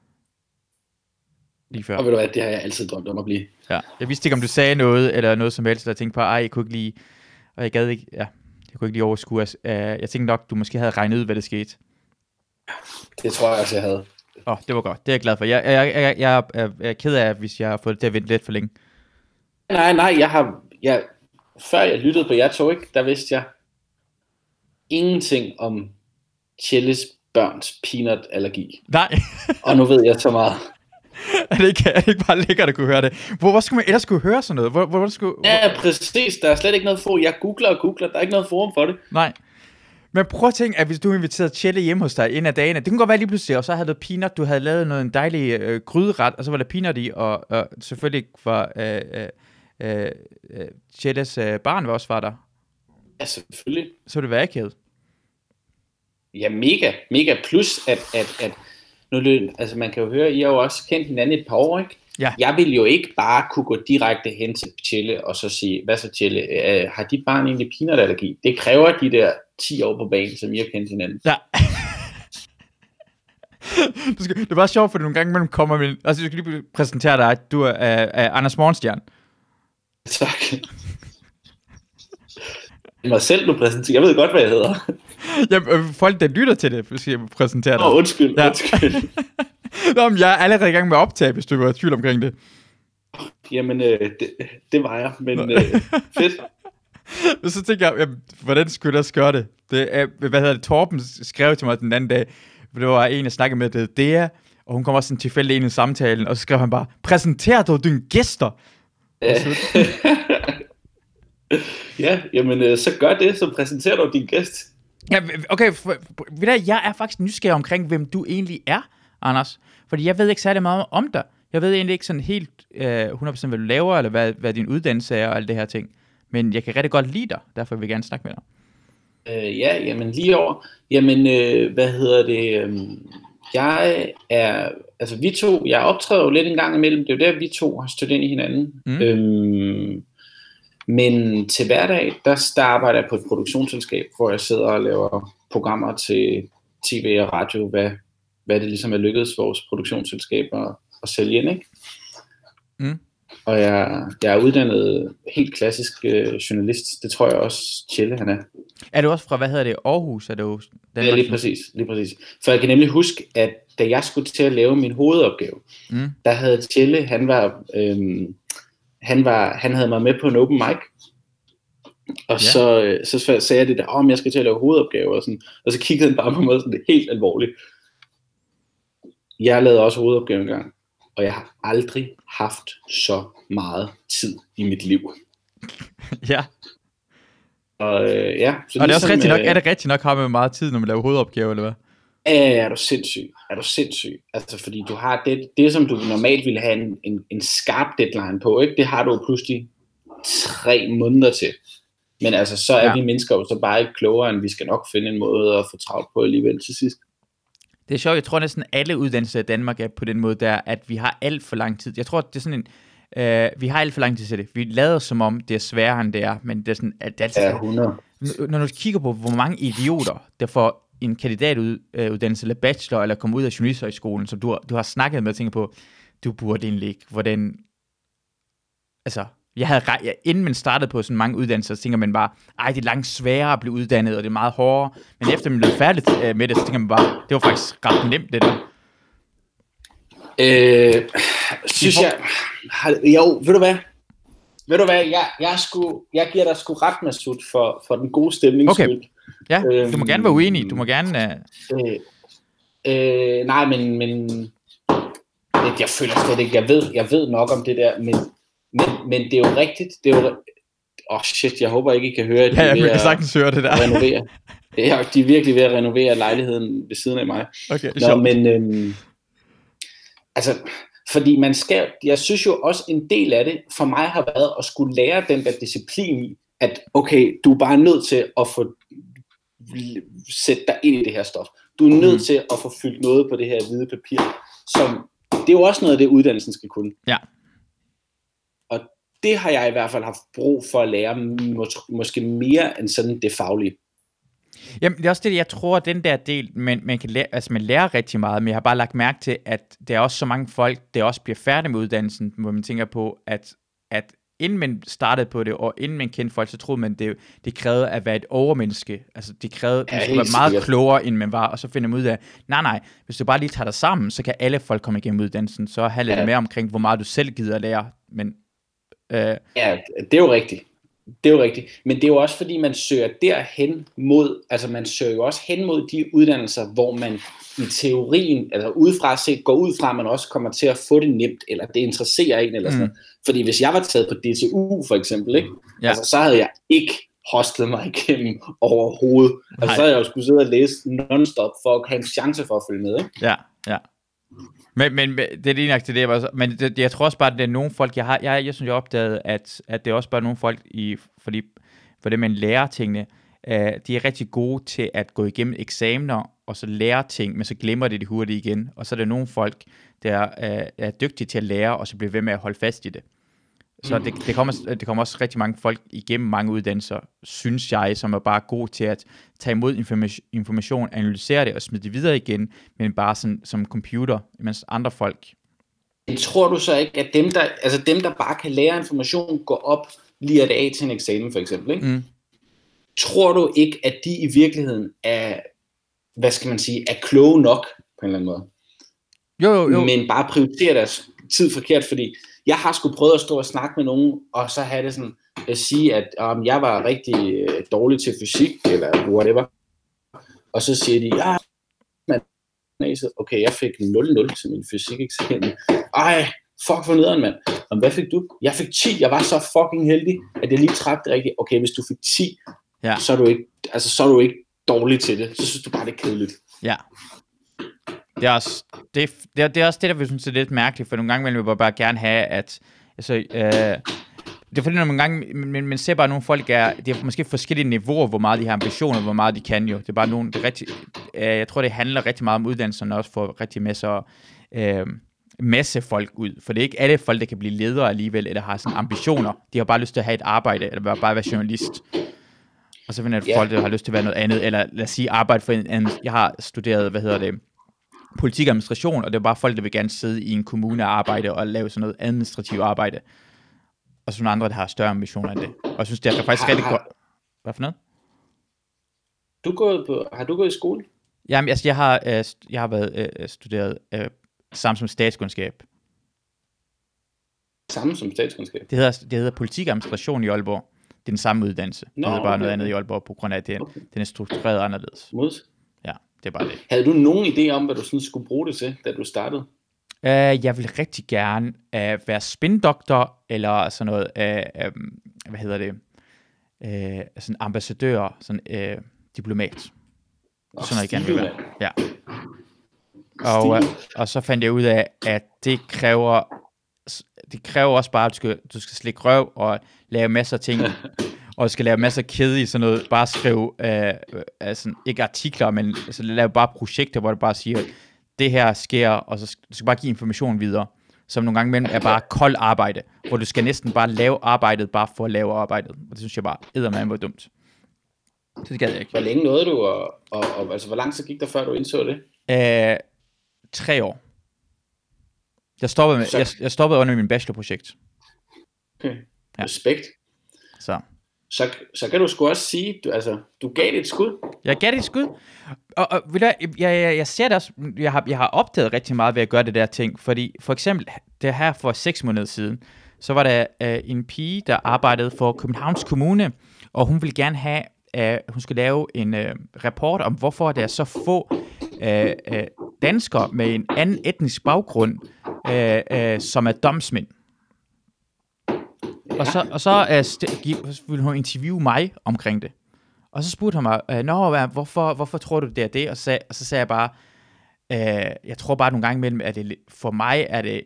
Lige før. Og ved du hvad, det har jeg altid drømt om at blive. Ja, jeg vidste ikke, om du sagde noget, eller noget som helst, og jeg tænkte på, ej, jeg kunne ikke lige, og jeg gad ikke, ja, jeg kunne ikke lige overskue, uh, jeg tænkte nok, du måske havde regnet ud, hvad der skete. Det tror jeg også, jeg havde. Åh, oh, det var godt, det er jeg glad for. Jeg, jeg, jeg, jeg, jeg er ked af, hvis jeg har fået det til at vente lidt for længe. Nej, nej, jeg har, jeg, før jeg lyttede på jer to, ikke, der vidste jeg ingenting om Tjelles børns peanut-allergi. Nej. Og nu ved jeg så meget. Er det, ikke, er det ikke bare lækkert at kunne høre det? Hvor, hvor skulle man ellers kunne høre sådan noget? Hvor, hvor, hvor skulle, hvor... Ja, præcis. Der er slet ikke noget forum. Jeg googler og googler. Der er ikke noget forum for det. Nej. Men prøv at tænke, at hvis du inviterede Tjelle hjemme hos dig en af dagene, det kunne godt være lige pludselig, og så havde du peanut, du havde lavet noget, en dejlig øh, gryderet, og så var der peanut i, og, og selvfølgelig var øh, øh, øh, Tjelles øh, barn også var der. Ja, selvfølgelig. Så ville det være akavet. Ja, mega. Mega. Plus, at, at, at nu, altså man kan jo høre, I har jo også kendt hinanden et par år, ikke? Ja. Jeg vil jo ikke bare kunne gå direkte hen til Tjelle og så sige, hvad så Tjelle, øh, har dit barn egentlig peanut-allergi? Det kræver de der ti år på banen, som I har kendt hinanden. Ja. du skal, det var sjovt, for nogle gange imellem kommer med, altså jeg skal lige præsentere dig, du er uh, uh, Anders Morgenstjerne. Tak. Det er mig selv, du præsenterer. Jeg ved godt, hvad jeg hedder. Ja, folk, der lytter til det, skal jeg præsentere dig. Åh, oh, undskyld, ja. undskyld. Nå, men jeg er allerede i gang med at optage, hvis du var i tvivl omkring det. Jamen, øh, det, det var jeg, men øh, fedt. Men så tænker jeg, jamen, hvordan skulle jeg også gøre det? det er, hvad hedder det? Torben skrev til mig den anden dag, for det var en, jeg snakkede med, det er Dea, og hun kom også sådan tilfældig ind i samtalen, og så skrev han bare, præsenter du dine gæster? Ja, jamen øh, så gør det, så præsenterer du din gæst. Ja, okay, for, ved du, jeg er faktisk nysgerrig omkring, hvem du egentlig er, Anders. Fordi jeg ved ikke særlig meget om dig. Jeg ved egentlig ikke sådan helt øh, hundrede procent, hvad du laver, eller hvad, hvad din uddannelse er, og alle det her ting. Men jeg kan rigtig godt lide dig, derfor vil jeg gerne snakke med dig. Øh, ja, jamen lige over. Jamen, øh, hvad hedder det? Øh, jeg er, altså vi to, jeg optræder jo lidt en gang imellem. Det er jo der, vi to har stødt ind i hinanden. Mm. Øhm, men til hverdag, der, der arbejder jeg på et produktionsselskab, hvor jeg sidder og laver programmer til tv og radio, hvad, hvad det ligesom er lykkedes vores produktionsselskaber at sælge ind, ikke? Mm. Og jeg, jeg er uddannet helt klassisk øh, journalist. Det tror jeg også, Tjelle han er. Er du også fra, hvad hedder det, Aarhus? Er du ja, lige præcis, lige præcis. For jeg kan nemlig huske, at da jeg skulle til at lave min hovedopgave, mm. der havde Tjelle, han var, øhm, han var, han havde mig med på en open mic. Og ja. så, så sagde jeg det der, om oh, jeg skal til at lave hovedopgave, og, sådan, og så kiggede han bare på mig sådan, det helt alvorligt. Jeg lavede også hovedopgave en gang, og jeg har aldrig haft så meget tid i mit liv. Ja. Og øh, ja. Så og det er også rigtigt nok, er det rigtigt nok, har man meget tid, når man laver hovedopgave, eller hvad? er du sindssyg, er du sindssyg. Altså, fordi du har det, det som du normalt ville have en, en, en skarp deadline på, ikke? Det har du pludselig tre måneder til. Men altså, så er ja. vi mennesker jo så bare ikke klogere, end vi skal nok finde en måde at få travlt på alligevel til sidst. Det er sjovt, jeg tror næsten alle uddannelser i Danmark er på den måde der, at vi har alt for lang tid. Jeg tror, det er sådan en, øh, vi har alt for lang tid til det. Vi lader som om, det er sværere end det er, men det er sådan, at det er altid, ja, hundrede. Når du kigger på, hvor mange idioter, der får en kandidatuddannelse eller bachelor, eller kommer ud af journalisthøjskolen, som du har, du har snakket med og tænker på, du burde egentlig ikke, hvordan, altså, jeg havde, jeg, inden man startede på sådan mange uddannelser, så tænker man bare, ej, det er langt sværere at blive uddannet, og det er meget hårdere, men efter man blev færdig med det, så tænker man bare, det var faktisk ret nemt, det der. Øh, synes jeg, jo, ved du hvad, ved du hvad, jeg, jeg, sku, jeg giver dig sgu ret, Masud, for, for den gode stemning. Okay, ja, du må gerne være uenig, du må gerne... Øh, øh, nej, men, men jeg føler slet ikke, jeg ved, jeg ved nok om det der, men, men, men det er jo rigtigt, det er jo, åh oh shit, jeg håber ikke, I kan høre, at de ja, jeg ved kan sagtens høre det der. Renovere. Ja, de er virkelig ved at renovere lejligheden ved siden af mig. Okay, Nå, men, øhm, altså, fordi man skal, jeg synes jo også en del af det, for mig har været at skulle lære den der disciplin i, at okay, du er bare nødt til at få sætte dig ind i det her stof. Du er nødt mm. til at få fyldt noget på det her hvide papir, som, det er jo også noget af det, uddannelsen skal kunne. Ja. Og det har jeg i hvert fald haft brug for at lære, mås- måske mere end sådan det faglige. Jamen, det er også det, jeg tror, den der del, man, man, kan lære, altså, man lærer rigtig meget, men jeg har bare lagt mærke til, at der er også så mange folk, der også bliver færdige med uddannelsen, hvor man tænker på, at, at inden man startede på det, og inden man kendte folk, så troede man, det, det krævede at være et overmenneske. Altså, det krævede, at man skulle være meget klogere, end man var, og så finder man ud af, nej, nej, hvis du bare lige tager dig sammen, så kan alle folk komme igennem uddannelsen. Så handler det ja. mere omkring, hvor meget du selv gider at lære. Men, øh... ja, det er jo rigtigt. Det er jo rigtigt. Men det er jo også, fordi man søger derhen mod, altså man søger jo også hen mod de uddannelser, hvor man i teorien, altså udefra set, går ud fra, at man også kommer til at få det nemt, eller det interesserer en, eller sådan noget. Mm. Fordi hvis jeg var taget på D T U, for eksempel, ikke? Ja. Altså, så havde jeg ikke hostlet mig igennem overhovedet. Altså, Nej. Så havde jeg jo skulle sidde og læse non-stop, for at have en chance for at følge med, ikke? Ja, ja. Men, men det er lige nok til det, men det, jeg tror også bare, at det er nogle folk, jeg har, jeg, jeg synes, jeg opdagede, at, at det er også bare nogle folk, i, fordi, for det man lærer tingene, uh, de er rigtig gode til at gå igennem eksamener, og så lære ting, men så glemmer det de hurtigt igen, og så er der nogle folk, der uh, er dygtige til at lære, og så bliver ved med at holde fast i det. Så det, det, kommer, det kommer også rigtig mange folk igennem mange uddannelser, synes jeg, som er bare gode til at tage imod information, information analysere det og smide det videre igen, men bare sådan, som computer, mens andre folk. Tror du så ikke, at dem der, altså dem, der bare kan lære information, går op lige at af til en eksamen for eksempel, ikke? Mm. Tror du ikke, at de i virkeligheden er, hvad skal man sige, er kloge nok på en eller anden måde? Jo, jo, jo. Men bare prioriterer deres tid forkert, fordi jeg har sgu prøvet at stå og snakke med nogen, og så have det sådan, at sige, at um, jeg var rigtig øh, dårlig til fysik, eller whatever. Og så siger de, ja, man, okay, jeg fik nul nul til min fysikeksamen. Ej, fuck for nederen, mand. Og hvad fik du? Jeg fik ti, jeg var så fucking heldig, at jeg lige trak det rigtigt. Okay, hvis du fik ti, ja. så, er du ikke, altså, så er du ikke dårlig til det. Så synes du bare, det er kedeligt. Ja. Det er, også, det, det, er, det er også det, der vi synes er lidt mærkeligt, for nogle gange vil vi bare gerne have, at altså, øh, det er fordi, nogle gange, man, man ser bare nogle folk, er, det er måske forskellige niveauer, hvor meget de har ambitioner, hvor meget de kan jo. Det er bare nogle, det er rigtig, øh, jeg tror, det handler rigtig meget om uddannelserne, også for rigtig masser, øh, masse folk ud, for det er ikke alle folk, der kan blive ledere alligevel, eller har sådan ambitioner. De har bare lyst til at have et arbejde, eller bare være journalist. Og så finder jeg yeah. folk, der har lyst til at være noget andet, eller lad os sige arbejde for en anden. Jeg har studeret, hvad hedder det, politik og administration, og det er bare folk, der vil gerne sidde i en kommune og arbejde og lave sådan noget administrativt arbejde. Og så nogle andre, der har større ambitioner end det. Og jeg synes, det er faktisk har, rigtig godt. Hvad for noget? Du gået på, har du gået i skole? Jamen, altså, jeg har, øh, jeg har været øh, studeret øh, sammen som statskundskab. Samme som statskundskab? Det hedder, det hedder politik og administration i Aalborg. Det er den samme uddannelse. Nå, det hedder bare okay. noget andet i Aalborg, på grund af, at den, okay. den er struktureret anderledes. Mods. Ja, det er bare det. Havde du nogen idé om, hvad du sådan skulle bruge det til, da du startede? Uh, jeg vil rigtig gerne uh, være spindoktor, eller sådan noget, uh, um, hvad hedder det, uh, sådan ambassadør, sådan uh, diplomat. sådan noget, jeg gerne vil være. Ja. Og, øh, og så fandt jeg ud af, at det kræver, det kræver også bare, at du skal, du skal slikke røv og lave masser af ting. Og du skal lave masser af kæde i sådan noget. Bare skrive, øh, altså, ikke artikler, men altså, lave bare projekter, hvor du bare siger, det her sker, og så du skal bare give information videre. Som nogle gange imellem er bare kold arbejde, hvor du skal næsten bare lave arbejdet, bare for at lave arbejdet. Og det synes jeg bare, eddermame var dumt. Så det gad jeg ikke. Hvor længe nåede du, og, og, og altså, hvor lang tid gik der, før du indså det? Æh, tre år. Jeg stoppede, med, jeg, jeg stoppede under min bachelorprojekt. Okay, ja. Respekt. Så. Så, så kan du sgu også sige, du, altså, du gav det et skud. Jeg gav det et skud. Og, og ved du, jeg, jeg, jeg ser det også, jeg har, jeg har opdaget rigtig meget ved at gøre det der ting, fordi for eksempel, det her for seks måneder siden, så var der øh, en pige, der arbejdede for Københavns Kommune, og hun ville gerne have, øh, hun skulle lave en øh, rapport om, hvorfor der er så få øh, øh, danskere med en anden etnisk baggrund, øh, øh, som er domsmænd. Og så, og så uh, st- ville hun interviewe mig omkring det. Og så spurgte hun mig, Nå, hvorfor, hvorfor tror du, det er det? Og så, og så sagde jeg bare, uh, jeg tror bare nogle gange imellem, at det, for mig er det,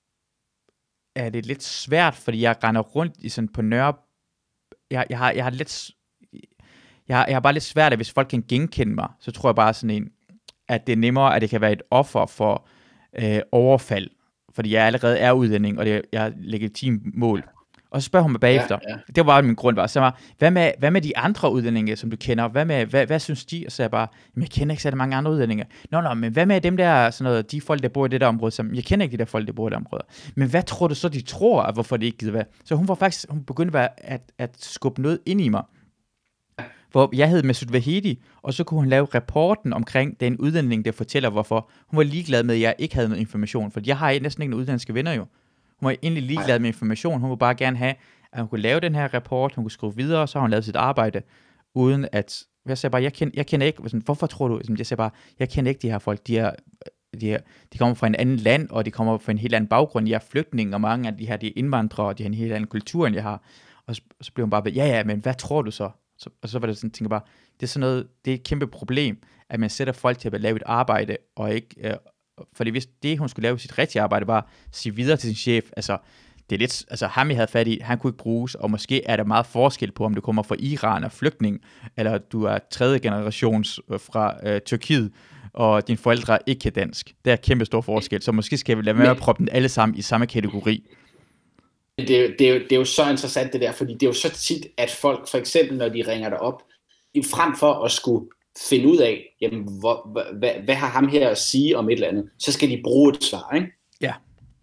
er det lidt svært, fordi jeg render rundt i sådan på nørre... Jeg, jeg, har, jeg, har lidt, jeg, har, jeg har bare lidt svært, at hvis folk kan genkende mig, så tror jeg bare sådan en, at det er nemmere, at det kan være et offer for uh, overfald. Fordi jeg allerede er udlænding, og det, jeg har legitimt mål. Og så spørger hun mig bagefter. Ja, ja. Det var bare min grund. Var. Så jeg var, hvad med, hvad med de andre udlændinge, som du kender? Hvad, med, hvad, hvad synes de? Og så jeg bare, jeg kender ikke så mange andre udlændinge. Nå, nå, men hvad med dem der, sådan noget, de folk, der bor i det der område? Som, jeg kender ikke de der folk, der bor i det område. Men hvad tror du så, de tror, at hvorfor det ikke gider være? Så hun var faktisk, hun begyndte at, at, at skubbe noget ind i mig. Hvor jeg hed Masoud Vahedi, og så kunne hun lave rapporten omkring den udlænding, der fortæller, hvorfor. Hun var ligeglad med, at jeg ikke havde noget information, for jeg har næsten ikke nogen udlandske venner jo. Hun var egentlig ligeglad med information. Hun ville bare gerne have, at hun kunne lave den her rapport, hun kunne skrive videre, og så har hun lavet sit arbejde, uden at... Jeg sagde bare, jeg kender, jeg kender ikke... Sådan, hvorfor tror du... Jeg sagde bare, jeg kender ikke de her folk. De, er, de, er, de kommer fra en anden land, og de kommer fra en helt anden baggrund. Jeg er flygtning, og mange af de her de er indvandrere, og de har en helt anden kultur, end jeg har. Og så, så blev hun bare ved, ja, ja, men hvad tror du så? så og så var det sådan, tænker bare, det er sådan noget... Det er et kæmpe problem, at man sætter folk til at lave et arbejde, og ikke... Øh, fordi hvis det, hun skulle lave sit rigtige arbejde, var at sige videre til sin chef, altså, det er lidt, altså ham jeg havde fat i, han kunne ikke bruges, og måske er der meget forskel på, om du kommer fra Iran og flygtning, eller du er tredje generations fra øh, Tyrkiet, og dine forældre ikke kan dansk. Det er kæmpe stor forskel, så måske skal vi lade være med at proppe dem alle sammen i samme kategori. Det er, jo, det, er jo, det er jo så interessant det der, fordi det er jo så tit, at folk, for eksempel når de ringer dig op, frem for at skulle finde ud af, jamen, hvor, hvad, hvad, hvad har ham her at sige om et eller andet, så skal de bruge et svar, ikke? Ja.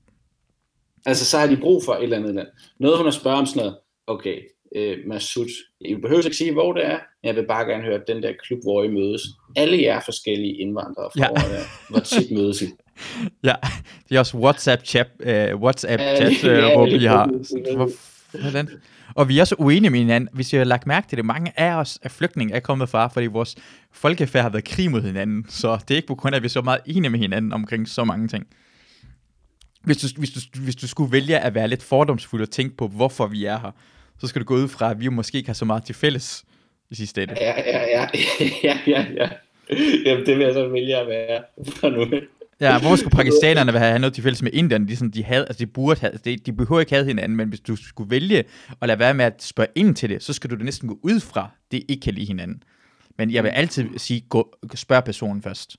Altså, så har de brug for et eller andet. Eller andet. Noget, hun har spørget om sådan noget, okay, øh, Masoud, I behøver ikke sige, hvor det er, jeg vil bare gerne høre den der klub, hvor I mødes. Alle jer forskellige indvandrere fra, ja. der, hvor tit mødes I? Ja, det er også WhatsApp-chat, uh, WhatsApp-chat, ja, ja, hvor vi har. Hvordan? Og vi er også uenige med hinanden. Hvis jeg har lagt mærke til det, mange af os er flygtninge er kommet fra, fordi vores folkefærd har været krig mod hinanden. Så det er ikke på grund af, at vi er så meget enige med hinanden omkring så mange ting. Hvis du, hvis, du, hvis du skulle vælge at være lidt fordomsfuld og tænke på, hvorfor vi er her, så skal du gå ud fra, at vi måske ikke har så meget til fælles i sidste ende. Ja, ja, ja, ja, ja, ja. Jamen, det vil jeg så vælge at være for nu. Ja, hvorfor skulle pakistanerne have noget til fælles med Indien? De, sådan, de, havde, altså, de, burde have, de, de behøver ikke have hinanden, men hvis du skulle vælge at lade være med at spørge ind til det, så skal du da næsten gå ud fra, det ikke kan lide hinanden. Men jeg vil altid sige, gå, spørg personen først.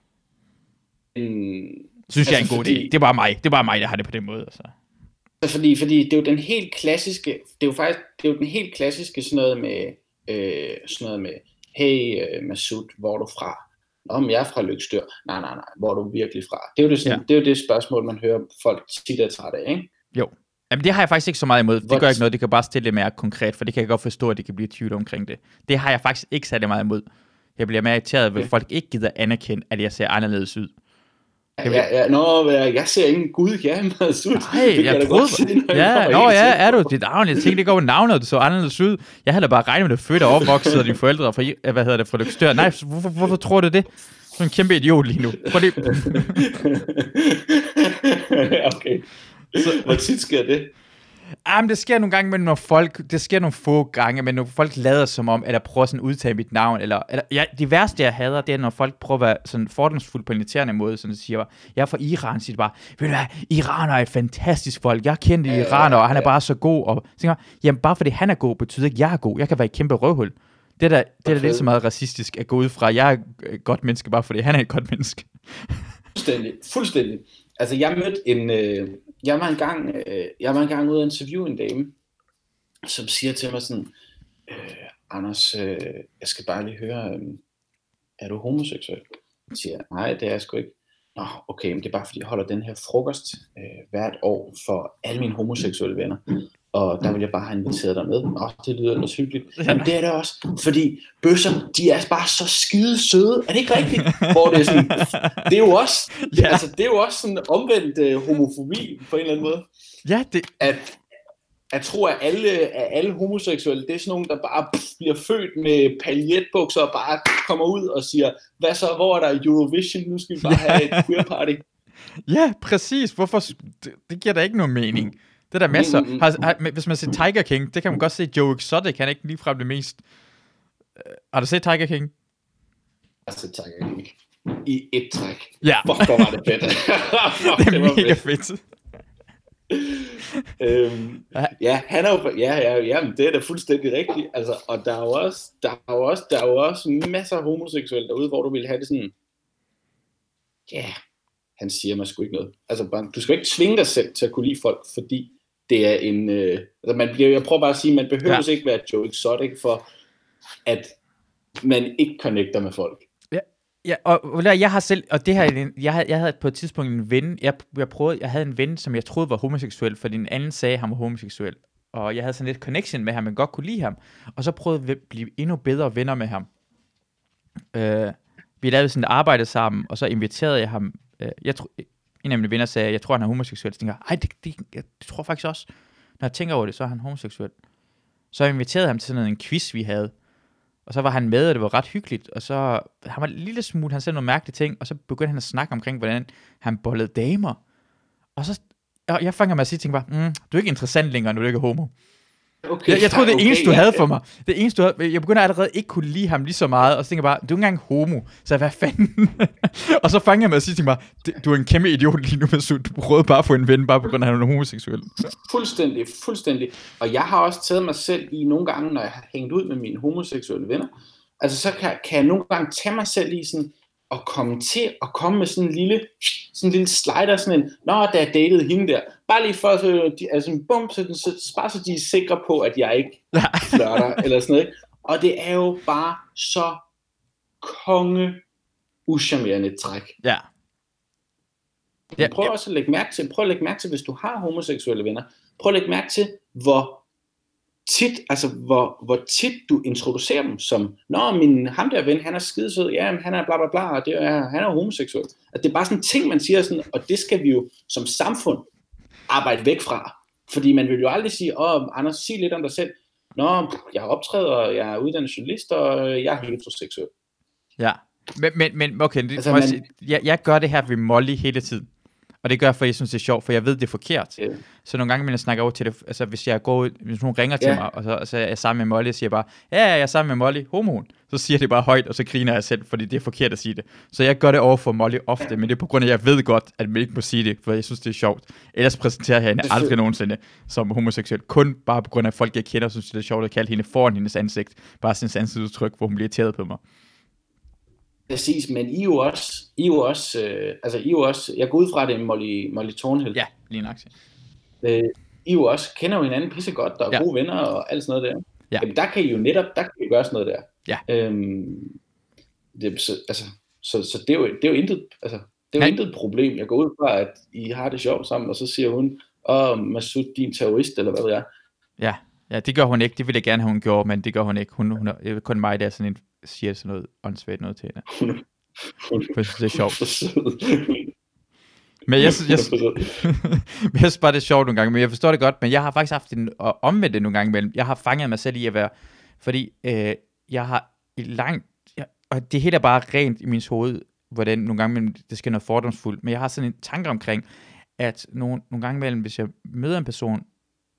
Mm, synes jeg er en god fordi, idé. Det er bare mig. Det er bare mig, der har det på den måde. Altså. Fordi, fordi det er jo den helt klassiske, det er jo faktisk, det er jo den helt klassiske sådan noget med, øh, sådan noget med, hey Masoud, hvor er du fra? Nå, men jeg er fra Løgstør. Nej, nej, nej. Hvor er du virkelig fra? Det er jo det, sådan, ja. det, er jo det spørgsmål, man hører folk tit er træt af, ikke? Jo. Jamen, det har jeg faktisk ikke så meget imod. Det Hvor... gør ikke noget. Det kan bare stille det mere konkret, for det kan jeg godt forstå, at det kan blive tvivl omkring det. Det har jeg faktisk ikke særlig meget imod. Jeg bliver mere irriteret, hvis okay. folk ikke gider anerkende, at jeg ser anderledes ud. Ja, ja, ja. Nå, jeg ser ingen gud, ja, Masoud. Nej, jeg troede... Ja, nå, ja, er du dit navn? Jeg tænkte, det går med navnet, du så anderledes ud. Jeg havde da bare regnet med, at du født og opvokset, og dine forældre fra, hvad hedder det, fra Løgstør. Nej, hvorfor, hvorfor tror du det? Du er en kæmpe idiot lige nu. Prøv det. Okay. Så, hvor tit sker det? Ah, men det sker nogle gange, men når folk, det sker nogle få gange, men når folk lader som om, at der prøver sådan at udtale mit navn, eller, eller ja, det værste, jeg hader, det er, når folk prøver at være sådan fordomsfulde på en irriterende måde, sådan at siger bare, jeg er fra Iran, siger det bare, ved du hvad, iraner er et fantastisk folk, jeg kender de iraner, og han er bare så god, og så tænker jeg, jamen bare fordi han er god, betyder ikke, at jeg er god, jeg kan være et kæmpe røvhul. Det er da, det er da lidt så meget racistisk at gå ud fra, jeg er et godt menneske, bare fordi han er et godt menneske. Fuldstændig, fuldstændig. Altså, jeg mødte en, øh, jeg var engang, øh, jeg var engang ude at interviewe en dame, som siger til mig sådan, øh, Anders, øh, jeg skal bare lige høre, øh, er du homoseksuel? Jeg siger, nej, det er jeg sgu ikke. Nå, okay, men det er bare fordi, jeg holder den her frokost øh, hvert år for alle mine homoseksuelle venner. Og der vil jeg bare have inviteret dig med. Nå, det lyder ellers hyggeligt. Men det er det også, fordi bøsser, de er bare så skide søde. Er det ikke rigtigt? Hvor det er sådan, det er jo også, det, altså, det er jo også sådan omvendt uh, homofobi på en eller anden måde. Ja, det... At, at tro, at alle, at alle homoseksuelle, det er sådan nogen, der bare pff, bliver født med paljetbukser og bare kommer ud og siger, hvad så, hvor er der Eurovision? Nu skal vi bare have et queer party. Ja, præcis. Hvorfor? Det, det giver da ikke nogen mening. Det er der masser. Mm, mm, mm. Har, har, hvis man ser Tiger King, det kan man godt se. Joe Exotic, han er ikke ligefrem det mest... Uh, har du set Tiger King? Jeg har set Tiger King. I et træk. Ja. Fuck, hvor var det fedt. Fuck, det er det var mega fedt. fedt. øhm, ja, han er jo... Ja, ja, ja, men det er da fuldstændig rigtigt. Altså, og der er jo også, der er jo også, der er jo også masser af homoseksuelle derude, hvor du vil have det sådan... Ja, yeah, han siger mig sgu ikke noget. Altså, bare, du skal ikke tvinge dig selv til at kunne lide folk, fordi det er en... Øh, altså man bliver, jeg prøver bare at sige, man behøver ja. ikke være Joe Exotic for, at man ikke connecter med folk. Ja, ja og jeg har selv... Og det her, jeg havde, jeg havde på et tidspunkt en ven... Jeg, jeg, prøvede, jeg havde en ven, som jeg troede var homoseksuel, fordi en anden sagde, at han var homoseksuel. Og jeg havde sådan lidt connection med ham, men godt kunne lide ham. Og så prøvede vi at blive endnu bedre venner med ham. Øh, vi lavede sådan et arbejde sammen, og så inviterede jeg ham... Øh, jeg tror... En af mine venner sagde, jeg tror, han er homoseksuel. Så tænker jeg, ej, det, det, jeg tror faktisk også, når jeg tænker over det, så er han homoseksuel. Så jeg inviterede ham til sådan en quiz, vi havde. Og så var han med, og det var ret hyggeligt. Og så, han var en lille smule, han sagde nogle mærkelige ting, og så begyndte han at snakke omkring, hvordan han bollede damer. Og så, jeg, jeg fanger mig at sige, tænkte bare, mm, du er ikke interessant længere, når du ikke er homo. Okay, jeg, jeg troede, det okay, eneste, du ja, havde ja. for mig. Det eneste, du havde, jeg begynder allerede ikke kunne lide ham lige så meget, og så tænker jeg bare, du er ikke engang homo. Så jeg, hvad fanden? Og så fanger jeg mig at sige til mig, du er en kæmpe idiot lige nu, men du prøvede bare at få en ven, bare på grund af, at han er homoseksuel. Fuldstændig, fuldstændig. Og jeg har også taget mig selv i nogle gange, når jeg har hængt ud med mine homoseksuelle venner, altså så kan, kan jeg nogle gange tage mig selv i sådan, at komme til at komme med sådan en lille, sådan en lille slider, sådan en, nå, da jeg datede hende der, bare lige for, så, altså, bum, så, så, bare så de er sikre på, at jeg ikke flørter, eller sådan noget. Og det er jo bare så konge uschammerende et træk. Ja. Ja, prøv også at lægge mærke til, prøv at lægge mærke til, hvis du har homoseksuelle venner, prøv at lægge mærke til, hvor tit, altså hvor, hvor tit du introducerer dem som, nå, min ham der ven, han er skidesød, ja, han er bla bla bla, og det er, han er homoseksuel. At det er bare sådan en ting, man siger sådan, og det skal vi jo som samfund arbejde væk fra. Fordi man vil jo aldrig sige, åh, Anders, sig lidt om dig selv. Nå, jeg optræder, jeg er uddannet journalist, og jeg er heteroseksuel. Ja, men, men, men okay, det, altså, man, man, jeg, jeg gør det her ved Molly hele tiden. Og det gør jeg, for jeg synes, det er sjovt, for jeg ved, det er forkert. Yeah. Så nogle gange, når jeg snakker over til det, altså hvis jeg går ud, hvis nogen ringer til yeah. mig, og så, og så er jeg sammen med Molly, og siger bare, ja, jeg er sammen med Molly, homoen. Så siger det bare højt, og så griner jeg selv, fordi det er forkert at sige det. Så jeg gør det over for Molly ofte, men det er på grund af, at jeg ved godt, at man ikke må sige det, for jeg synes, det er sjovt. Ellers præsenterer jeg hende aldrig nogensinde som homoseksuel. Kun bare på grund af, at folk jeg kender, synes det er sjovt at kalde hende foran hendes ansigt. Bare sin ansigtsudtryk, hvor hun bliver irriteret på mig. Præcis, men I jo også, I jo også, øh, altså I jo også, jeg går ud fra det Molly, Molly Thornhill. Ja, lige nok. Øh, I jo også kender jo hinanden pissegodt, der er ja. gode venner og alt sådan noget der. Ja. Jamen, der kan I jo netop, der kan I gøre sådan noget der. Ja. Øhm, det, så, altså, så, så det er jo, det er jo intet, altså, det er jo ja. intet problem. Jeg går ud fra, at I har det sjovt sammen, og så siger hun, åh, Masoud, din terrorist, eller hvad ved jeg. Ja, ja, det gør hun ikke. Det ville jeg gerne have, hun gjorde, men det gør hun ikke. Hun, hun er kun mig, der er sådan en siger sådan noget åndssvagt noget til hende. For jeg synes, det er sjovt. Men jeg synes, jeg, jeg synes bare, det er sjovt nogle gange, men jeg forstår det godt, men jeg har faktisk haft en omvendt nogle gange imellem. Jeg har fanget mig selv i at være, fordi øh, jeg har i langt, jeg, og det hele er bare rent i min hoved, hvordan nogle gange imellem, det skal noget fordomsfuldt, men jeg har sådan en tanke omkring, at nogle, nogle gange imellem, hvis jeg møder en person,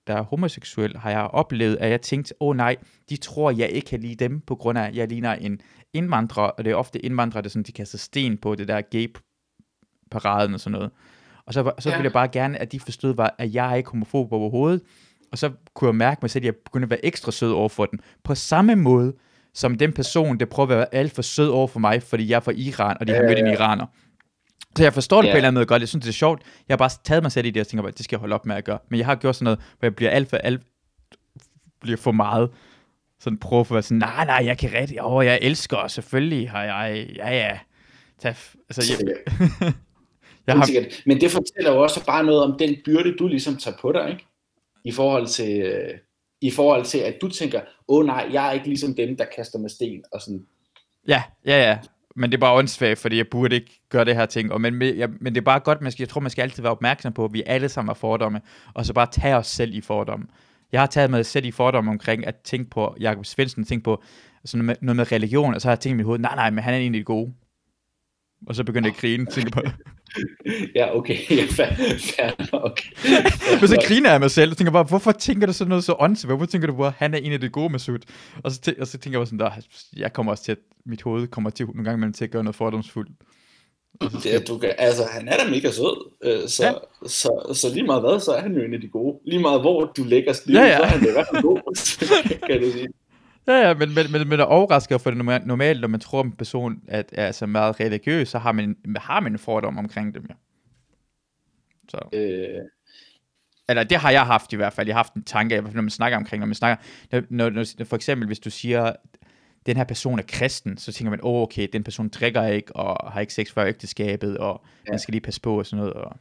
der er homoseksuel, har jeg oplevet, at jeg tænkte, åh oh, nej, de tror, jeg ikke kan lide dem, på grund af, at jeg ligner en indvandrer, og det er ofte indvandrere, der, sådan, de kaster sten på det der gay-paraden og sådan noget. Og så, så ja. ville jeg bare gerne, at de forstod, at jeg er ikke homofob overhovedet, og så kunne jeg mærke mig selv, at jeg begyndte at være ekstra sød over for den. På samme måde, som den person, der prøver at være alt for sød over for mig, fordi jeg er fra Iran, og de har mødt en iraner. Så jeg forstår det yeah. på en eller anden måde godt. Jeg synes, det er sjovt. Jeg har bare taget mig selv i det, og tænker, det skal jeg holde op med at gøre. Men jeg har gjort sådan noget, hvor jeg bliver alt for, alt, bliver for meget. Sådan prøve at være sådan, nej, nej, jeg kan rigtig, åh, jeg elsker, og selvfølgelig har jeg, ja, ja. Tag, altså, jeg, jeg har... Men det fortæller jo også bare noget om den byrde, du ligesom tager på dig, ikke? I forhold til, øh, i forhold til at du tænker, åh nej, jeg er ikke ligesom dem, der kaster med sten, og sådan. Ja, ja, ja. Men det er bare åndssvagt, fordi jeg burde ikke gøre det her ting. Og men, jeg, men det er bare godt, man skal, jeg tror, man skal altid være opmærksom på, at vi alle sammen har fordomme, og så bare tage os selv i fordomme. Jeg har taget mig selv i fordomme omkring at tænke på Jakob Svendsen, tænke på sådan noget med, noget med religion, og så har jeg tænkt i mit hoved, nej, nej, men han er egentlig god. Og så begyndte jeg at grine, tænke på ja, okay, ja, fair, fair nok. Men så griner jeg mig selv, og tænker bare, hvorfor tænker du sådan noget så åndssvagt? Hvorfor tænker du bare, han er en af de gode, Masoud? Og så, tæ- og så tænker jeg bare sådan, jeg kommer også til, at mit hoved kommer til nogle gange til at gøre noget fordomsfuldt. Det, du kan, altså, han er da mega sød, øh, så, ja. så, så, så lige meget hvad, så er han jo en af de gode. Lige meget hvor du lægger slivet, ja, ja. Så er han da i hvert fald god, kan du sige. Ja, ja, men, men, men, men det overrasker for det normalt, når man tror, at en person at er altså meget religiøs, så har man, har man en fordom omkring dem, ja. Så. Øh. Eller det har jeg haft i hvert fald. Jeg har haft en tanke, når man snakker omkring, når man snakker, når, når, for eksempel hvis du siger, den her person er kristen, så tænker man, åh, oh, okay, den person drikker ikke, og har ikke sex før ægteskabet, og ja. Man skal lige passe på, og sådan noget, og...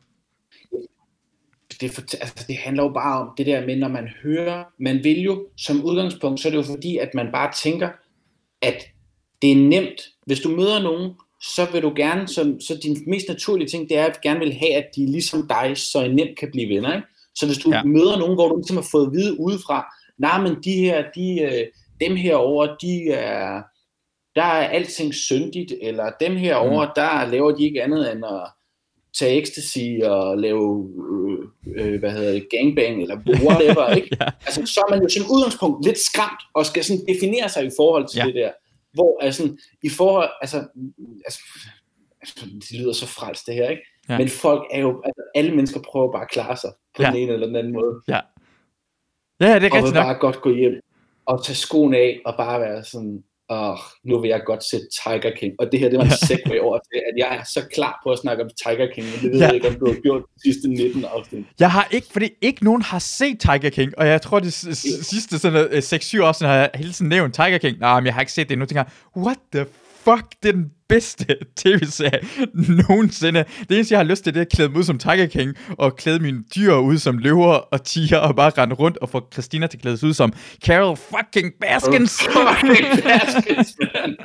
Det, for, altså, det handler jo bare om det der med, når man hører, man vil jo som udgangspunkt, så er det jo fordi, at man bare tænker, at det er nemt. Hvis du møder nogen, så vil du gerne, som, så din mest naturlige ting, det er, at du gerne vil have, at de er ligesom dig, så nemt kan blive venner, ikke? Så hvis du ja. Møder nogen, hvor du ligesom har fået at vide udefra, nej, men de her, de, dem herovre, de er, der er alting syndigt, eller dem herovre, mm. der laver de ikke andet end at tage ecstasy og lave, øh, øh, hvad hedder det, gangbang, eller whatever, ikke? ja. Altså, så er man jo som udgangspunkt lidt skræmt, og skal sådan definere sig i forhold til ja. Det der, hvor altså, i forhold, altså, altså, det lyder så frelst det her, ikke? Ja. Men folk er jo, altså, alle mennesker prøver bare at klare sig, på ja. Den ene eller den anden måde. Ja, ja, det er rigtigt nok. Og vil bare godt gå hjem, og tage skoene af, og bare være sådan, åh, oh, nu vil jeg godt se Tiger King. Og det her, det var en segway over til, at jeg er så klar på at snakke om Tiger King, men det ved ja. Jeg ikke, om du har gjort de sidste nitten afsnit. Jeg har ikke, fordi ikke nogen har set Tiger King, og jeg tror, de sidste sådan seks syv afsnit har jeg hele tiden nævnt Tiger King. Nej, men jeg har ikke set det endnu. Jeg tænker, what the fuck, det er den bedste tv-serie nogensinde. Det eneste, jeg har lyst til, det er at klæde mig ud som Tiger King, og klæde mine dyr ud som løver og tiger, og bare rende rundt og få Christina til at klæde sig ud som Carol fucking Baskins. Oh, fucking Baskins, man.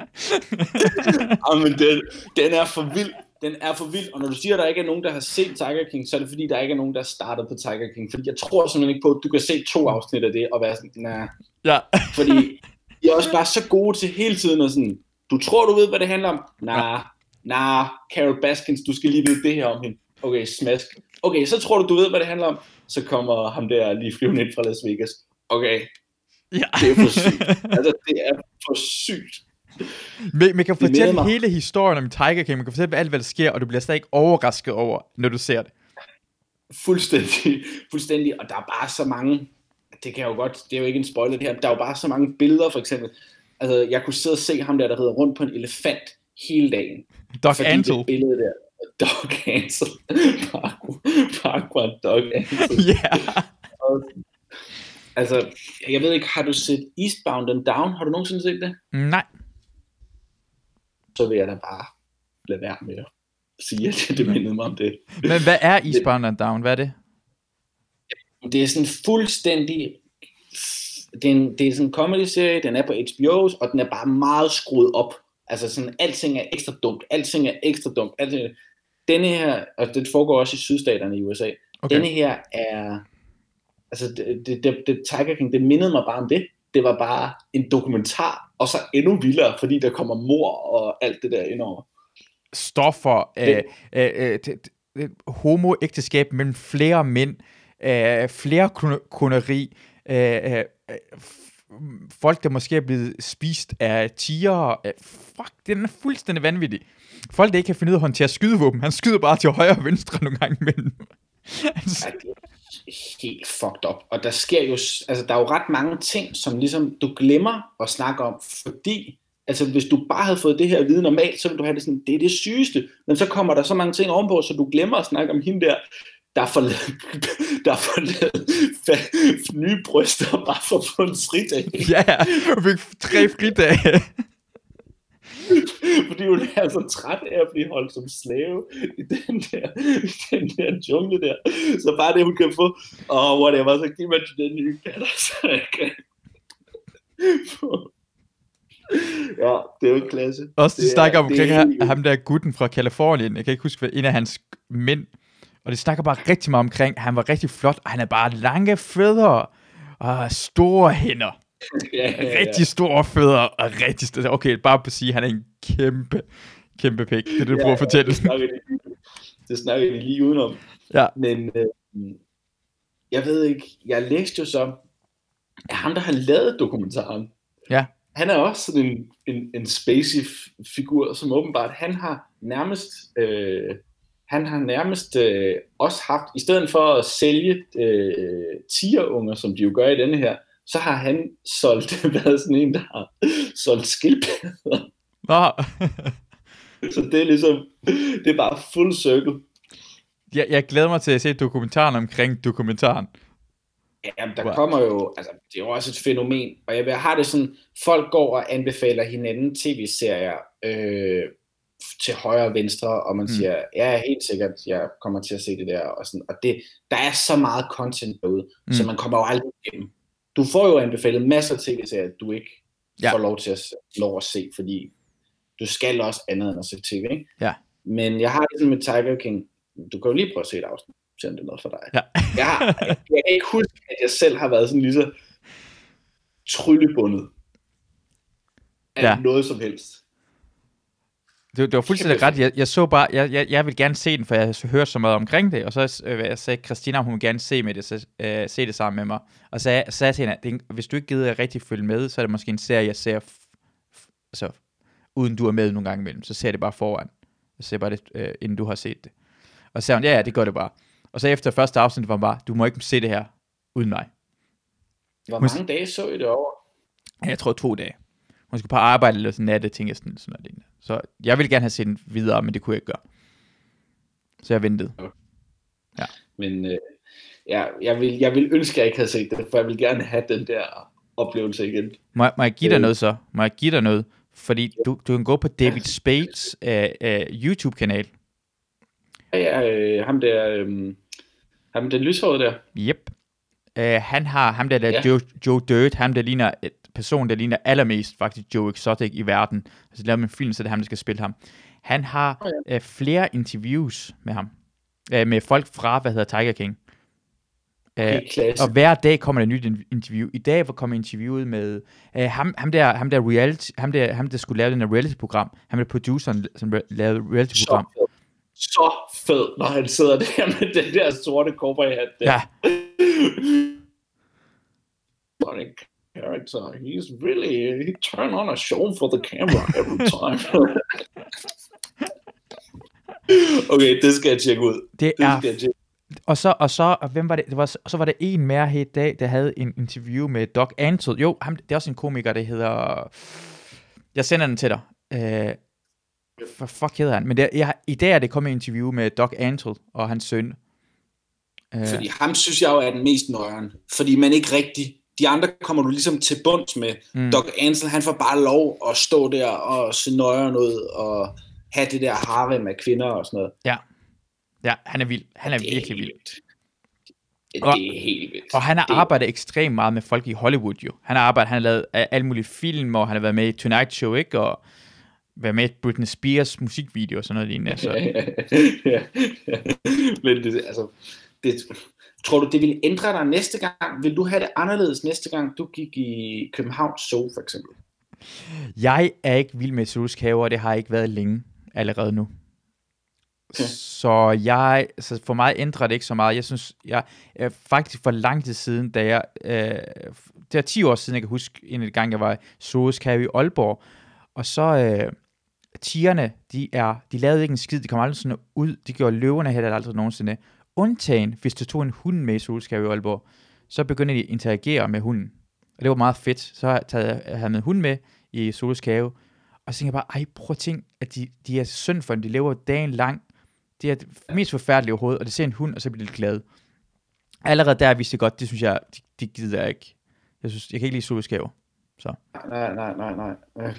Jamen, den, den er for vild. Den er for vild, og når du siger, at der ikke er nogen, der har set Tiger King, så er det fordi, der ikke er nogen, der starter på Tiger King. Fordi jeg tror simpelthen ikke på, at du kan se to afsnit af det, og være sådan, nej. Ja. Fordi de er også bare så gode til hele tiden, og sådan, du tror, du ved, hvad det handler om? Nah, nah, Carol Baskins, du skal lige vide det her om hende. Okay, smask. Okay, så tror du, du ved, hvad det handler om? Så kommer ham der lige flyvende ind fra Las Vegas. Okay, ja. Det er for sygt. Altså, det er for sygt. Man, man kan fortælle mig hele historien om Tiger King, man kan fortælle alt, hvad der sker, og du bliver stadig overrasket over, når du ser det. Fuldstændig, fuldstændig, og der er bare så mange, det kan jeg jo godt, det er jo ikke en spoiler det her, der er jo bare så mange billeder, for eksempel, altså jeg kunne sidde og se ham der, der rider rundt på en elefant hele dagen. Doc Antle. Det billede der, Doc Antle, Parkwan Doc Antle. Ja. Altså, jeg ved ikke, har du set Eastbound and Down? Har du nogensinde set det? Nej. Så vil jeg da bare lade være med at sige, at det mindede mig om det. Men hvad er Eastbound and Down? Hvad er det? Det er sådan fuldstændig, det er, en, det er sådan en comedy-serie, den er på H B O, og den er bare meget skruet op. Altså sådan, alting er ekstra dumt, alting er ekstra dumt. Alting er, denne her, og det foregår også i sydstaterne i U S A, okay. Denne her er, altså det, det, det, det Tiger King, det mindede mig bare om det. Det var bare en dokumentar, og så endnu vildere, fordi der kommer mord og alt det der indover. Stoffer, øh, øh, øh, homoægteskab mellem flere mænd, øh, flere kunderi, øh, øh, folk, der måske er blevet spist af tiger. Øh, fuck, den er fuldstændig vanvittig. Folk, der ikke kan finde ud af at håndtere skydevåben, han skyder bare til højre og venstre nogle gange imellem. Altså. Ja, det er helt fucked up. Og der sker jo, altså der er jo ret mange ting, som ligesom du glemmer at snakke om, fordi altså hvis du bare havde fået det her at vide normalt, så ville du have det sådan, det er det sygeste, men så kommer der så mange ting ovenpå, så du glemmer at snakke om hende der, der får lavet, der får lavet nye bryster bare for at få en fridag. Ja, jeg fik tre fridage. Fordi hun er så træt af at blive holdt som slave i den der, i den der jungle der. Så bare det, hun kan få, åh, oh, whatever, så giv mig den nye patter, så jeg kan få. Ja, det er jo en klasse. Også de snakker omkring er, ham der gutten fra Kalifornien. Jeg kan ikke huske, hvad en af hans mænd. Og de snakker bare rigtig meget omkring, at han var rigtig flot, og han er bare lange fødder og store hænder. Ja, ja, ja. Rigtig store fødder og rigtig store. Okay, bare på at sige, at han er en kæmpe, kæmpe pik. Det er det, du ja, prøver at fortælle. Det snakker de, det snakker de lige udenom. Ja. Men øh, jeg ved ikke, jeg læste jo så, at ham, der har lavet dokumentaren, ja. Han er også sådan en, en, en spacey-figur, som åbenbart, han har nærmest, øh, han har nærmest øh, også haft, i stedet for at sælge øh, tigerunger, som de jo gør i denne her, så har han solgt, været sådan en, der har solgt skildpadder. Nå. Så det er ligesom, det er bare full circle. Jeg, jeg glæder mig til at se dokumentaren omkring dokumentaren. Jamen, der wow. kommer jo, altså, det er jo også et fænomen, og jeg har det sådan, folk går og anbefaler hinanden tv-serier øh, til højre og venstre, og man mm. siger, ja, helt sikkert, jeg kommer til at se det der, og sådan, og det, der er så meget content derude, mm. så man kommer jo aldrig igennem. Du får jo anbefalet masser af tv-serier, du ikke ja. får lov til at, lov at se, fordi du skal også andet end at se tv, ikke? Ja. Men jeg har det sådan med Tiger King, du kan jo lige prøve at se et afsnit, selvom det er noget for dig. Ja. jeg, har, jeg kan ikke huske, at jeg selv har været sådan lige så tryllebundet af ja. noget som helst. Det, det var fuldstændig ret. Jeg, jeg så bare, jeg, jeg, jeg vil gerne se den, for jeg har hørt så meget omkring det, og så øh, jeg sagde Christina, hun vil gerne se, med det, så, øh, se det sammen med mig. Og så sagde jeg til hende, at det, hvis du ikke gider at rigtig følge med, så er det måske en serie, jeg ser, f- f- altså, uden du er med nogle gange imellem, så ser jeg det bare foran. Jeg ser bare det, øh, inden du har set det. Og så sagde hun, ja, ja, det gør det bare. Og så efter første afsnit var hun bare, du må ikke se det her uden mig. Hvor mange hun, dage så I det over? Jeg tror to dage. Hun skulle bare arbejde eller sådan natte ting, sådan, sådan noget. Så jeg ville gerne have set den videre, men det kunne jeg ikke gøre. Så jeg ventede. Ja. Men øh, ja, jeg, vil, jeg vil ønske, at jeg ikke havde set det, for jeg vil gerne have den der oplevelse igen. Må, må jeg give dig øh. noget så? Må jeg give dig noget? Fordi du, du kan gå på David Spades uh, uh, YouTube-kanal. Ja, ja øh, ham der, øh, ham der lyshåret der. Yep. Uh, han har, ham der, der ja. Joe, Joe Dirt, ham der ligner et person, der ligner allermest faktisk Joe Exotic i verden. Altså lavet en film, så det er ham, der skal spille ham. Han har oh, ja. uh, flere interviews med ham. Uh, med folk fra, hvad hedder Tiger King. Uh, og hver dag kommer der et nyt interview. I dag var kommet interviewet med uh, ham, ham, der, ham, der reality, ham, der, ham der skulle lave den der reality-program. Han er produceren, som lavede reality-program. Så, så fed, når han sidder der med den der sorte cowboy-hat der. Ja. Character. He's really, he turn on a show for the camera every time. Okay, det skal jeg tjekke ud. Det, det er, skal jeg tjekke. Og så, og så, og hvem var det? det var, og så var der en mere her i dag, der havde en interview med Doug Antle. Jo, ham, det er også en komiker, der hedder, jeg sender den til dig. Uh, hvad fuck hedder han? Men det, jeg, i dag er det kommet en interview med Doug Antle og hans søn. Uh, Fordi ham synes jeg jo er den mest nøjeren. Fordi man ikke rigtig, de andre kommer du ligesom til bunds med. Mm. Doug Antle, han får bare lov at stå der og se nøjeren ud og have det der harem af kvinder og sådan noget. Ja, ja, han er vild. Han er, er virkelig vild. Det og, er helt vildt. Og han har arbejdet det... ekstremt meget med folk i Hollywood jo. Han har arbejdet, han har lavet alle mulige film, og han har været med i Tonight Show, ikke? Og været med i Britney Spears musikvideo og sådan noget lignende. Så. ja, ja. Men det, altså, det, tror du, det ville ændre dig næste gang? Vil du have det anderledes næste gang, du gik i Københavns Zoo, for eksempel? Jeg er ikke vild med zoologisk haver, og det har ikke været længe allerede nu. Okay. Så jeg, så for mig ændrer det ikke så meget. Jeg synes, jeg, jeg faktisk for lang tid siden, da jeg, øh, det er ti år siden, jeg kan huske en af de gange, jeg var i Zoologisk Have i Aalborg, og så øh, tigerne, de, er, de lavede ikke en skid, de kom aldrig sådan ud, de gjorde løverne heller aldrig nogensinde. Undtagen, hvis du tog en hund med i Zoologisk Have i Aalborg, så begyndte de at interagere med hunden. Og det var meget fedt. Så har jeg taget jeg havde med hund med i Zoologisk Have, og så tænkte jeg bare, ej, prøv at tænke, at de, de er synd for dem, de lever dagen lang. Det er det mest forfærdelige overhovedet, og det ser en hund, og så bliver de glade. Allerede der vidste jeg godt, det synes jeg, de, de gider jeg ikke. Jeg synes, jeg kan ikke lide Zoologisk Have. Så. Nej, nej, nej, nej.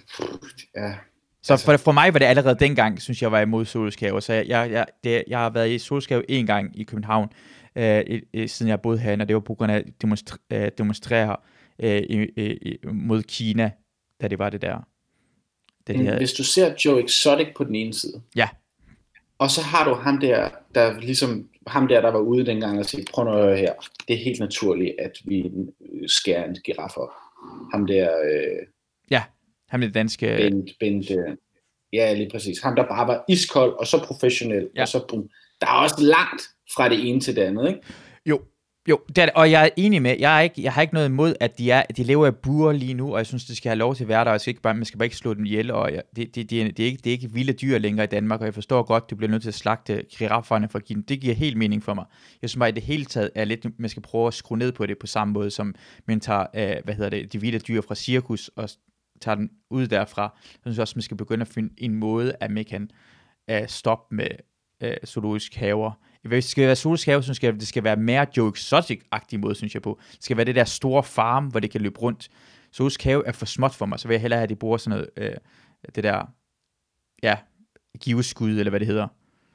Ja. Så for, for mig var det allerede dengang, synes jeg, var imod Zoologisk Have. Så jeg, jeg, jeg, det, jeg har været i Zoologisk Have en gang i København, øh, i, siden jeg boede herinde, og det var på grund af at demonstre, øh, demonstrere øh, i, i, mod Kina, da det var det der. Det, Men, der. hvis du ser Joe Exotic på den ene side, ja. Og så har du ham der, der ligesom ham der, der var ude dengang og sagde, prøv nu at høre her, det er helt naturligt, at vi skærer en giraf op. Ham der... Øh, ja, ham det danske... Bent, Bent, øh, ja, lige præcis. Ham der bare var iskold, og så professionel, ja. Og så boom. Der er også langt fra det ene til det andet, ikke? Jo, jo, det er det, og jeg er enig med, jeg, er ikke, jeg har ikke noget imod, at de, er, de lever i bure lige nu, og jeg synes, de skal have lov til at være der, og jeg skal ikke bare, man skal bare ikke slå dem ihjel, og jeg, det, det, det, er, det, er ikke, det er ikke vilde dyr længere i Danmark, og jeg forstår godt, du bliver nødt til at slagte girafferne for at give dem. Det giver helt mening for mig. Jeg synes bare, at det hele taget er lidt, man skal prøve at skrue ned på det på samme måde, som man tager, øh, hvad hedder det, de vilde dyr fra cirkus, og tager den ud derfra. Jeg synes også, man skal begynde at finde en måde, at man kan øh, stoppe med øh, zoologisk haver. Hvis det skal være zoologisk have, så skal det skal være mere Joe Exotic-agtig måde, synes jeg på. Det skal være det der store farm, hvor det kan løbe rundt. Zoologisk have er for småt for mig, så vil jeg hellere have, at de bruger sådan noget, øh, det der, ja, giveskud, eller hvad det hedder.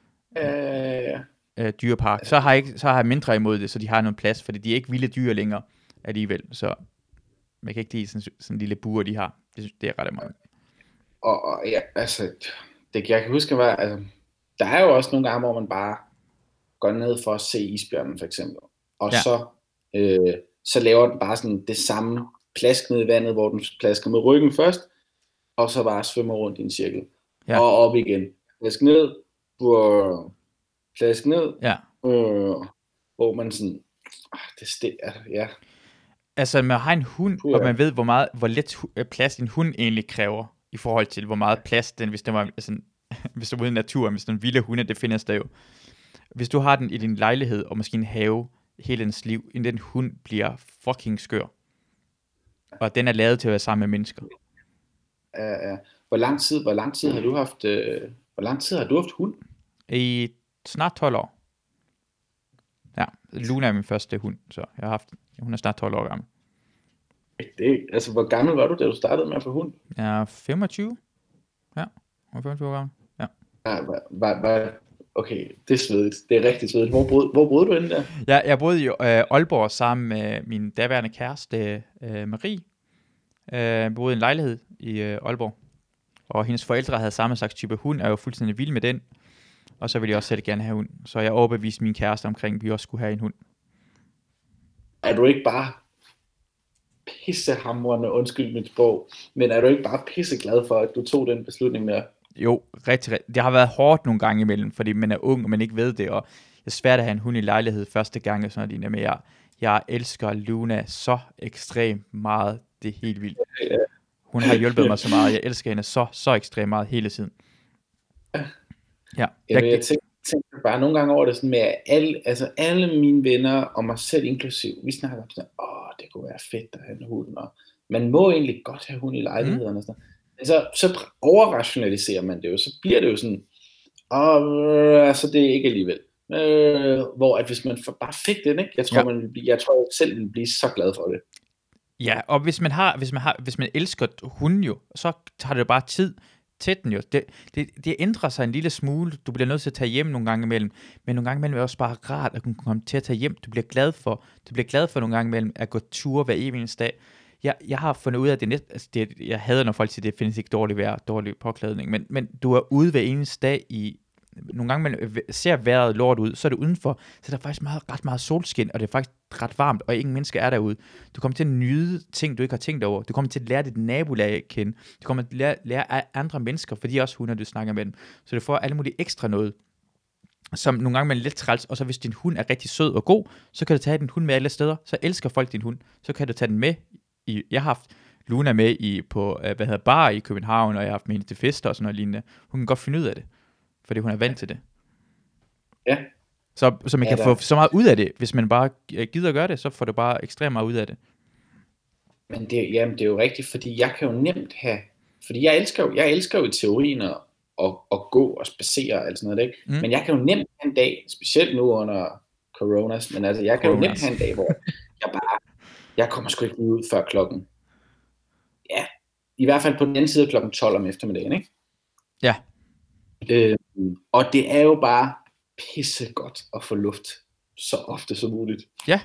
Øh... Øh, dyrepark. Så har, jeg ikke, så har jeg mindre imod det, så de har noget plads, fordi de er ikke vilde dyr længere alligevel, så man kan ikke lide sådan, sådan en lille bur, de har. Det, det er ret meget. Og, og ja, altså, det, jeg kan huske, var, altså, der er jo også nogle gange, hvor man bare går ned for at se isbjørnen, for eksempel. Og ja. så, øh, så laver den bare sådan det samme plask ned i vandet, hvor den plasker med ryggen først, og så bare svømmer rundt i en cirkel. Ja. Og op igen. Plask ned, brrr, plask ned, ja. øh, hvor man sådan, øh, det sted, ja. Altså, man har en hund, Puh, ja. Og man ved, hvor meget, hvor let plads en hund egentlig kræver, i forhold til, hvor meget plads den, hvis den var, altså, hvis det var ude i naturen, hvis den vilde hunde, det findes der jo. Hvis du har den i din lejlighed, og måske en have, hele dens liv, inden den hund bliver fucking skør. Og den er lavet til at være sammen med mennesker. Uh, uh, hvor lang tid, hvor lang tid har du haft, uh, hvor lang tid har du haft hund? I snart tolv år. Ja, Luna er min første hund, så jeg har haft, hun er snart tolv år gammel. Det, altså, hvor gammel var du, da du startede med at få hund? Jeg er femogtyve. Ja, hun er femogtyve år gammel. Ja. Ja, var, var, var, okay, det er svedigt. Det er rigtig svedigt. Hvor boede, hvor boede du inde der? Ja, jeg boede i øh, Aalborg sammen med min daværende kæreste, øh, Marie. Jeg øh, boede i en lejlighed i øh, Aalborg. Og hendes forældre havde samme slags type hund, er jo fuldstændig vild med den. Og så ville jeg også selv gerne have hund. Så jeg overbeviste min kæreste omkring, at vi også skulle have en hund. Er du ikke bare pissehamrende, undskyld mit sprog, men er du ikke bare pisseglad for, at du tog den beslutning der? Jo, rigtig, rigtig. Det har været hårdt nogle gange imellem, fordi man er ung, og man ikke ved det, og det er svært at have en hund i lejlighed første gang, og sådan noget, men jeg, jeg elsker Luna så ekstremt meget, det er helt vildt. Hun har hjulpet mig så meget, jeg elsker hende så, så ekstremt meget hele tiden. Ja. Jeg, jeg tænker, tænker bare nogle gange over det sådan med, at alle, altså alle mine venner, og mig selv inklusiv, vi snakker om sådan, åh, det kunne være fedt at have en hund, og man må egentlig godt have hund i lejligheden mm. og sådan. Så, så overrationaliserer man det jo, så bliver det jo sådan, åh, altså det er ikke alligevel. Øh, hvor at hvis man bare fik det, ikke? Jeg tror, ja. man vil blive, jeg tror jeg selv vil blive så glad for det. Ja, og hvis man har, hvis man har, hvis man elsker hunden jo, så tager det jo bare tid til den jo. Det, det, det ændrer sig en lille smule. Du bliver nødt til at tage hjem nogle gange imellem, men nogle gange imellem er det også bare rart at kunne komme til at tage hjem. Du bliver glad for, du bliver glad for nogle gange imellem at gå ture hver evig eneste dag. Jeg, jeg har fundet ud af, at det, net, altså det jeg hader, når folk siger, at det findes ikke dårligt vejr, dårlig påklædning, men, men du er ude hver eneste dag i, nogle gange man ser vejret lort ud, så er det udenfor, så der er faktisk meget, ret meget solskin, og det er faktisk ret varmt, og ingen mennesker er derude. Du kommer til at nyde ting, du ikke har tænkt over. Du kommer til at lære dit nabolag at kende. Du kommer til at lære, lære af andre mennesker, for de er også hunde, du snakker med dem. Så du får alle mulige ekstra noget. som nogle gange er lidt træls, og så hvis din hund er rigtig sød og god, så kan du tage din hund med alle steder, så elsker folk din hund, så kan du tage den med. I, jeg har haft Luna med i, på, hvad hedder, bar i København, og jeg har haft med hende til fester og sådan noget lignende. Hun kan godt finde ud af det, fordi hun er vant til det. Ja. Så, så man ja, kan der. få så meget ud af det, hvis man bare gider at gøre det, så får du bare ekstremt meget ud af det. Men det, jamen, det er jo rigtigt, fordi jeg kan jo nemt have, fordi jeg elsker jo, jeg elsker jo i teorien at, at, at gå og spacere og alt sådan noget, ikke? Mm. Men jeg kan jo nemt have en dag, specielt nu under coronas, men altså jeg kan coronas. jo nemt have en dag, hvor jeg bare, jeg kommer sgu ikke ud før klokken, ja, i hvert fald på den anden side klokken tolv om eftermiddagen, ikke? Ja. Øh, og det er jo bare pisse godt at få luft så ofte som muligt. Ja.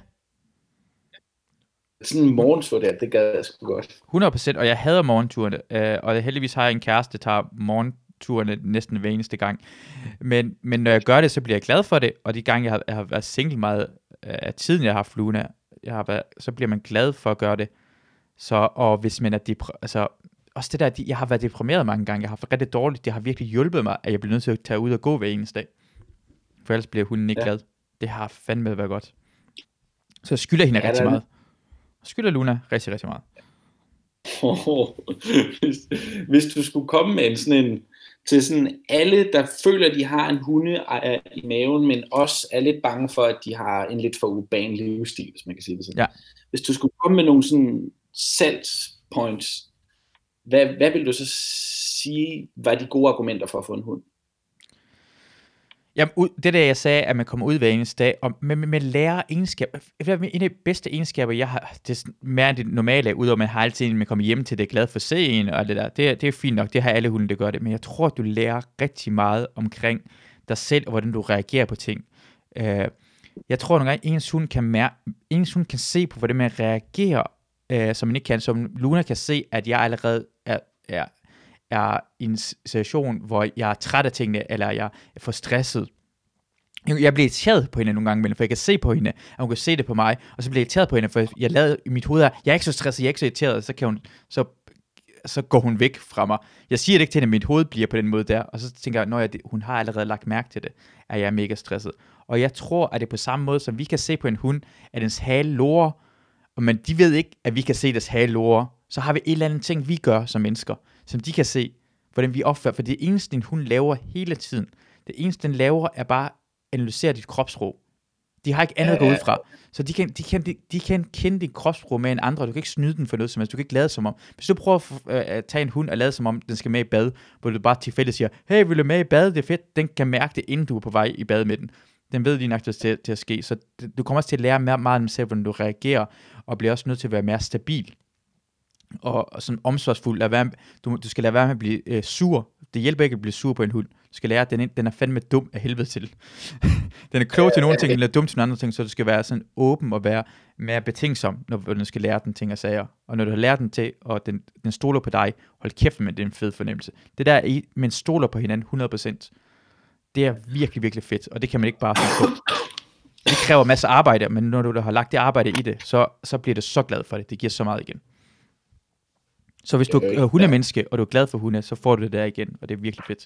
Sådan en morgentur der, det gad jeg sgu godt. hundrede procent, og jeg hader morgenturene, øh, og heldigvis har jeg en kæreste, der tager morgenturene næsten hver eneste gang. Men, men når jeg gør det, så bliver jeg glad for det, og de gange, jeg har, jeg har været single meget af tiden, jeg har haft Luna, jeg har været, så bliver man glad for at gøre det. Så, og hvis man er depr- altså, også det der, de, jeg har været deprimeret mange gange, jeg har haft rigtig dårligt, det har virkelig hjulpet mig, at jeg bliver nødt til at tage ud og gå hver eneste dag. For ellers bliver hunden ikke ja. glad. Det har fandme været godt. Så jeg skylder hende ja, rigtig meget. Jeg skylder Luna rigtig, rigtig meget. Oh, hvis, hvis du skulle komme med en sådan en, til sådan alle, der føler, at de har en hunde i maven, men også er lidt bange for, at de har en lidt for urban livsstil, hvis man kan sige det sådan. Ja. Hvis du skulle komme med nogle sådan salgspoints, hvad, hvad vil du så sige, var de gode argumenter for at få en hund? Jamen, det der jeg sagde, at man kommer ud hver eneste dag, og med, med, med lærer egenskaber, en af de bedste egenskaber, jeg har, det er mere end det normale, udover man har altid en, man kommer hjem til, det er glad for at se en, og det der, det, det er fint nok, det har alle hunde, der gør det, men jeg tror, du lærer rigtig meget omkring dig selv, og hvordan du reagerer på ting. Uh, jeg tror nogle gange, ens hund kan mærke, ens hund kan se på, hvordan man reagerer, uh, som man ikke kan, som Luna kan se, at jeg allerede er, er er i en situation, hvor jeg er træt af tingene, eller jeg er for stresset. Jeg bliver irriteret på hende nogle gange, for jeg kan se på hende, og hun kan se det på mig, og så bliver jeg irriteret på hende, for jeg lavede i mit hoved, jeg er ikke så stresset, jeg er ikke så irriteret, og så, kan hun, så, så går hun væk fra mig. Jeg siger det ikke til hende, at mit hoved bliver på den måde der, og så tænker jeg, når jeg, hun har allerede lagt mærke til det, at jeg er mega stresset. Og jeg tror, at det er på samme måde, som vi kan se på en hund, at dens hale lorer, men de ved ikke, at vi kan se deres hale lorer. Så har vi et eller andet ting, vi gør som mennesker, som de kan se, hvordan vi opfører. For det eneste, din hund laver hele tiden, det eneste, den laver, er bare at analysere dit kropssprog. De har ikke andet at gå ud fra. Så de kan, de, kan, de, de kan kende dit kropssprog med en andre. Du kan ikke snyde den for noget som helst. Du kan ikke lade som om. Hvis du prøver at, at tage en hund og lade som om, den skal med i bad, hvor du bare tilfældigt siger, hey, vil du med i bad? Det er fedt. Den kan mærke det, inden du er på vej i bad med den. Den ved lige nok til, til, til at ske. Så du kommer også til at lære mere, meget om selv, hvordan du reagerer, og bliver også nødt til at være mere stabil. Og, og sådan omsorgsfuld. Lad være, du, du skal lade være med at blive øh, sur. Det hjælper ikke at blive sur på en hund. Du skal lære, at den, den er fandme dum af helvede til. Den er klog til nogle ting, den er dum til nogle andre ting, så du skal være sådan åben og være mere betingsom, når du skal lære den ting og sager. Og når du har lært den til, og den, den stoler på dig, hold kæft med, det er en fed fornemmelse. Det der, man stoler på hinanden hundrede procent, det er virkelig, virkelig fedt, og det kan man ikke bare finde på. Det kræver masser af arbejde, men når du har lagt det arbejde i det, så, så bliver du så glad for det. Det giver så meget igen. Så hvis du er hundemenneske, og du er glad for hunde, så får du det der igen, og det er virkelig fedt.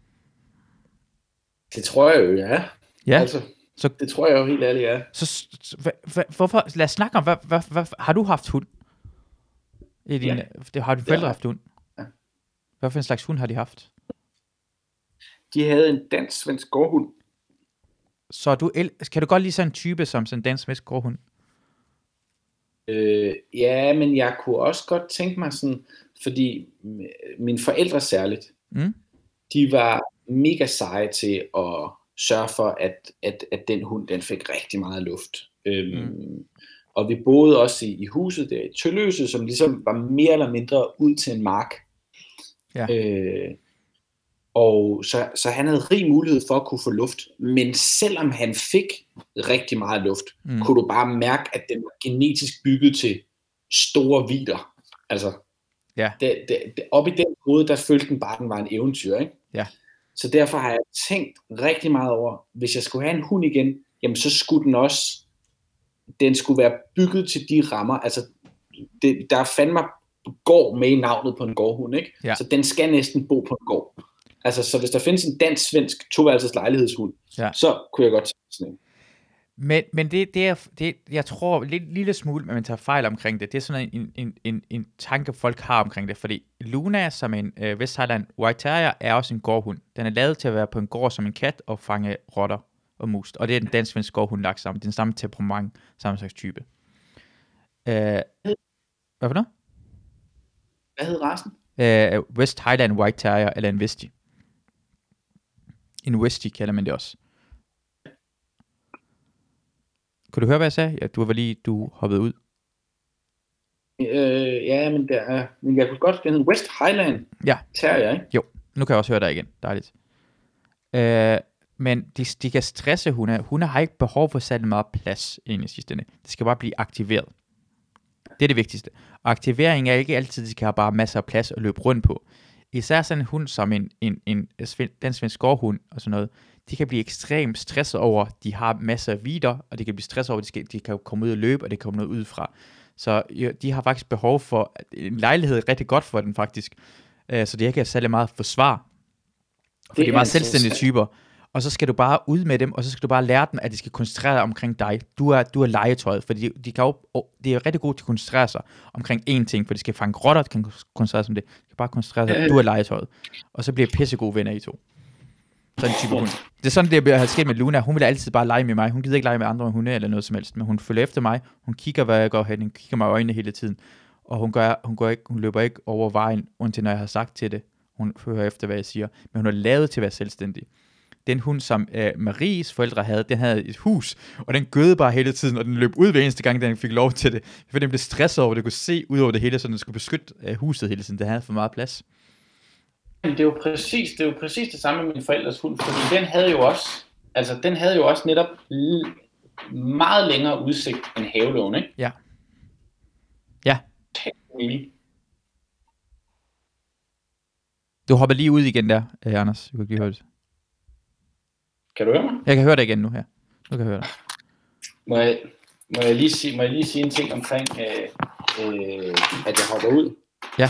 Det tror jeg jo, ja. Ja. Altså, så, det tror jeg jo helt ærligt, ja. Så, så hva, hva, hvorfor, lad os snakke om, hvad, hvad, hvad, har du haft hund? I din, ja. Det, har du forældre haft hund? Ja. Hvad for en slags hund har de haft? De havde en dansk-svensk gårdhund. Så du, kan du godt lide sådan en type som sådan en dansk-svensk gårdhund? Øh, ja, men jeg kunne også godt tænke mig sådan, fordi mine forældre særligt, mm. de var mega seje til at sørge for, at, at, at den hund, den fik rigtig meget luft. Øhm, mm. Og vi boede også i, i huset der i Tølløse, som ligesom var mere eller mindre ud til en mark. Ja. Øh, og så, så han havde rig mulighed for at kunne få luft, men selvom han fik rigtig meget luft, mm. kunne du bare mærke, at den var genetisk bygget til store vidder. Altså, ja. det, det, det, op i den hoved, der følte den bare, den var en eventyr, ikke? Ja. Så derfor har jeg tænkt rigtig meget over, hvis jeg skulle have en hund igen, jamen så skulle den også, den skulle være bygget til de rammer, altså det, der er fandme gård med i navnet på en gårdhund, ikke? Ja. Så den skal næsten bo på en gård. Altså, så hvis der findes en dansk-svensk toværelses lejlighedshund, ja. så kunne jeg godt tage sådan en. Men, men det, det, er, det, jeg tror lidt lille smule, at man tager fejl omkring det. Det er sådan en, en, en, en tanke, folk har omkring det. Fordi Luna, som en uh, West Highland White Terrier, er også en gårdhund. Den er lavet til at være på en gård som en kat og fange rotter og mus. Og det er den dansk-svenske gårdhund lagt sammen. Det er den samme temperament, samme slags type. Uh, hvad for noget? Hvad hed rasen? Uh, West Highland White Terrier, eller en Westie. En Westie kalder man det også. Kunne du høre, hvad jeg sagde? Ja, du var lige, du hoppede ud. Øh, ja, men der er, men jeg kunne godt, den hedder West Highland. Ja. Terrier, ikke? Jo, nu kan jeg også høre dig igen. Dejligt. Øh, men de, de kan stresse hunde. Hunde har ikke behov for særlig meget plads egentlig sidste ende. Det skal bare blive aktiveret. Det er det vigtigste. Og aktivering er ikke altid, at de skal have bare masser af plads at løbe rundt på. Især sådan en hund som en, en, en den svenske gårdhund og sådan noget, de kan blive ekstremt stresset over, de har masser af vider, og de kan blive stresset over, de, skal, de kan komme ud og løbe, og det kommer noget ud fra. Så ja, de har faktisk behov for, en lejlighed er rigtig godt for den faktisk, uh, så det ikke er særlig meget forsvar. For de er meget selvstændige typer. Og så skal du bare ud med dem, og så skal du bare lære dem, at de skal koncentrere sig omkring dig. Du er, du er legetøjet, for de, de, kan jo, de er rigtig gode til at koncentrere sig omkring én ting, for de skal fange rotter, de kan koncentrere sig om det. De kan bare koncentrere sig, du er legetøjet. Og så bliver pissegode venner i to. Sådan en type hund. Det er sådan, det har sket med Luna. Hun vil altid bare lege med mig. Hun gider ikke lege med andre hunde eller noget som helst, men hun følger efter mig. Hun kigger, hvad jeg går hen. Hun kigger mig i øjnene hele tiden. Og hun, gør, hun, går ikke, hun løber ikke over vejen, undtil når jeg har sagt til det. Hun hører efter, hvad jeg siger. Men hun er lavet til at være selvstændig. Den hund, som øh, Maries forældre havde, den havde et hus, og den gøede bare hele tiden, og den løb ud hver eneste gang, den fik lov til det. For den blev stresset over, at det kunne se ud over det hele, så den skulle beskytte øh, huset hele tiden. Den havde for meget plads. Det er jo præcis det, er jo præcis det samme med min forældres hund, fordi den havde jo også, altså den havde jo også netop meget længere udsigt end havelån, ikke? Ja. Ja. Du hopper lige ud igen der, øh, Anders. Du kan ikke høre det. Kan du høre mig? Jeg kan høre dig igen nu her. Nu kan jeg høre dig. Må jeg, må jeg, lige, sige, må jeg lige sige en ting omkring, øh, øh, at jeg hopper ud? Ja.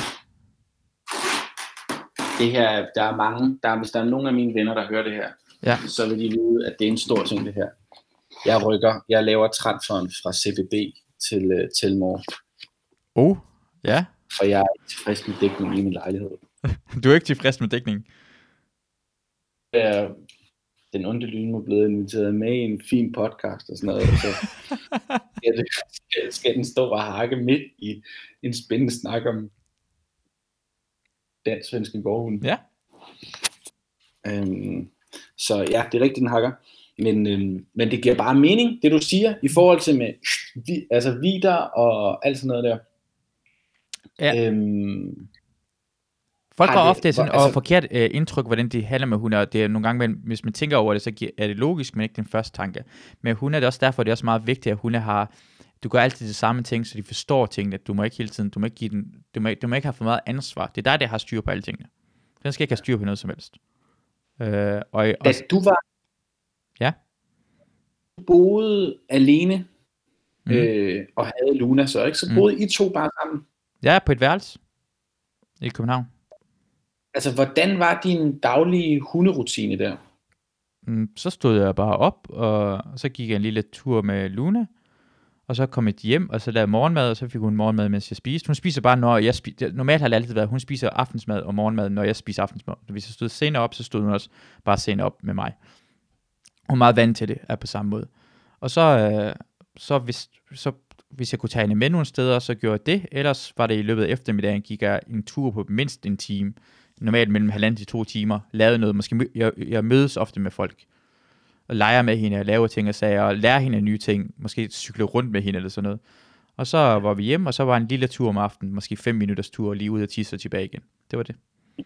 Det her, der er mange, der er, hvis der er nogen af mine venner, der hører det her, ja. så vil de vide, at det er en stor ting, det her. Jeg rykker, jeg laver transferen fra C B B til uh, Telmore. Oh, ja. For jeg er ikke tilfreds med dækningen i min lejlighed. Du er ikke tilfreds med dækningen? Ja, den onde lyn er blevet inviteret med i en fin podcast og sådan noget, så skal, det, skal, skal den stå og hakke midt i en spændende snak om dansk-svenske gårdhund. Ja. Øhm, så ja, det er rigtigt, den hakker. Men, øhm, men det giver bare mening, det du siger, i forhold til med vi, altså vider og alt sådan noget der. Ja. Øhm, Folk har ofte sådan altså, forkert øh, indtryk, hvordan de handler med hunde, og det er nogle gange, men, hvis man tænker over det, så er det logisk, men ikke den første tanke. Men hunde er det også derfor, det er også meget vigtigt, at hunde har, du gør altid det samme ting, så de forstår tingene. Du må ikke hele tiden, du må ikke give den, du må, du må ikke have for meget ansvar. Det er der, der har styr på alle tingene. Den skal ikke have styr på noget som helst. Øh, og, og, da du var, ja, du boede alene mm. øh, og havde Luna, så ikke? Så boede mm. I to bare sammen? Ja, på et værelse i København. Altså, hvordan var din daglige hunderutine der? Mm, så stod jeg bare op, og så gik jeg en lille tur med Luna, og så kom jeg hjem, og så lavede morgenmad, og så fik hun morgenmad, mens jeg spiste. Hun spiser bare, når jeg spiser. Normalt har det altid været, hun spiser aftensmad og morgenmad, når jeg spiser aftensmad. Hvis jeg stod senere op, så stod hun også bare senere op med mig. Hun er meget vant til det, er på samme måde. Og så, øh, så, hvis, så hvis jeg kunne tage hende med nogle steder, så gjorde jeg det. Ellers var det i løbet af eftermiddagen, gik jeg en tur på mindst en time. Normalt mellem halvanden til to timer. Lavede noget. Måske jeg, jeg mødes ofte med folk. Og leger med hende, og laver ting og sager, og lærer hende nye ting. Måske cykle rundt med hende eller sådan noget. Og så var vi hjemme, og så var en lille tur om aftenen. Måske fem minutters tur, lige ud og tisse og tilbage igen. Det var det.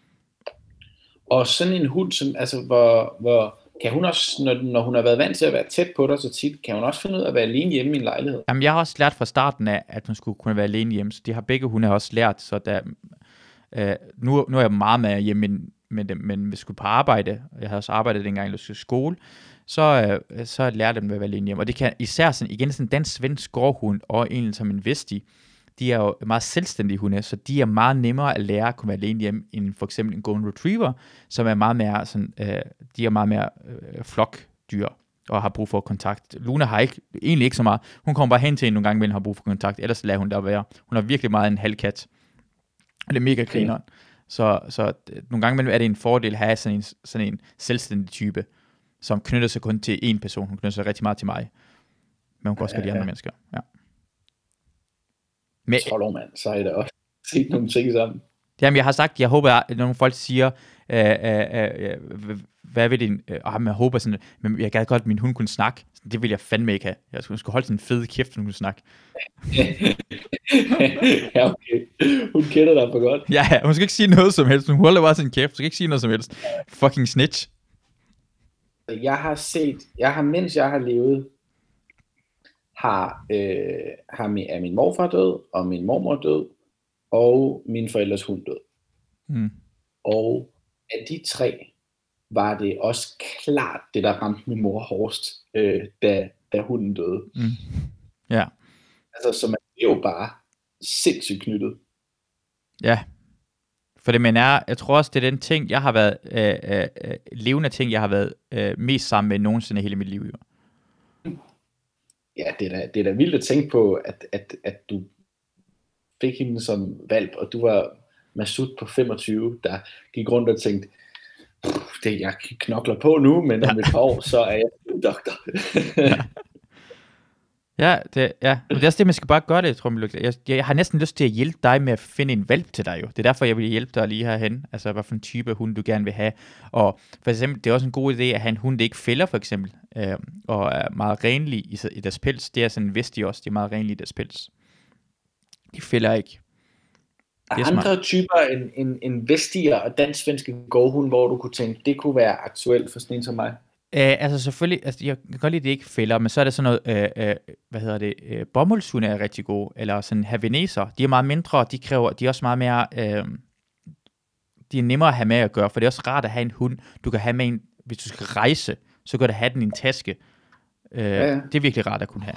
Og sådan en hund, som, altså, hvor, hvor kan hun også, når, når hun har været vant til at være tæt på dig så tit, kan hun også finde ud af at være alene hjemme i en lejlighed? Jamen, jeg har også lært fra starten af, at hun skulle kunne være alene hjemme. Så de har begge hunde også lært, så der, øh, nu, nu er jeg meget med hjemme med, med dem, men hvis jeg skulle på arbejde, jeg havde også arbejdet dengang, jeg skulle i skole, så, øh, så lærte dem at være alene hjemme. Og det kan især sådan, igen sådan en dansk svensk gårdhund og en som en Westie, de er jo meget selvstændige hunde, så de er meget nemmere at lære at kunne være alene hjemme, end for eksempel en Golden Retriever, som er meget mere sådan, øh, de er meget mere øh, flokdyr, og har brug for kontakt. Luna har ikke, egentlig ikke så meget. Hun kommer bare hen til en nogle gange, men har brug for kontakt, ellers lader hun der være. Hun har virkelig meget en halvkat. Og det er mega grineren. Okay. Så, så nogle gange er det en fordel at have sådan en, sådan en selvstændig type, som knytter sig kun til én person. Hun knytter sig rigtig meget til mig. Men hun kan også ja, godt de andre ja. mennesker. Ja. Men, Solo, mand, så er det også set nogle ting sammen. Jamen, jeg har sagt, jeg håber, at nogle folk siger, øh, øh, øh, hvad vil det, øh, jeg håber sådan, men jeg gad godt, at min hund kunne snakke. Det vil jeg fandme ikke have. Jeg skulle, skulle holde sådan en fed kæft, når hun kunne snakke. Ja, okay. Hun kender dig for godt. Ja, ja, hun skal ikke sige noget som helst. Hun holder bare sin kæft. Hun skal ikke sige noget som helst. Fucking snitch. Jeg har set, jeg har, mens jeg har levet, har, øh, har min, er min morfar død, og min mormor død, og min forældres hund død. Mm. Og af de tre, var det også klart det, der ramte min mor hårdest, øh, da, da hunden døde. Mm. Ja. Altså, så man er jo bare sindssygt knyttet. Ja. For det men er, jeg tror også, det er den ting, jeg har været, øh, øh, levende ting, jeg har været øh, mest sammen med nogensinde hele mit liv. Jo. Ja, det er da, det er da vildt at tænke på, at, at, at du fik hende som valp, og du var Masud på femogtyve, der gik rundt og tænkte, det jeg knokler på nu, men om et par år, så er jeg en doktor. Ja. Ja, det, ja, men det er også det, man skal bare gøre det, tror jeg. Jeg, jeg har næsten lyst til at hjælpe dig med at finde en valp til dig, jo. Det er derfor, jeg vil hjælpe dig lige herhen. Altså, hvad for en type hund, du gerne vil have. Og for eksempel, det er også en god idé at have en hund, der ikke fælder, for eksempel, øh, og er meget renlig i, i deres pels. Det er sådan en vesti også, de er meget renlige i deres pels. De fælder ikke. Er andre smart. Typer end, end, end vestier og dansk-svenske gårdhund, hvor du kunne tænke, det kunne være aktuelt for sådan en som mig? Uh, altså selvfølgelig, altså, jeg kan godt lide, det ikke fælder, men så er der sådan noget, uh, uh, hvad hedder det, uh, bomuldshunde er rigtig gode, eller sådan haveneser, de er meget mindre, de kræver, de er også meget mere, uh, de er nemmere at have med at gøre, for det er også rart at have en hund, du kan have med en, hvis du skal rejse, så kan du have den i en taske, uh, ja, ja. Det er virkelig rart at kunne have.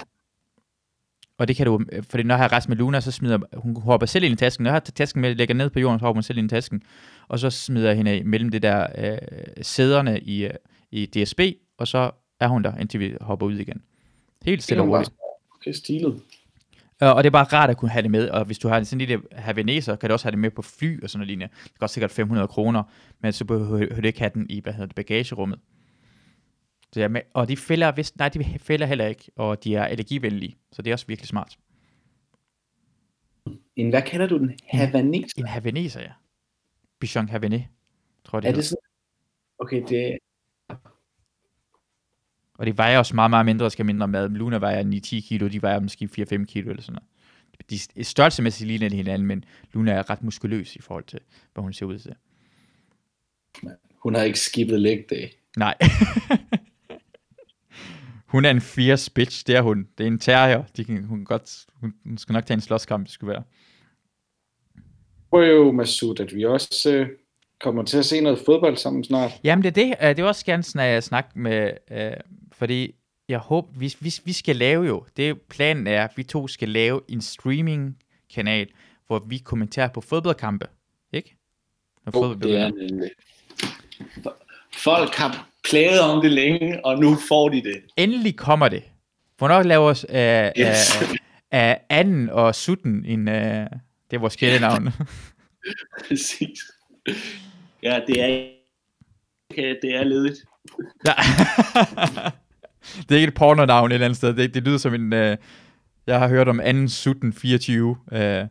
Og det kan du, fordi når jeg har rejst med Luna, så smider hun hopper selv ind i tasken, når jeg har tasken med, lægger ned på jorden, så hopper hun selv ind i tasken, og så smider jeg hende mellem det der uh, sæderne i, uh, i D S B, og så er hun der, indtil vi hopper ud igen. Helt stille og roligt. Okay, stilet. Uh, og det er bare rart at kunne have det med, og hvis du har sådan en lille haveneser, kan du også have det med på fly og sådan noget lignende. Det koster sikkert fem hundrede kroner, men så behøver du ikke have den i, hvad hedder det, bagagerummet. Så ja, med, og de fælder, vist, nej, de fælder heller ikke, og de er allergivenlige, så det er også virkelig smart. En, hvad kalder du den? Haveneser? En haveneser, ja. Bichon Havanais, tror jeg det er. Det sådan? Okay, det og de vejer også meget, meget mindre, og skal mindre mad. Luna vejer ni til ti kilo, de vejer måske fire til fem kilo eller sådan noget. De er størrelsemæssigt ligner hinanden, men Luna er ret muskuløs i forhold til, hvad hun ser ud til. Hun har ikke skippet leg day. Nej. Hun er en fierce bitch, det er hun. Det er en terrier. De kan, hun, godt, hun, hun skal nok tage en slåskamp, det skulle være. Prøv jo, Masud, at vi også øh, kommer til at se noget fodbold sammen snart. Jamen det er det. Det er også gerne sådan, at snakke med, øh, fordi jeg håber, vi, vi, vi skal lave jo, det planen er, at vi to skal lave en streaming-kanal, hvor vi kommenterer på fodboldkampe, ikke? Når oh, det er en, folk har plaget om det længe, og nu får de det. Endelig kommer det. Hvornår laver os af uh, yes. uh, uh, uh, Anden og Sutten en, uh, det er vores kælenavn. Præcis. Ja, det er okay, det er ledigt. Ja. Det er ikke et pornonavn et eller andet sted. Det, det lyder som en, uh, jeg har hørt om Anden Sutten fireogtyve. Uh.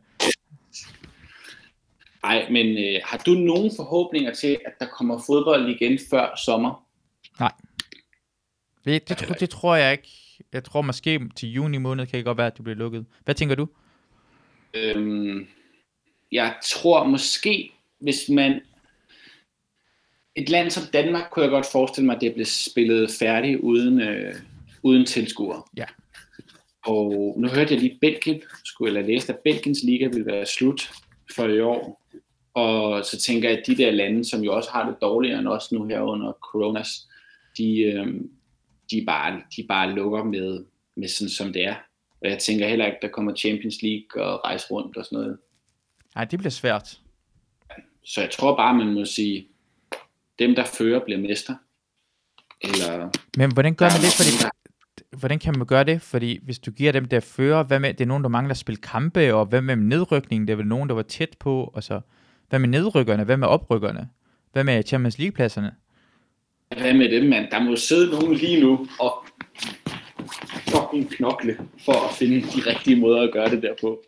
Ej, men øh, har du nogen forhåbninger til, at der kommer fodbold igen før sommer? Nej. Det, det, det, det tror jeg ikke. Jeg tror måske til juni måned kan det godt være, at det bliver lukket. Hvad tænker du? Øhm, jeg tror måske, hvis man... Et land som Danmark kunne jeg godt forestille mig, at det blev spillet færdigt uden, øh, uden tilskuere. Ja. Og nu hørte jeg lige Belgien, skulle jeg læse, at Belgiens liga ville være slut for i år. Og så tænker jeg, at de der lande, som jo også har det dårligere end os nu her under coronas, de, øh, de, bare, de bare lukker med, med sådan som det er. Og jeg tænker heller ikke, der kommer Champions League og rejse rundt og sådan noget. Nej, det bliver svært. Så jeg tror bare, man må sige, dem der fører bliver mester. Eller, men hvordan gør man det? Fordi, hvordan kan man gøre det? Fordi hvis du giver dem der fører, hvad med, det er nogen, der mangler at spille kampe, og hvad med nedrykningen? Det er vel nogen, der var tæt på, og så hvad med nedrykkerne? Hvad med oprykkerne? Hvad med Champions League-pladserne? Hvad med dem, mand? Der må sidde nogen lige nu og fucking knokle for at finde de rigtige måder at gøre det der på.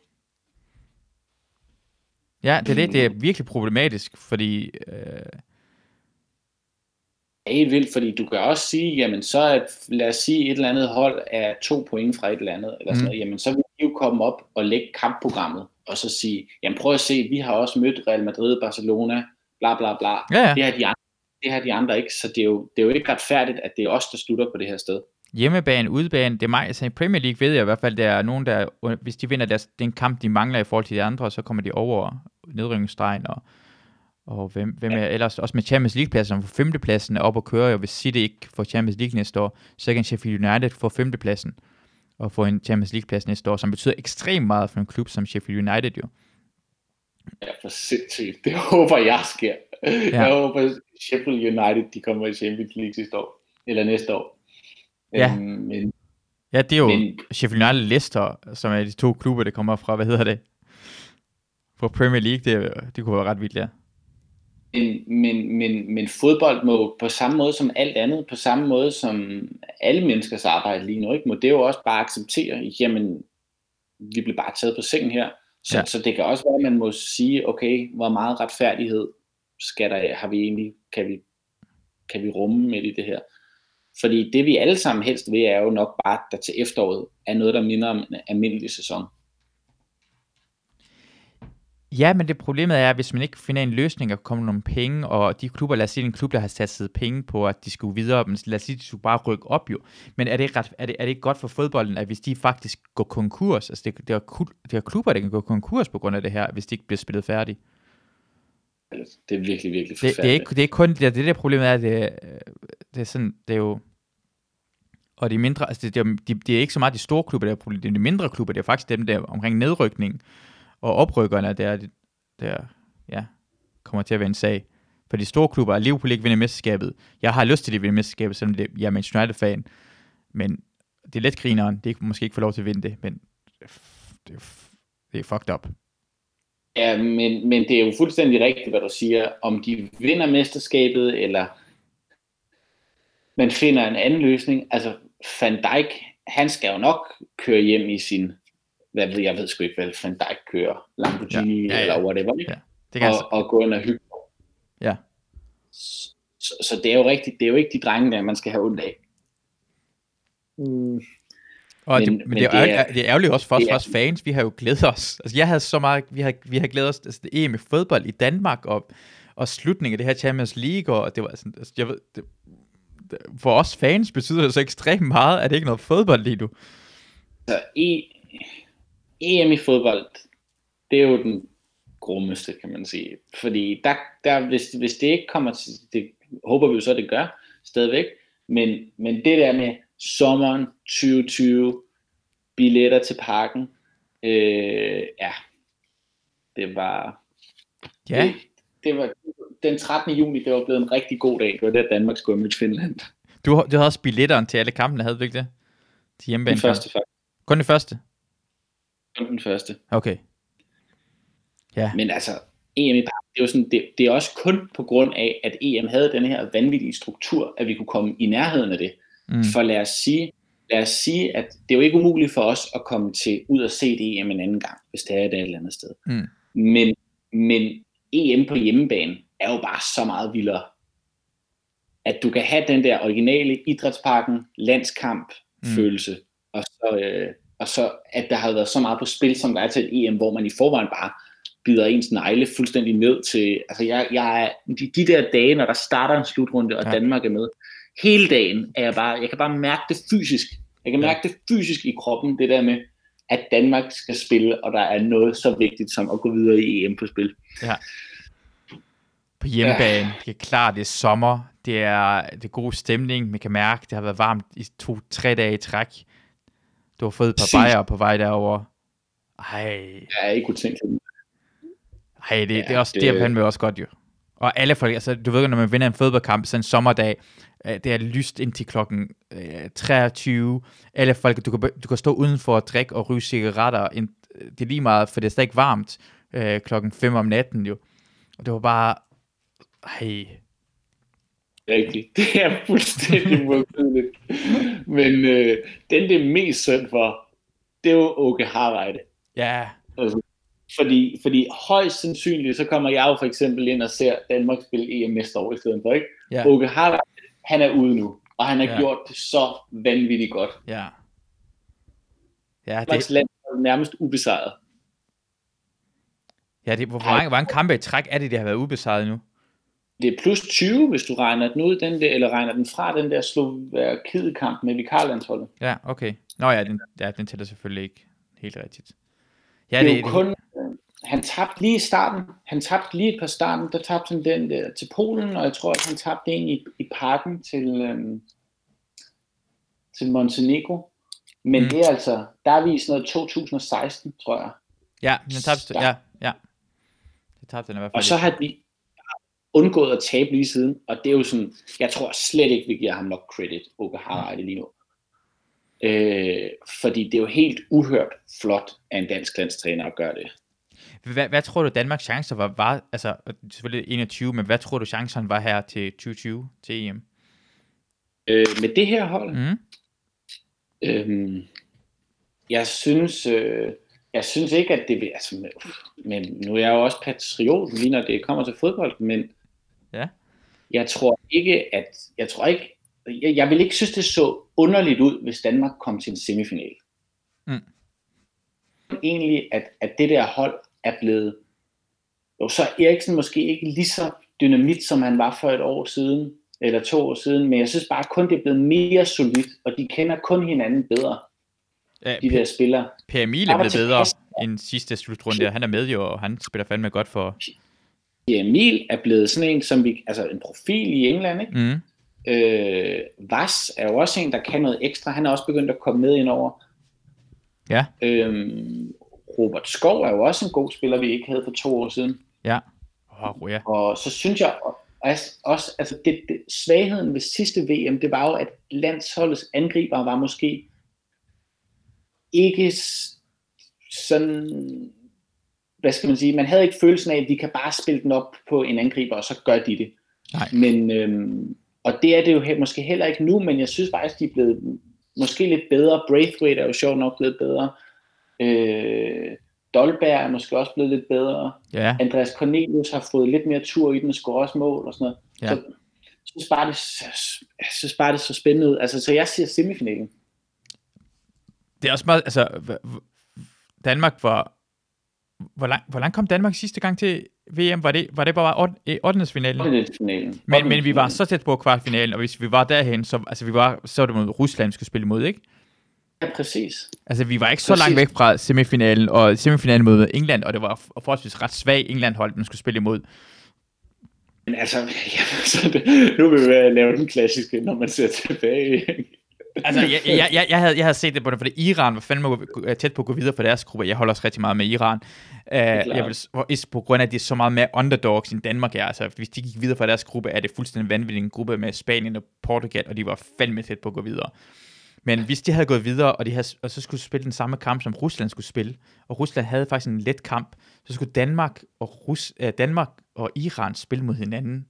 Ja, det er det. Det er virkelig problematisk, fordi øh, er helt vildt, fordi du kan også sige, jamen så at, lad os sige, et eller andet hold er to point fra et eller andet, eller sådan noget, jamen så vil de jo komme op og lægge kampprogrammet, og så sige, jamen prøv at se, vi har også mødt Real Madrid, Barcelona, bla bla bla, ja, ja. Det, har de andre, det har de andre ikke, så det er, jo, det er jo ikke retfærdigt, at det er os, der slutter på det her sted. Hjemmebane, udebane, det er mig, altså i Premier League ved jeg i hvert fald, der er nogen, der, hvis de vinder deres, den kamp, de mangler i forhold til de andre, så kommer de over nedrykningsstregen, og Og hvem, hvem er ellers, også med Champions League-pladsen, for femtepladsen er op og kører, og hvis City ikke får Champions League næste år, så kan Sheffield United få femtepladsen, og få en Champions League-plads næste år, som betyder ekstremt meget for en klub som Sheffield United jo. Ja, for sindssygt. Det håber jeg sker. Ja. Jeg håber, Sheffield United, de kommer i Champions League sidste år, eller næste år. Ja, um, men, ja det er jo men, Sheffield United Leicester, som er de to klubber, der kommer fra, hvad hedder det, for Premier League, det, det kunne være ret vildt, ja. Men, men, men, men fodbold må på samme måde som alt andet, på samme måde som alle menneskers arbejde lige nu, ikke, må det jo også bare acceptere, jamen, vi bliver bare taget på sengen her. Så, ja. Så det kan også være, at man må sige, okay, hvor meget retfærdighed skal der, har vi egentlig, kan vi, kan vi rumme med i det her? Fordi det vi alle sammen helst vil, er jo nok bare, der til efteråret er noget, der minder om en almindelig sæson. Ja, men det problemet er, at hvis man ikke finder en løsning og kommer nogle penge, og de klubber, lad os sige en klub, der har sat penge på, at de skulle videre, men lad os sige, at de skulle bare rykke op jo. Men er det, ret, er det, er det ikke godt for fodbolden, at hvis de faktisk går konkurs, altså det, det, er, det er klubber, der kan gå konkurs på grund af det her, hvis de ikke bliver spillet færdigt? Det er virkelig, virkelig forfærdeligt. Det, det, er, ikke, det er ikke kun, det, det der problemet er, at det, det er sådan, det er jo, og de mindre, altså det, det, det, det er ikke så meget de store klubber, der er problemet, det er de mindre klubber, det er faktisk dem der omkring nedrykning, og oprykkerne, der, der ja, kommer til at være en sag. For de store klubber, Liverpool ikke vinder mesterskabet. Jeg har lyst til, at de vinder mesterskabet, selvom det, jeg er Manchester United-fan. Men det er lidt grineren. Det er måske ikke få lov til at vinde det, men det, det er fucked up. Ja, men, men det er jo fuldstændig rigtigt, hvad du siger. Om de vinder mesterskabet, eller man finder en anden løsning. Altså, Van Dijk, han skal jo nok køre hjem i sin... Hvad ved jeg, ved sgu ikke, hvad Van Dijk kører, Lamborghini ja, ja, ja. eller whatever, ikke? Ja, det kan og, og gå ind og hygge. Ja. Så, så, så det er jo rigtigt, det er jo ikke de drenge der, man skal have ondt af. Mm. Og men, det, men, men det, er, det, er, det er ærgerligt også for os, for os fans, vi har jo glædet os. Altså jeg havde så meget, vi har, vi har glædet os til altså, E M i fodbold i Danmark, og, og slutningen af det her Champions League, og det var sådan, altså, jeg ved, det, det, for os fans betyder det så ekstremt meget, at det ikke er noget fodbold lige nu. Så E E M i fodbold, det er jo den grummeste, kan man sige. Fordi der, der, hvis, hvis det ikke kommer til, det håber vi jo så, det gør stadigvæk, men, men det der med sommeren tyve tyve, billetter til parken, øh, ja, det var, ja. det, det var, den trettende juni, det var blevet en rigtig god dag, det var der Danmark skulle møde Finland. Du, du havde også billetterne til alle kampene, havde du ikke det? Til hjemmebane. Den første faktisk. Kun det første? Den første. Okay. Ja. Men altså, E M i parken, det er jo sådan, det, det er også kun på grund af, at E M havde den her vanvittige struktur, at vi kunne komme i nærheden af det. Mm. For lad os sige, lad os sige, at det er jo ikke umuligt for os at komme til ud og se det E M en anden gang, hvis det er et eller andet sted. Mm. Men, men E M på hjemmebane er jo bare så meget vildere. At du kan have den der originale idrætsparken, landskamp mm. følelse, og så... Øh, og så at der har været så meget på spil, som der er til et E M, hvor man i forvejen bare bider ens negle fuldstændig ned til, altså jeg, jeg er, de, de der dage, når der starter en slutrunde, og ja. Danmark er med, hele dagen er jeg bare, jeg kan bare mærke det fysisk, jeg kan mærke ja. det fysisk i kroppen, det der med, at Danmark skal spille, og der er noget så vigtigt som at gå videre i E M på spil. Ja. På hjemmebane, ja. Det er klart, det er sommer, det er, det er god stemning, man kan mærke, det har været varmt i to-tre dage i træk. Du har fået et par bajer på vej derover. Ej. Jeg er ikke utænkeligt. Ej, det, ja, det er også, det... det er fandme også godt jo. Og alle folk, altså du ved, når man vinder en fodboldkamp, sådan en sommerdag, det er lyst indtil klokken øh, treogtyve. Alle folk, du kan, du kan stå udenfor og drikke og ryge cigaretter. Det er lige meget, for det er stadig varmt øh, klokken fem om natten jo. Og det var bare, ej. Rigtigt. Det er fuldstændig modbydeligt. Men øh, den, det er mest synd for, det er jo Åke Hareide. Ja. Altså, fordi, fordi højst sandsynligt, så kommer jeg jo for eksempel ind og ser Danmark spille E M næste år i stedet for, ikke? Ja. Åke Hareide, han er ude nu, og han har ja. gjort det så vanvittigt godt. Ja. Ja, det... Danmarks land er nærmest ubesejret. Ja, det, hvor, hvor mange, hvor mange kampe i træk er det, det har været ubesejret nu? Det er plus tyve, hvis du regner den ud, den der, eller regner den fra den der Slovakiet-kamp med vikarlandsholdet. Ja, okay. Nå ja, den, ja, den tæller selvfølgelig ikke helt rigtigt. Ja, det er det, jo kun, det... han tabte lige i starten, han tabte lige et par starten, der tabte han den der til Polen, og jeg tror, at han tabte en i, i parken til, øhm, til Montenegro. Men mm. det er altså, der er vi i sådan noget to tusind og seksten, tror jeg. Ja, den tabte, ja, ja. Det tabte den i hvert fald. Og så har de undgået at tabe lige siden, og det er jo sådan, jeg tror slet ikke, vi giver ham nok credit, Åke Hareide lige nu. Øh, fordi det er jo helt uhørt flot af en dansk landstræner at gøre det. Hvad, hvad tror du Danmarks chancer var, var, altså selvfølgelig enogtyve, men hvad tror du chancerne var her til tyve tyve, til E M? Øh, med det her hold? Mm. Øh, jeg synes, øh, jeg synes ikke, at det vil, altså, men nu er jeg jo også patriot, lige når det kommer til fodbold, men ja. jeg tror ikke, at, jeg tror ikke, jeg, jeg vil ikke synes, det så underligt ud, hvis Danmark kom til en semifinal. Mm. Egentlig, at, at det der hold er blevet, jo så er Eriksen måske ikke lige så dynamit, som han var for et år siden, eller to år siden, men jeg synes bare kun, det er blevet mere solidt, og de kender kun hinanden bedre, ja, de der spillere. Per Emil er blevet bedre end sidste slutrunde, han er med jo, og han spiller fandme godt for... Per Emil er blevet sådan en, som vi, altså en profil i England, ikke? Mm. Øh, Vas er jo også en, der kan noget ekstra, han er også begyndt at komme med ind over. Ja. Øhm, Robert Skov er jo også en god spiller, vi ikke havde for to år siden. Ja. Oh, ja. Og så synes jeg også, altså det, det, svagheden ved sidste V M, det var jo, at landsholdets angriber var måske ikke sådan, hvad skal man sige, man havde ikke følelsen af, at vi kan bare spille den op på en angriber, og så gør de det. Nej. Men, øhm, og det er det jo he- måske heller ikke nu, men jeg synes faktisk, de er blevet måske lidt bedre. Braithwaite er jo sjovt nok blevet bedre. Øh, Dolberg er måske også blevet lidt bedre. Ja. Andreas Cornelius har fået lidt mere tur i den, og scorer også mål og sådan noget. Ja. Så jeg synes bare, det, jeg synes bare, det så spændende ud. Altså, så jeg siger semifinalen. Det er også meget, altså, Danmark var, hvor langt, hvor langt kom Danmark sidste gang til V M? Var det, var det bare ottendedelsfinalen? ottendedelsfinalen. Men, men vi var så tæt på kvartfinalen, og hvis vi var derhen, så, altså, vi var, så var det mod Rusland, vi skulle spille imod, ikke? Ja, præcis. Altså, vi var ikke så præcis. langt væk fra semifinalen, og semifinalen mod England, og det var forholdsvis ret svag England-hold, man skulle spille imod. Men altså, ja, så det, nu vil vi lave den klassiske, når man ser tilbage. Altså, jeg, jeg, jeg, jeg, havde, jeg havde set det på det, fordi Iran var fandme tæt på at gå videre for deres gruppe. Jeg holder også rigtig meget med Iran. Uh, jeg vil, på grund af, at det er så meget mere underdogs, end Danmark er. Altså, hvis de gik videre fra deres gruppe, er det fuldstændig vanvittig en gruppe med Spanien og Portugal, og de var fandme tæt på at gå videre. Men hvis de havde gået videre, og, de havde, og så skulle spille den samme kamp, som Rusland skulle spille, og Rusland havde faktisk en let kamp, så skulle Danmark og, Rus, uh, Danmark og Iran spille mod hinanden.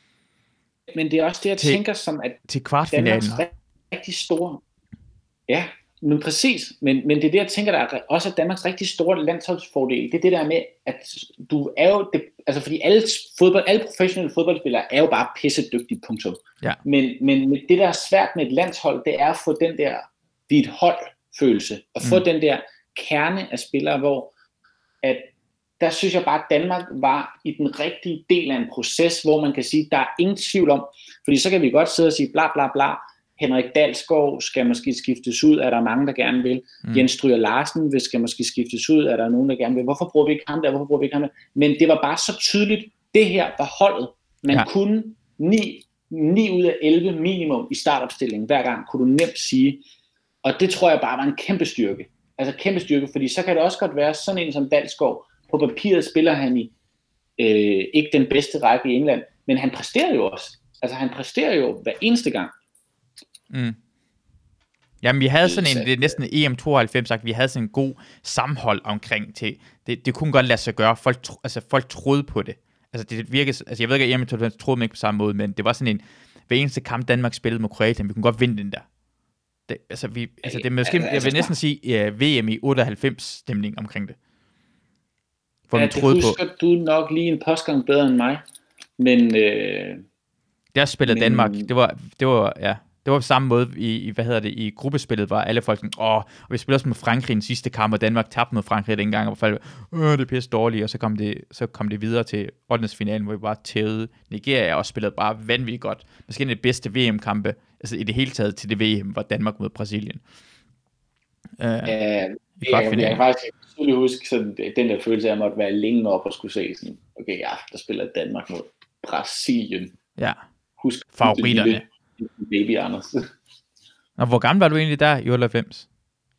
Men det er også det, jeg til, tænker som, at til kvartfinalen. Danmarks rigtig store, ja, men præcis, men, men det er det, jeg tænker, der er også Danmarks rigtig store landsholdsfordel, det er det der med, at du er jo, det, altså fordi alle, fodbold, alle professionelle fodboldspillere er jo bare pisse dygtige, punktum. Ja. Men, men det, der er svært med et landshold, det er at få den der, vi et hold følelse, og få mm. den der kerne af spillere, hvor at der synes jeg bare, at Danmark var i den rigtige del af en proces, hvor man kan sige, der er ingen tvivl om, fordi så kan vi godt sidde og sige bla bla bla, Henrik Dalsgaard skal måske skiftes ud, er der mange, der gerne vil. Mm. Jens Stryger Larsen vil skal måske skiftes ud, er der nogen, der gerne vil. Hvorfor bruger vi ikke ham der? Hvorfor bruger vi ikke ham der? Men det var bare så tydeligt, det her var holdet. Man ja. kunne ni, ni ud af elleve minimum i startopstillingen hver gang, kunne du nemt sige, Og det tror jeg bare var en kæmpe styrke. Altså kæmpe styrke, fordi så kan det også godt være sådan en som Dalsgaard. På papiret spiller han i øh, ikke den bedste række i England, men han præsterer jo også. Altså han præsterer jo hver eneste gang. Mm. Jamen vi havde sådan en, det er næsten E M tooghalvfems sagt, vi havde sådan en god sammenhold omkring til, det, det kunne godt lade sig gøre, folk, tro, altså folk troede på det. Altså det virkede, altså jeg ved ikke, at E M tooghalvfems troede man ikke på samme måde, men det var sådan en, hver eneste kamp Danmark spillede mod Kroatien, vi kunne godt vinde den der. Det, altså, vi, altså det er måske, jeg vil næsten sige uh, V M i otteoghalvfems stemning omkring det. For ja, det husker på. Du nok lige en postgang bedre end mig, men... Øh, der spillede men... Danmark, det var, det var, ja, det var på samme måde i, i, hvad hedder det, i gruppespillet, var alle folk sådan, åh, og vi spillede også med Frankrig i den sidste kamp, og Danmark tabte mod Frankrig dengang, og folk, åh, det er pisse dårligt, og så kom det, så kom det videre til ottendedelsfinalen, hvor vi bare tævede Nigeria, og spillede bare vanvittigt godt. Måske det bedste V M-kampe, altså i det hele taget til det V M, var Danmark mod Brasilien. Uh, ja, jeg, jeg kan faktisk tydeligt huske sådan, den der følelse af, at jeg måtte være længe op og skulle se sådan, okay, ja, der spiller Danmark mod Brasilien. Ja, husk favoritterne. Baby Anders. Og hvor gammel var du egentlig der i otteoghalvfems?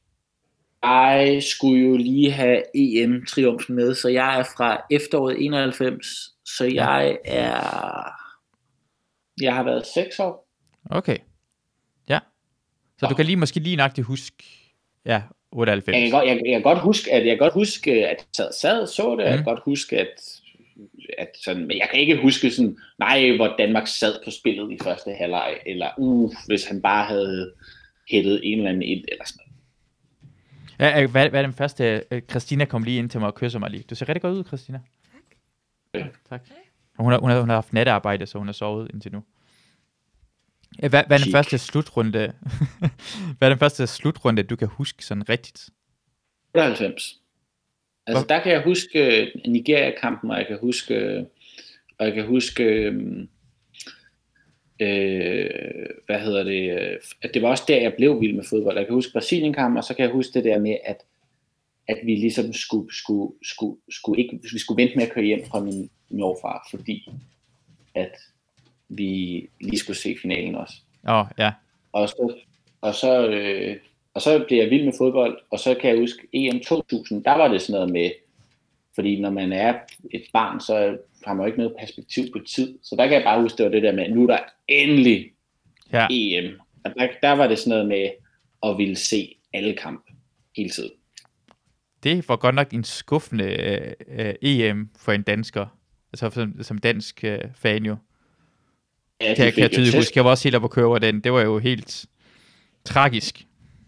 Jeg skulle jo lige have E M-triumfen med, så jeg er fra efteråret enoghalvfems, så jeg er... Jeg har været seks år. Okay. Ja. Så oh. du kan lige måske lige nøjagtigt huske... Ja, otteoghalvfems. Jeg kan godt, jeg, jeg kan godt huske, at jeg kan godt huske, at jeg sad, sad så det. Mm. Jeg kan godt huske, at, at sådan, men jeg kan ikke huske sådan, nej, hvor Danmark sad på spillet i første halvleg, eller uh, hvis han bare havde hættet en eller anden ind, eller sådan noget. Ja, hvad, hvad er den første? Christina kom lige ind til mig og kysser mig lige. Du ser rigtig godt ud, Christina. Okay. Tak. Hun har, hun, har, hun har haft natarbejde, så hun har sovet indtil nu. Hvad, hvad er den første slutrunde? Hvad er den første slutrunde, du kan huske sådan rigtigt? otteoghalvfems. Altså der kan jeg huske Nigeria-kampen, og jeg kan huske, og jeg kan huske, øh, hvad hedder det, at det var også der, jeg blev vild med fodbold. Jeg kan huske Brasilien-kampen, og så kan jeg huske det der med, at, at vi ligesom skulle, skulle, skulle, skulle ikke, vi skulle vente med at køre hjem fra min morfar, fordi at vi lige skulle se finalen også. Åh, oh, ja. Og så, og så, øh, og så blev jeg vild med fodbold, og så kan jeg huske E M to tusind, der var det sådan noget med, fordi når man er et barn, så har man jo ikke noget perspektiv på tid, så der kan jeg bare huske, det var det der med, nu er der endelig ja. E M, og der, der var det sådan noget med at ville se alle kampe hele tiden. Det var godt nok en skuffende øh, E M for en dansker, altså som, som dansk øh, fan jo. Ja, kan, kan jeg tydeligt huske, jeg var også helt oppe at køre over den. Det var jo helt tragisk.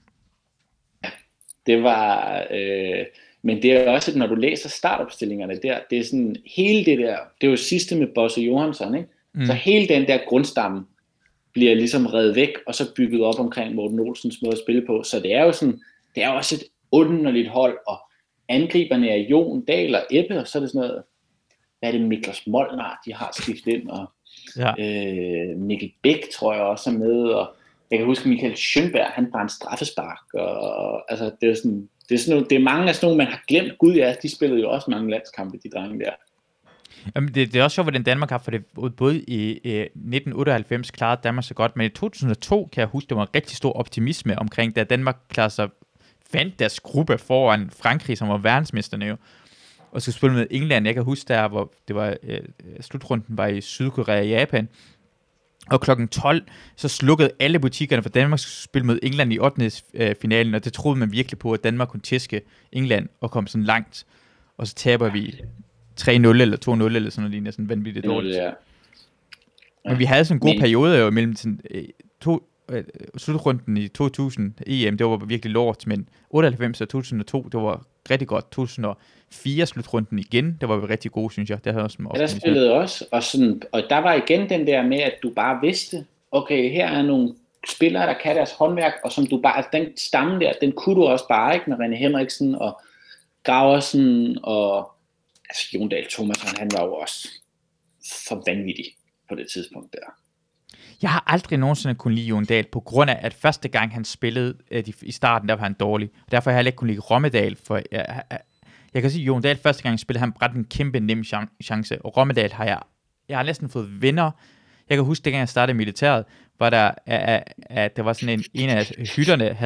Ja, det var... Øh, men det er også, når du læser startopstillingerne der, det er sådan hele det der... Det er jo sidste med Bosse Johansson, ikke? Mm. Så hele den der grundstamme bliver ligesom revet væk, og så bygget op omkring Morten Olsens måde at spille på. Så det er jo sådan... Det er jo også et underligt hold, og angriberne er Jon, Dahl og Ebbe, og så er det sådan noget... Hvad er det, Miklos Molnar, de har skiftet ind, og... Ja. Øh, Mikkel Bæk tror jeg også er med, og jeg kan huske Michael Schönberg, han brændte straffespark, og, og altså det er sådan, det er sådan nogle, det er mange af sådan nogle, man har glemt. Gud ja, de spillede jo også mange landskampe, de drenge der. Jamen, det, det er også sjovt, hvordan Danmark har, for det både i eh, nitten otteoghalvfems klarede Danmark så godt, men i to tusind og to kan jeg huske, der var en rigtig stor optimisme omkring, da Danmark klarede sig, fandt deres gruppe foran Frankrig, som var verdensmesterne jo, og skulle spille med England. Jeg kan huske der, hvor det var øh, slutrunden var i Sydkorea og Japan, og klokken tolv, så slukkede alle butikkerne, for Danmark skulle spille med England i ottende finalen, og det troede man virkelig på, at Danmark kunne tæske England og komme sådan langt, og så taber vi tre nul eller to nul eller sådan noget lignende, sådan vanvittigt dårligt. Ja. Ja. Men vi havde sådan en god Men... periode jo mellem sådan, øh, to, øh, slutrunden i to tusind E M, det var virkelig lort, men otteoghalvfems og to tusind og to, det var rigtig godt. to tusind og fire slutrunden igen, det var vi rigtig gode, synes jeg. Det havde også ja, der spillede også, og, sådan, og der var igen den der med, at du bare vidste, okay, her er nogle spillere, der kan deres håndværk, og som du bare, altså den stamme der, den kunne du også bare, ikke, med René Henriksen og Graversen, og altså Jon Dahl Tomasson, han var jo også for vanvittig på det tidspunkt der. Jeg har aldrig nogensinde kunne lide Jon Dahl, på grund af, at første gang han spillede øh, i starten, der var han dårlig. Derfor har jeg heller ikke kunne lide Rommedal, for jeg, jeg, jeg kan sige, at Jon Dahl første gang spillede, han brændte en kæmpe nem chance, og Rommedal har jeg, jeg har næsten fået venner. Jeg kan huske, dengang jeg startede i militæret, var der, at, at der var sådan en, en af hytterne, havde,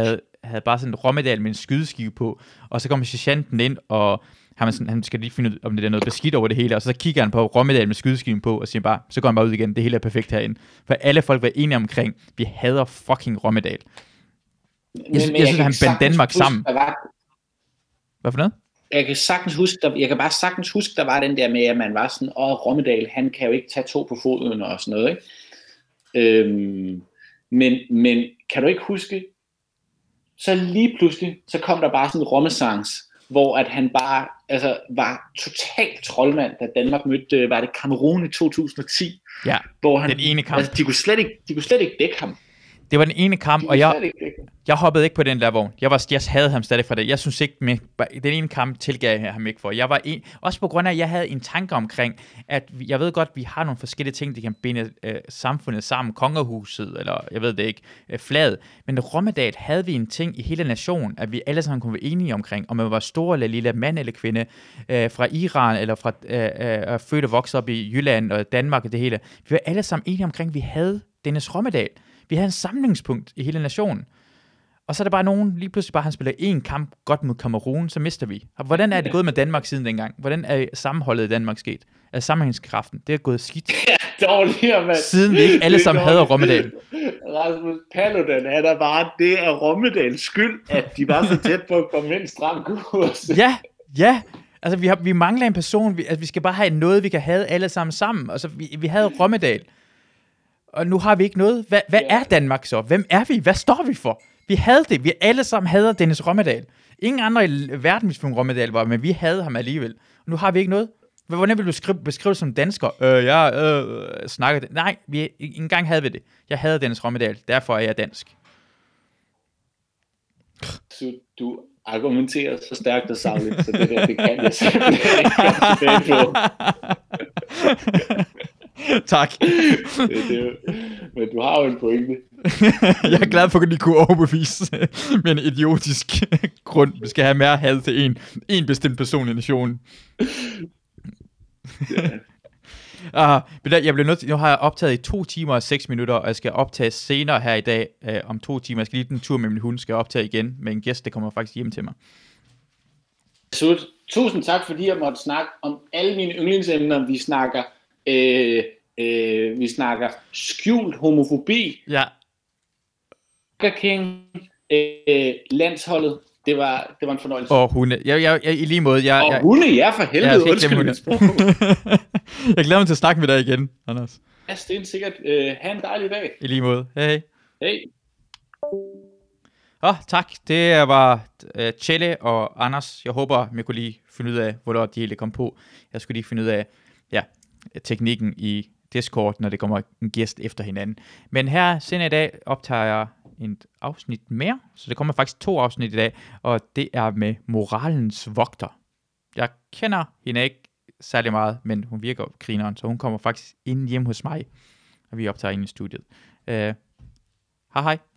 havde bare sådan en rommedal med en skydeskive på, og så kommer sergeanten ind, og han, sådan, han skal lige finde ud, om det er noget beskidt over det hele, og så kigger han på rommedal med skydeskiven på, og siger bare, så går han bare ud igen, det hele er perfekt herinde. For alle folk var enige omkring, vi hader fucking Rommedal. Jeg, men, jeg, jeg synes, han bandt Danmark huske, sammen. Var... Hvad for noget? Jeg kan sagtens huske, der, jeg kan bare sagtens huske, der var den der med, at man var sådan, åh, Rommedal, han kan jo ikke tage to på foden og sådan noget, ikke? Øhm, men, men kan du ikke huske, så lige pludselig, så kom der bare sådan en rommesangs, hvor at han bare altså, var totalt troldmand, da Danmark mødte, var det Cameroon i to tusind og ti? Ja, hvor han, den ene kamp. Altså, de, kunne slet ikke, de kunne slet ikke dække ham. Det var den ene kamp, og jeg, jeg hoppede ikke på den der vogn. Jeg, var, jeg havde ham stadig fra det. Jeg synes ikke, med, den ene kamp tilgav jeg ham ikke for. Jeg var en, også på grund af, at jeg havde en tanke omkring, at jeg ved godt, at vi har nogle forskellige ting, der kan binde øh, samfundet sammen. Kongerhuset, eller jeg ved det ikke, øh, flaget. Men i Rommedal havde vi en ting i hele nationen, at vi alle sammen kunne være enige omkring, om man var stor eller lille, mand eller kvinde, øh, fra Iran, eller fra øh, øh, født og vokset op i Jylland og Danmark og det hele. Vi var alle sammen enige omkring, at vi havde Dennis Rommedal. Vi havde en samlingspunkt i hele nationen. Og så er der bare nogen, lige pludselig bare han spiller én kamp godt mod Cameroon, så mister vi. Hvordan er det gået med Danmark siden dengang? Hvordan er sammenholdet i Danmark sket? Er sammenhængskraften? Det er gået skidt. Ja, dårligere, mand. Siden vi ikke alle sammen hader Rommedal. Rasmus Paludan er der bare, det er Rommedals skyld, at de var så tæt på at komme ind i stram kurs. Ja, ja. Altså, vi, har, vi mangler en person, vi, altså, vi skal bare have noget, vi kan have alle sammen sammen. Altså, vi, vi havde Rommedal. Og nu har vi ikke noget. Hvad, hvad ja. er Danmark så? Hvem er vi? Hvad står vi for? Vi havde det. Vi alle sammen havde Dennis Rommedal. Ingen andre i verden, hvis Rommedal var, men vi havde ham alligevel. Og nu har vi ikke noget. Hvordan vil du skrive, beskrive det som dansker? Øh, jeg øh, snakker det. Nej, vi, engang havde vi det. Jeg havde Dennis Rommedal. Derfor er jeg dansk. Så du argumenterer så stærkt og sagligt, så det der, det kan jeg simpelthen ikke komme tilbage på. Tak. det, det, men du har jo en pointe. Jeg er glad for, at de kunne overbevise med en idiotisk grund. Vi skal have mere had til en, en bestemt person i nationen. Yeah. uh, jeg blev nødt til, nu har jeg optaget i to timer og seks minutter, og jeg skal optage senere her i dag uh, om to timer. Jeg skal lige den tur med min hund, skal jeg optage igen med en gæst, der kommer faktisk hjem til mig. Sut, tusind tak, fordi jeg måtte snakke om alle mine yndlingsemner. Vi snakker Øh, øh, vi snakker skjult homofobi. Ja. King, øh, landsholdet. Det var, det var en fornøjelse. Og hunde. Jeg, jeg, jeg, i lige måde. Jeg, og jeg, hunde, ja, for helvede. Jeg, undskyld. Jeg glæder mig til at snakke med dig igen, Anders. Ja, det er sikkert. Øh, ha' en dejlig dag. I lige måde. Hej. Hej. Åh, oh, tak. Det var uh, Chelle og Anders. Jeg håber, jeg kunne lige finde ud af, hvornår de hele kom på. Jeg skulle lige finde ud af, ja, teknikken i Discord, når det kommer en gæst efter hinanden. Men her senere i dag optager jeg et afsnit mere, så det kommer faktisk to afsnit i dag, og det er med moralens vogter. Jeg kender hende ikke særlig meget, men hun virker grineren, så hun kommer faktisk ind hjem hos mig, og vi optager ind i studiet. Uh, hej hej.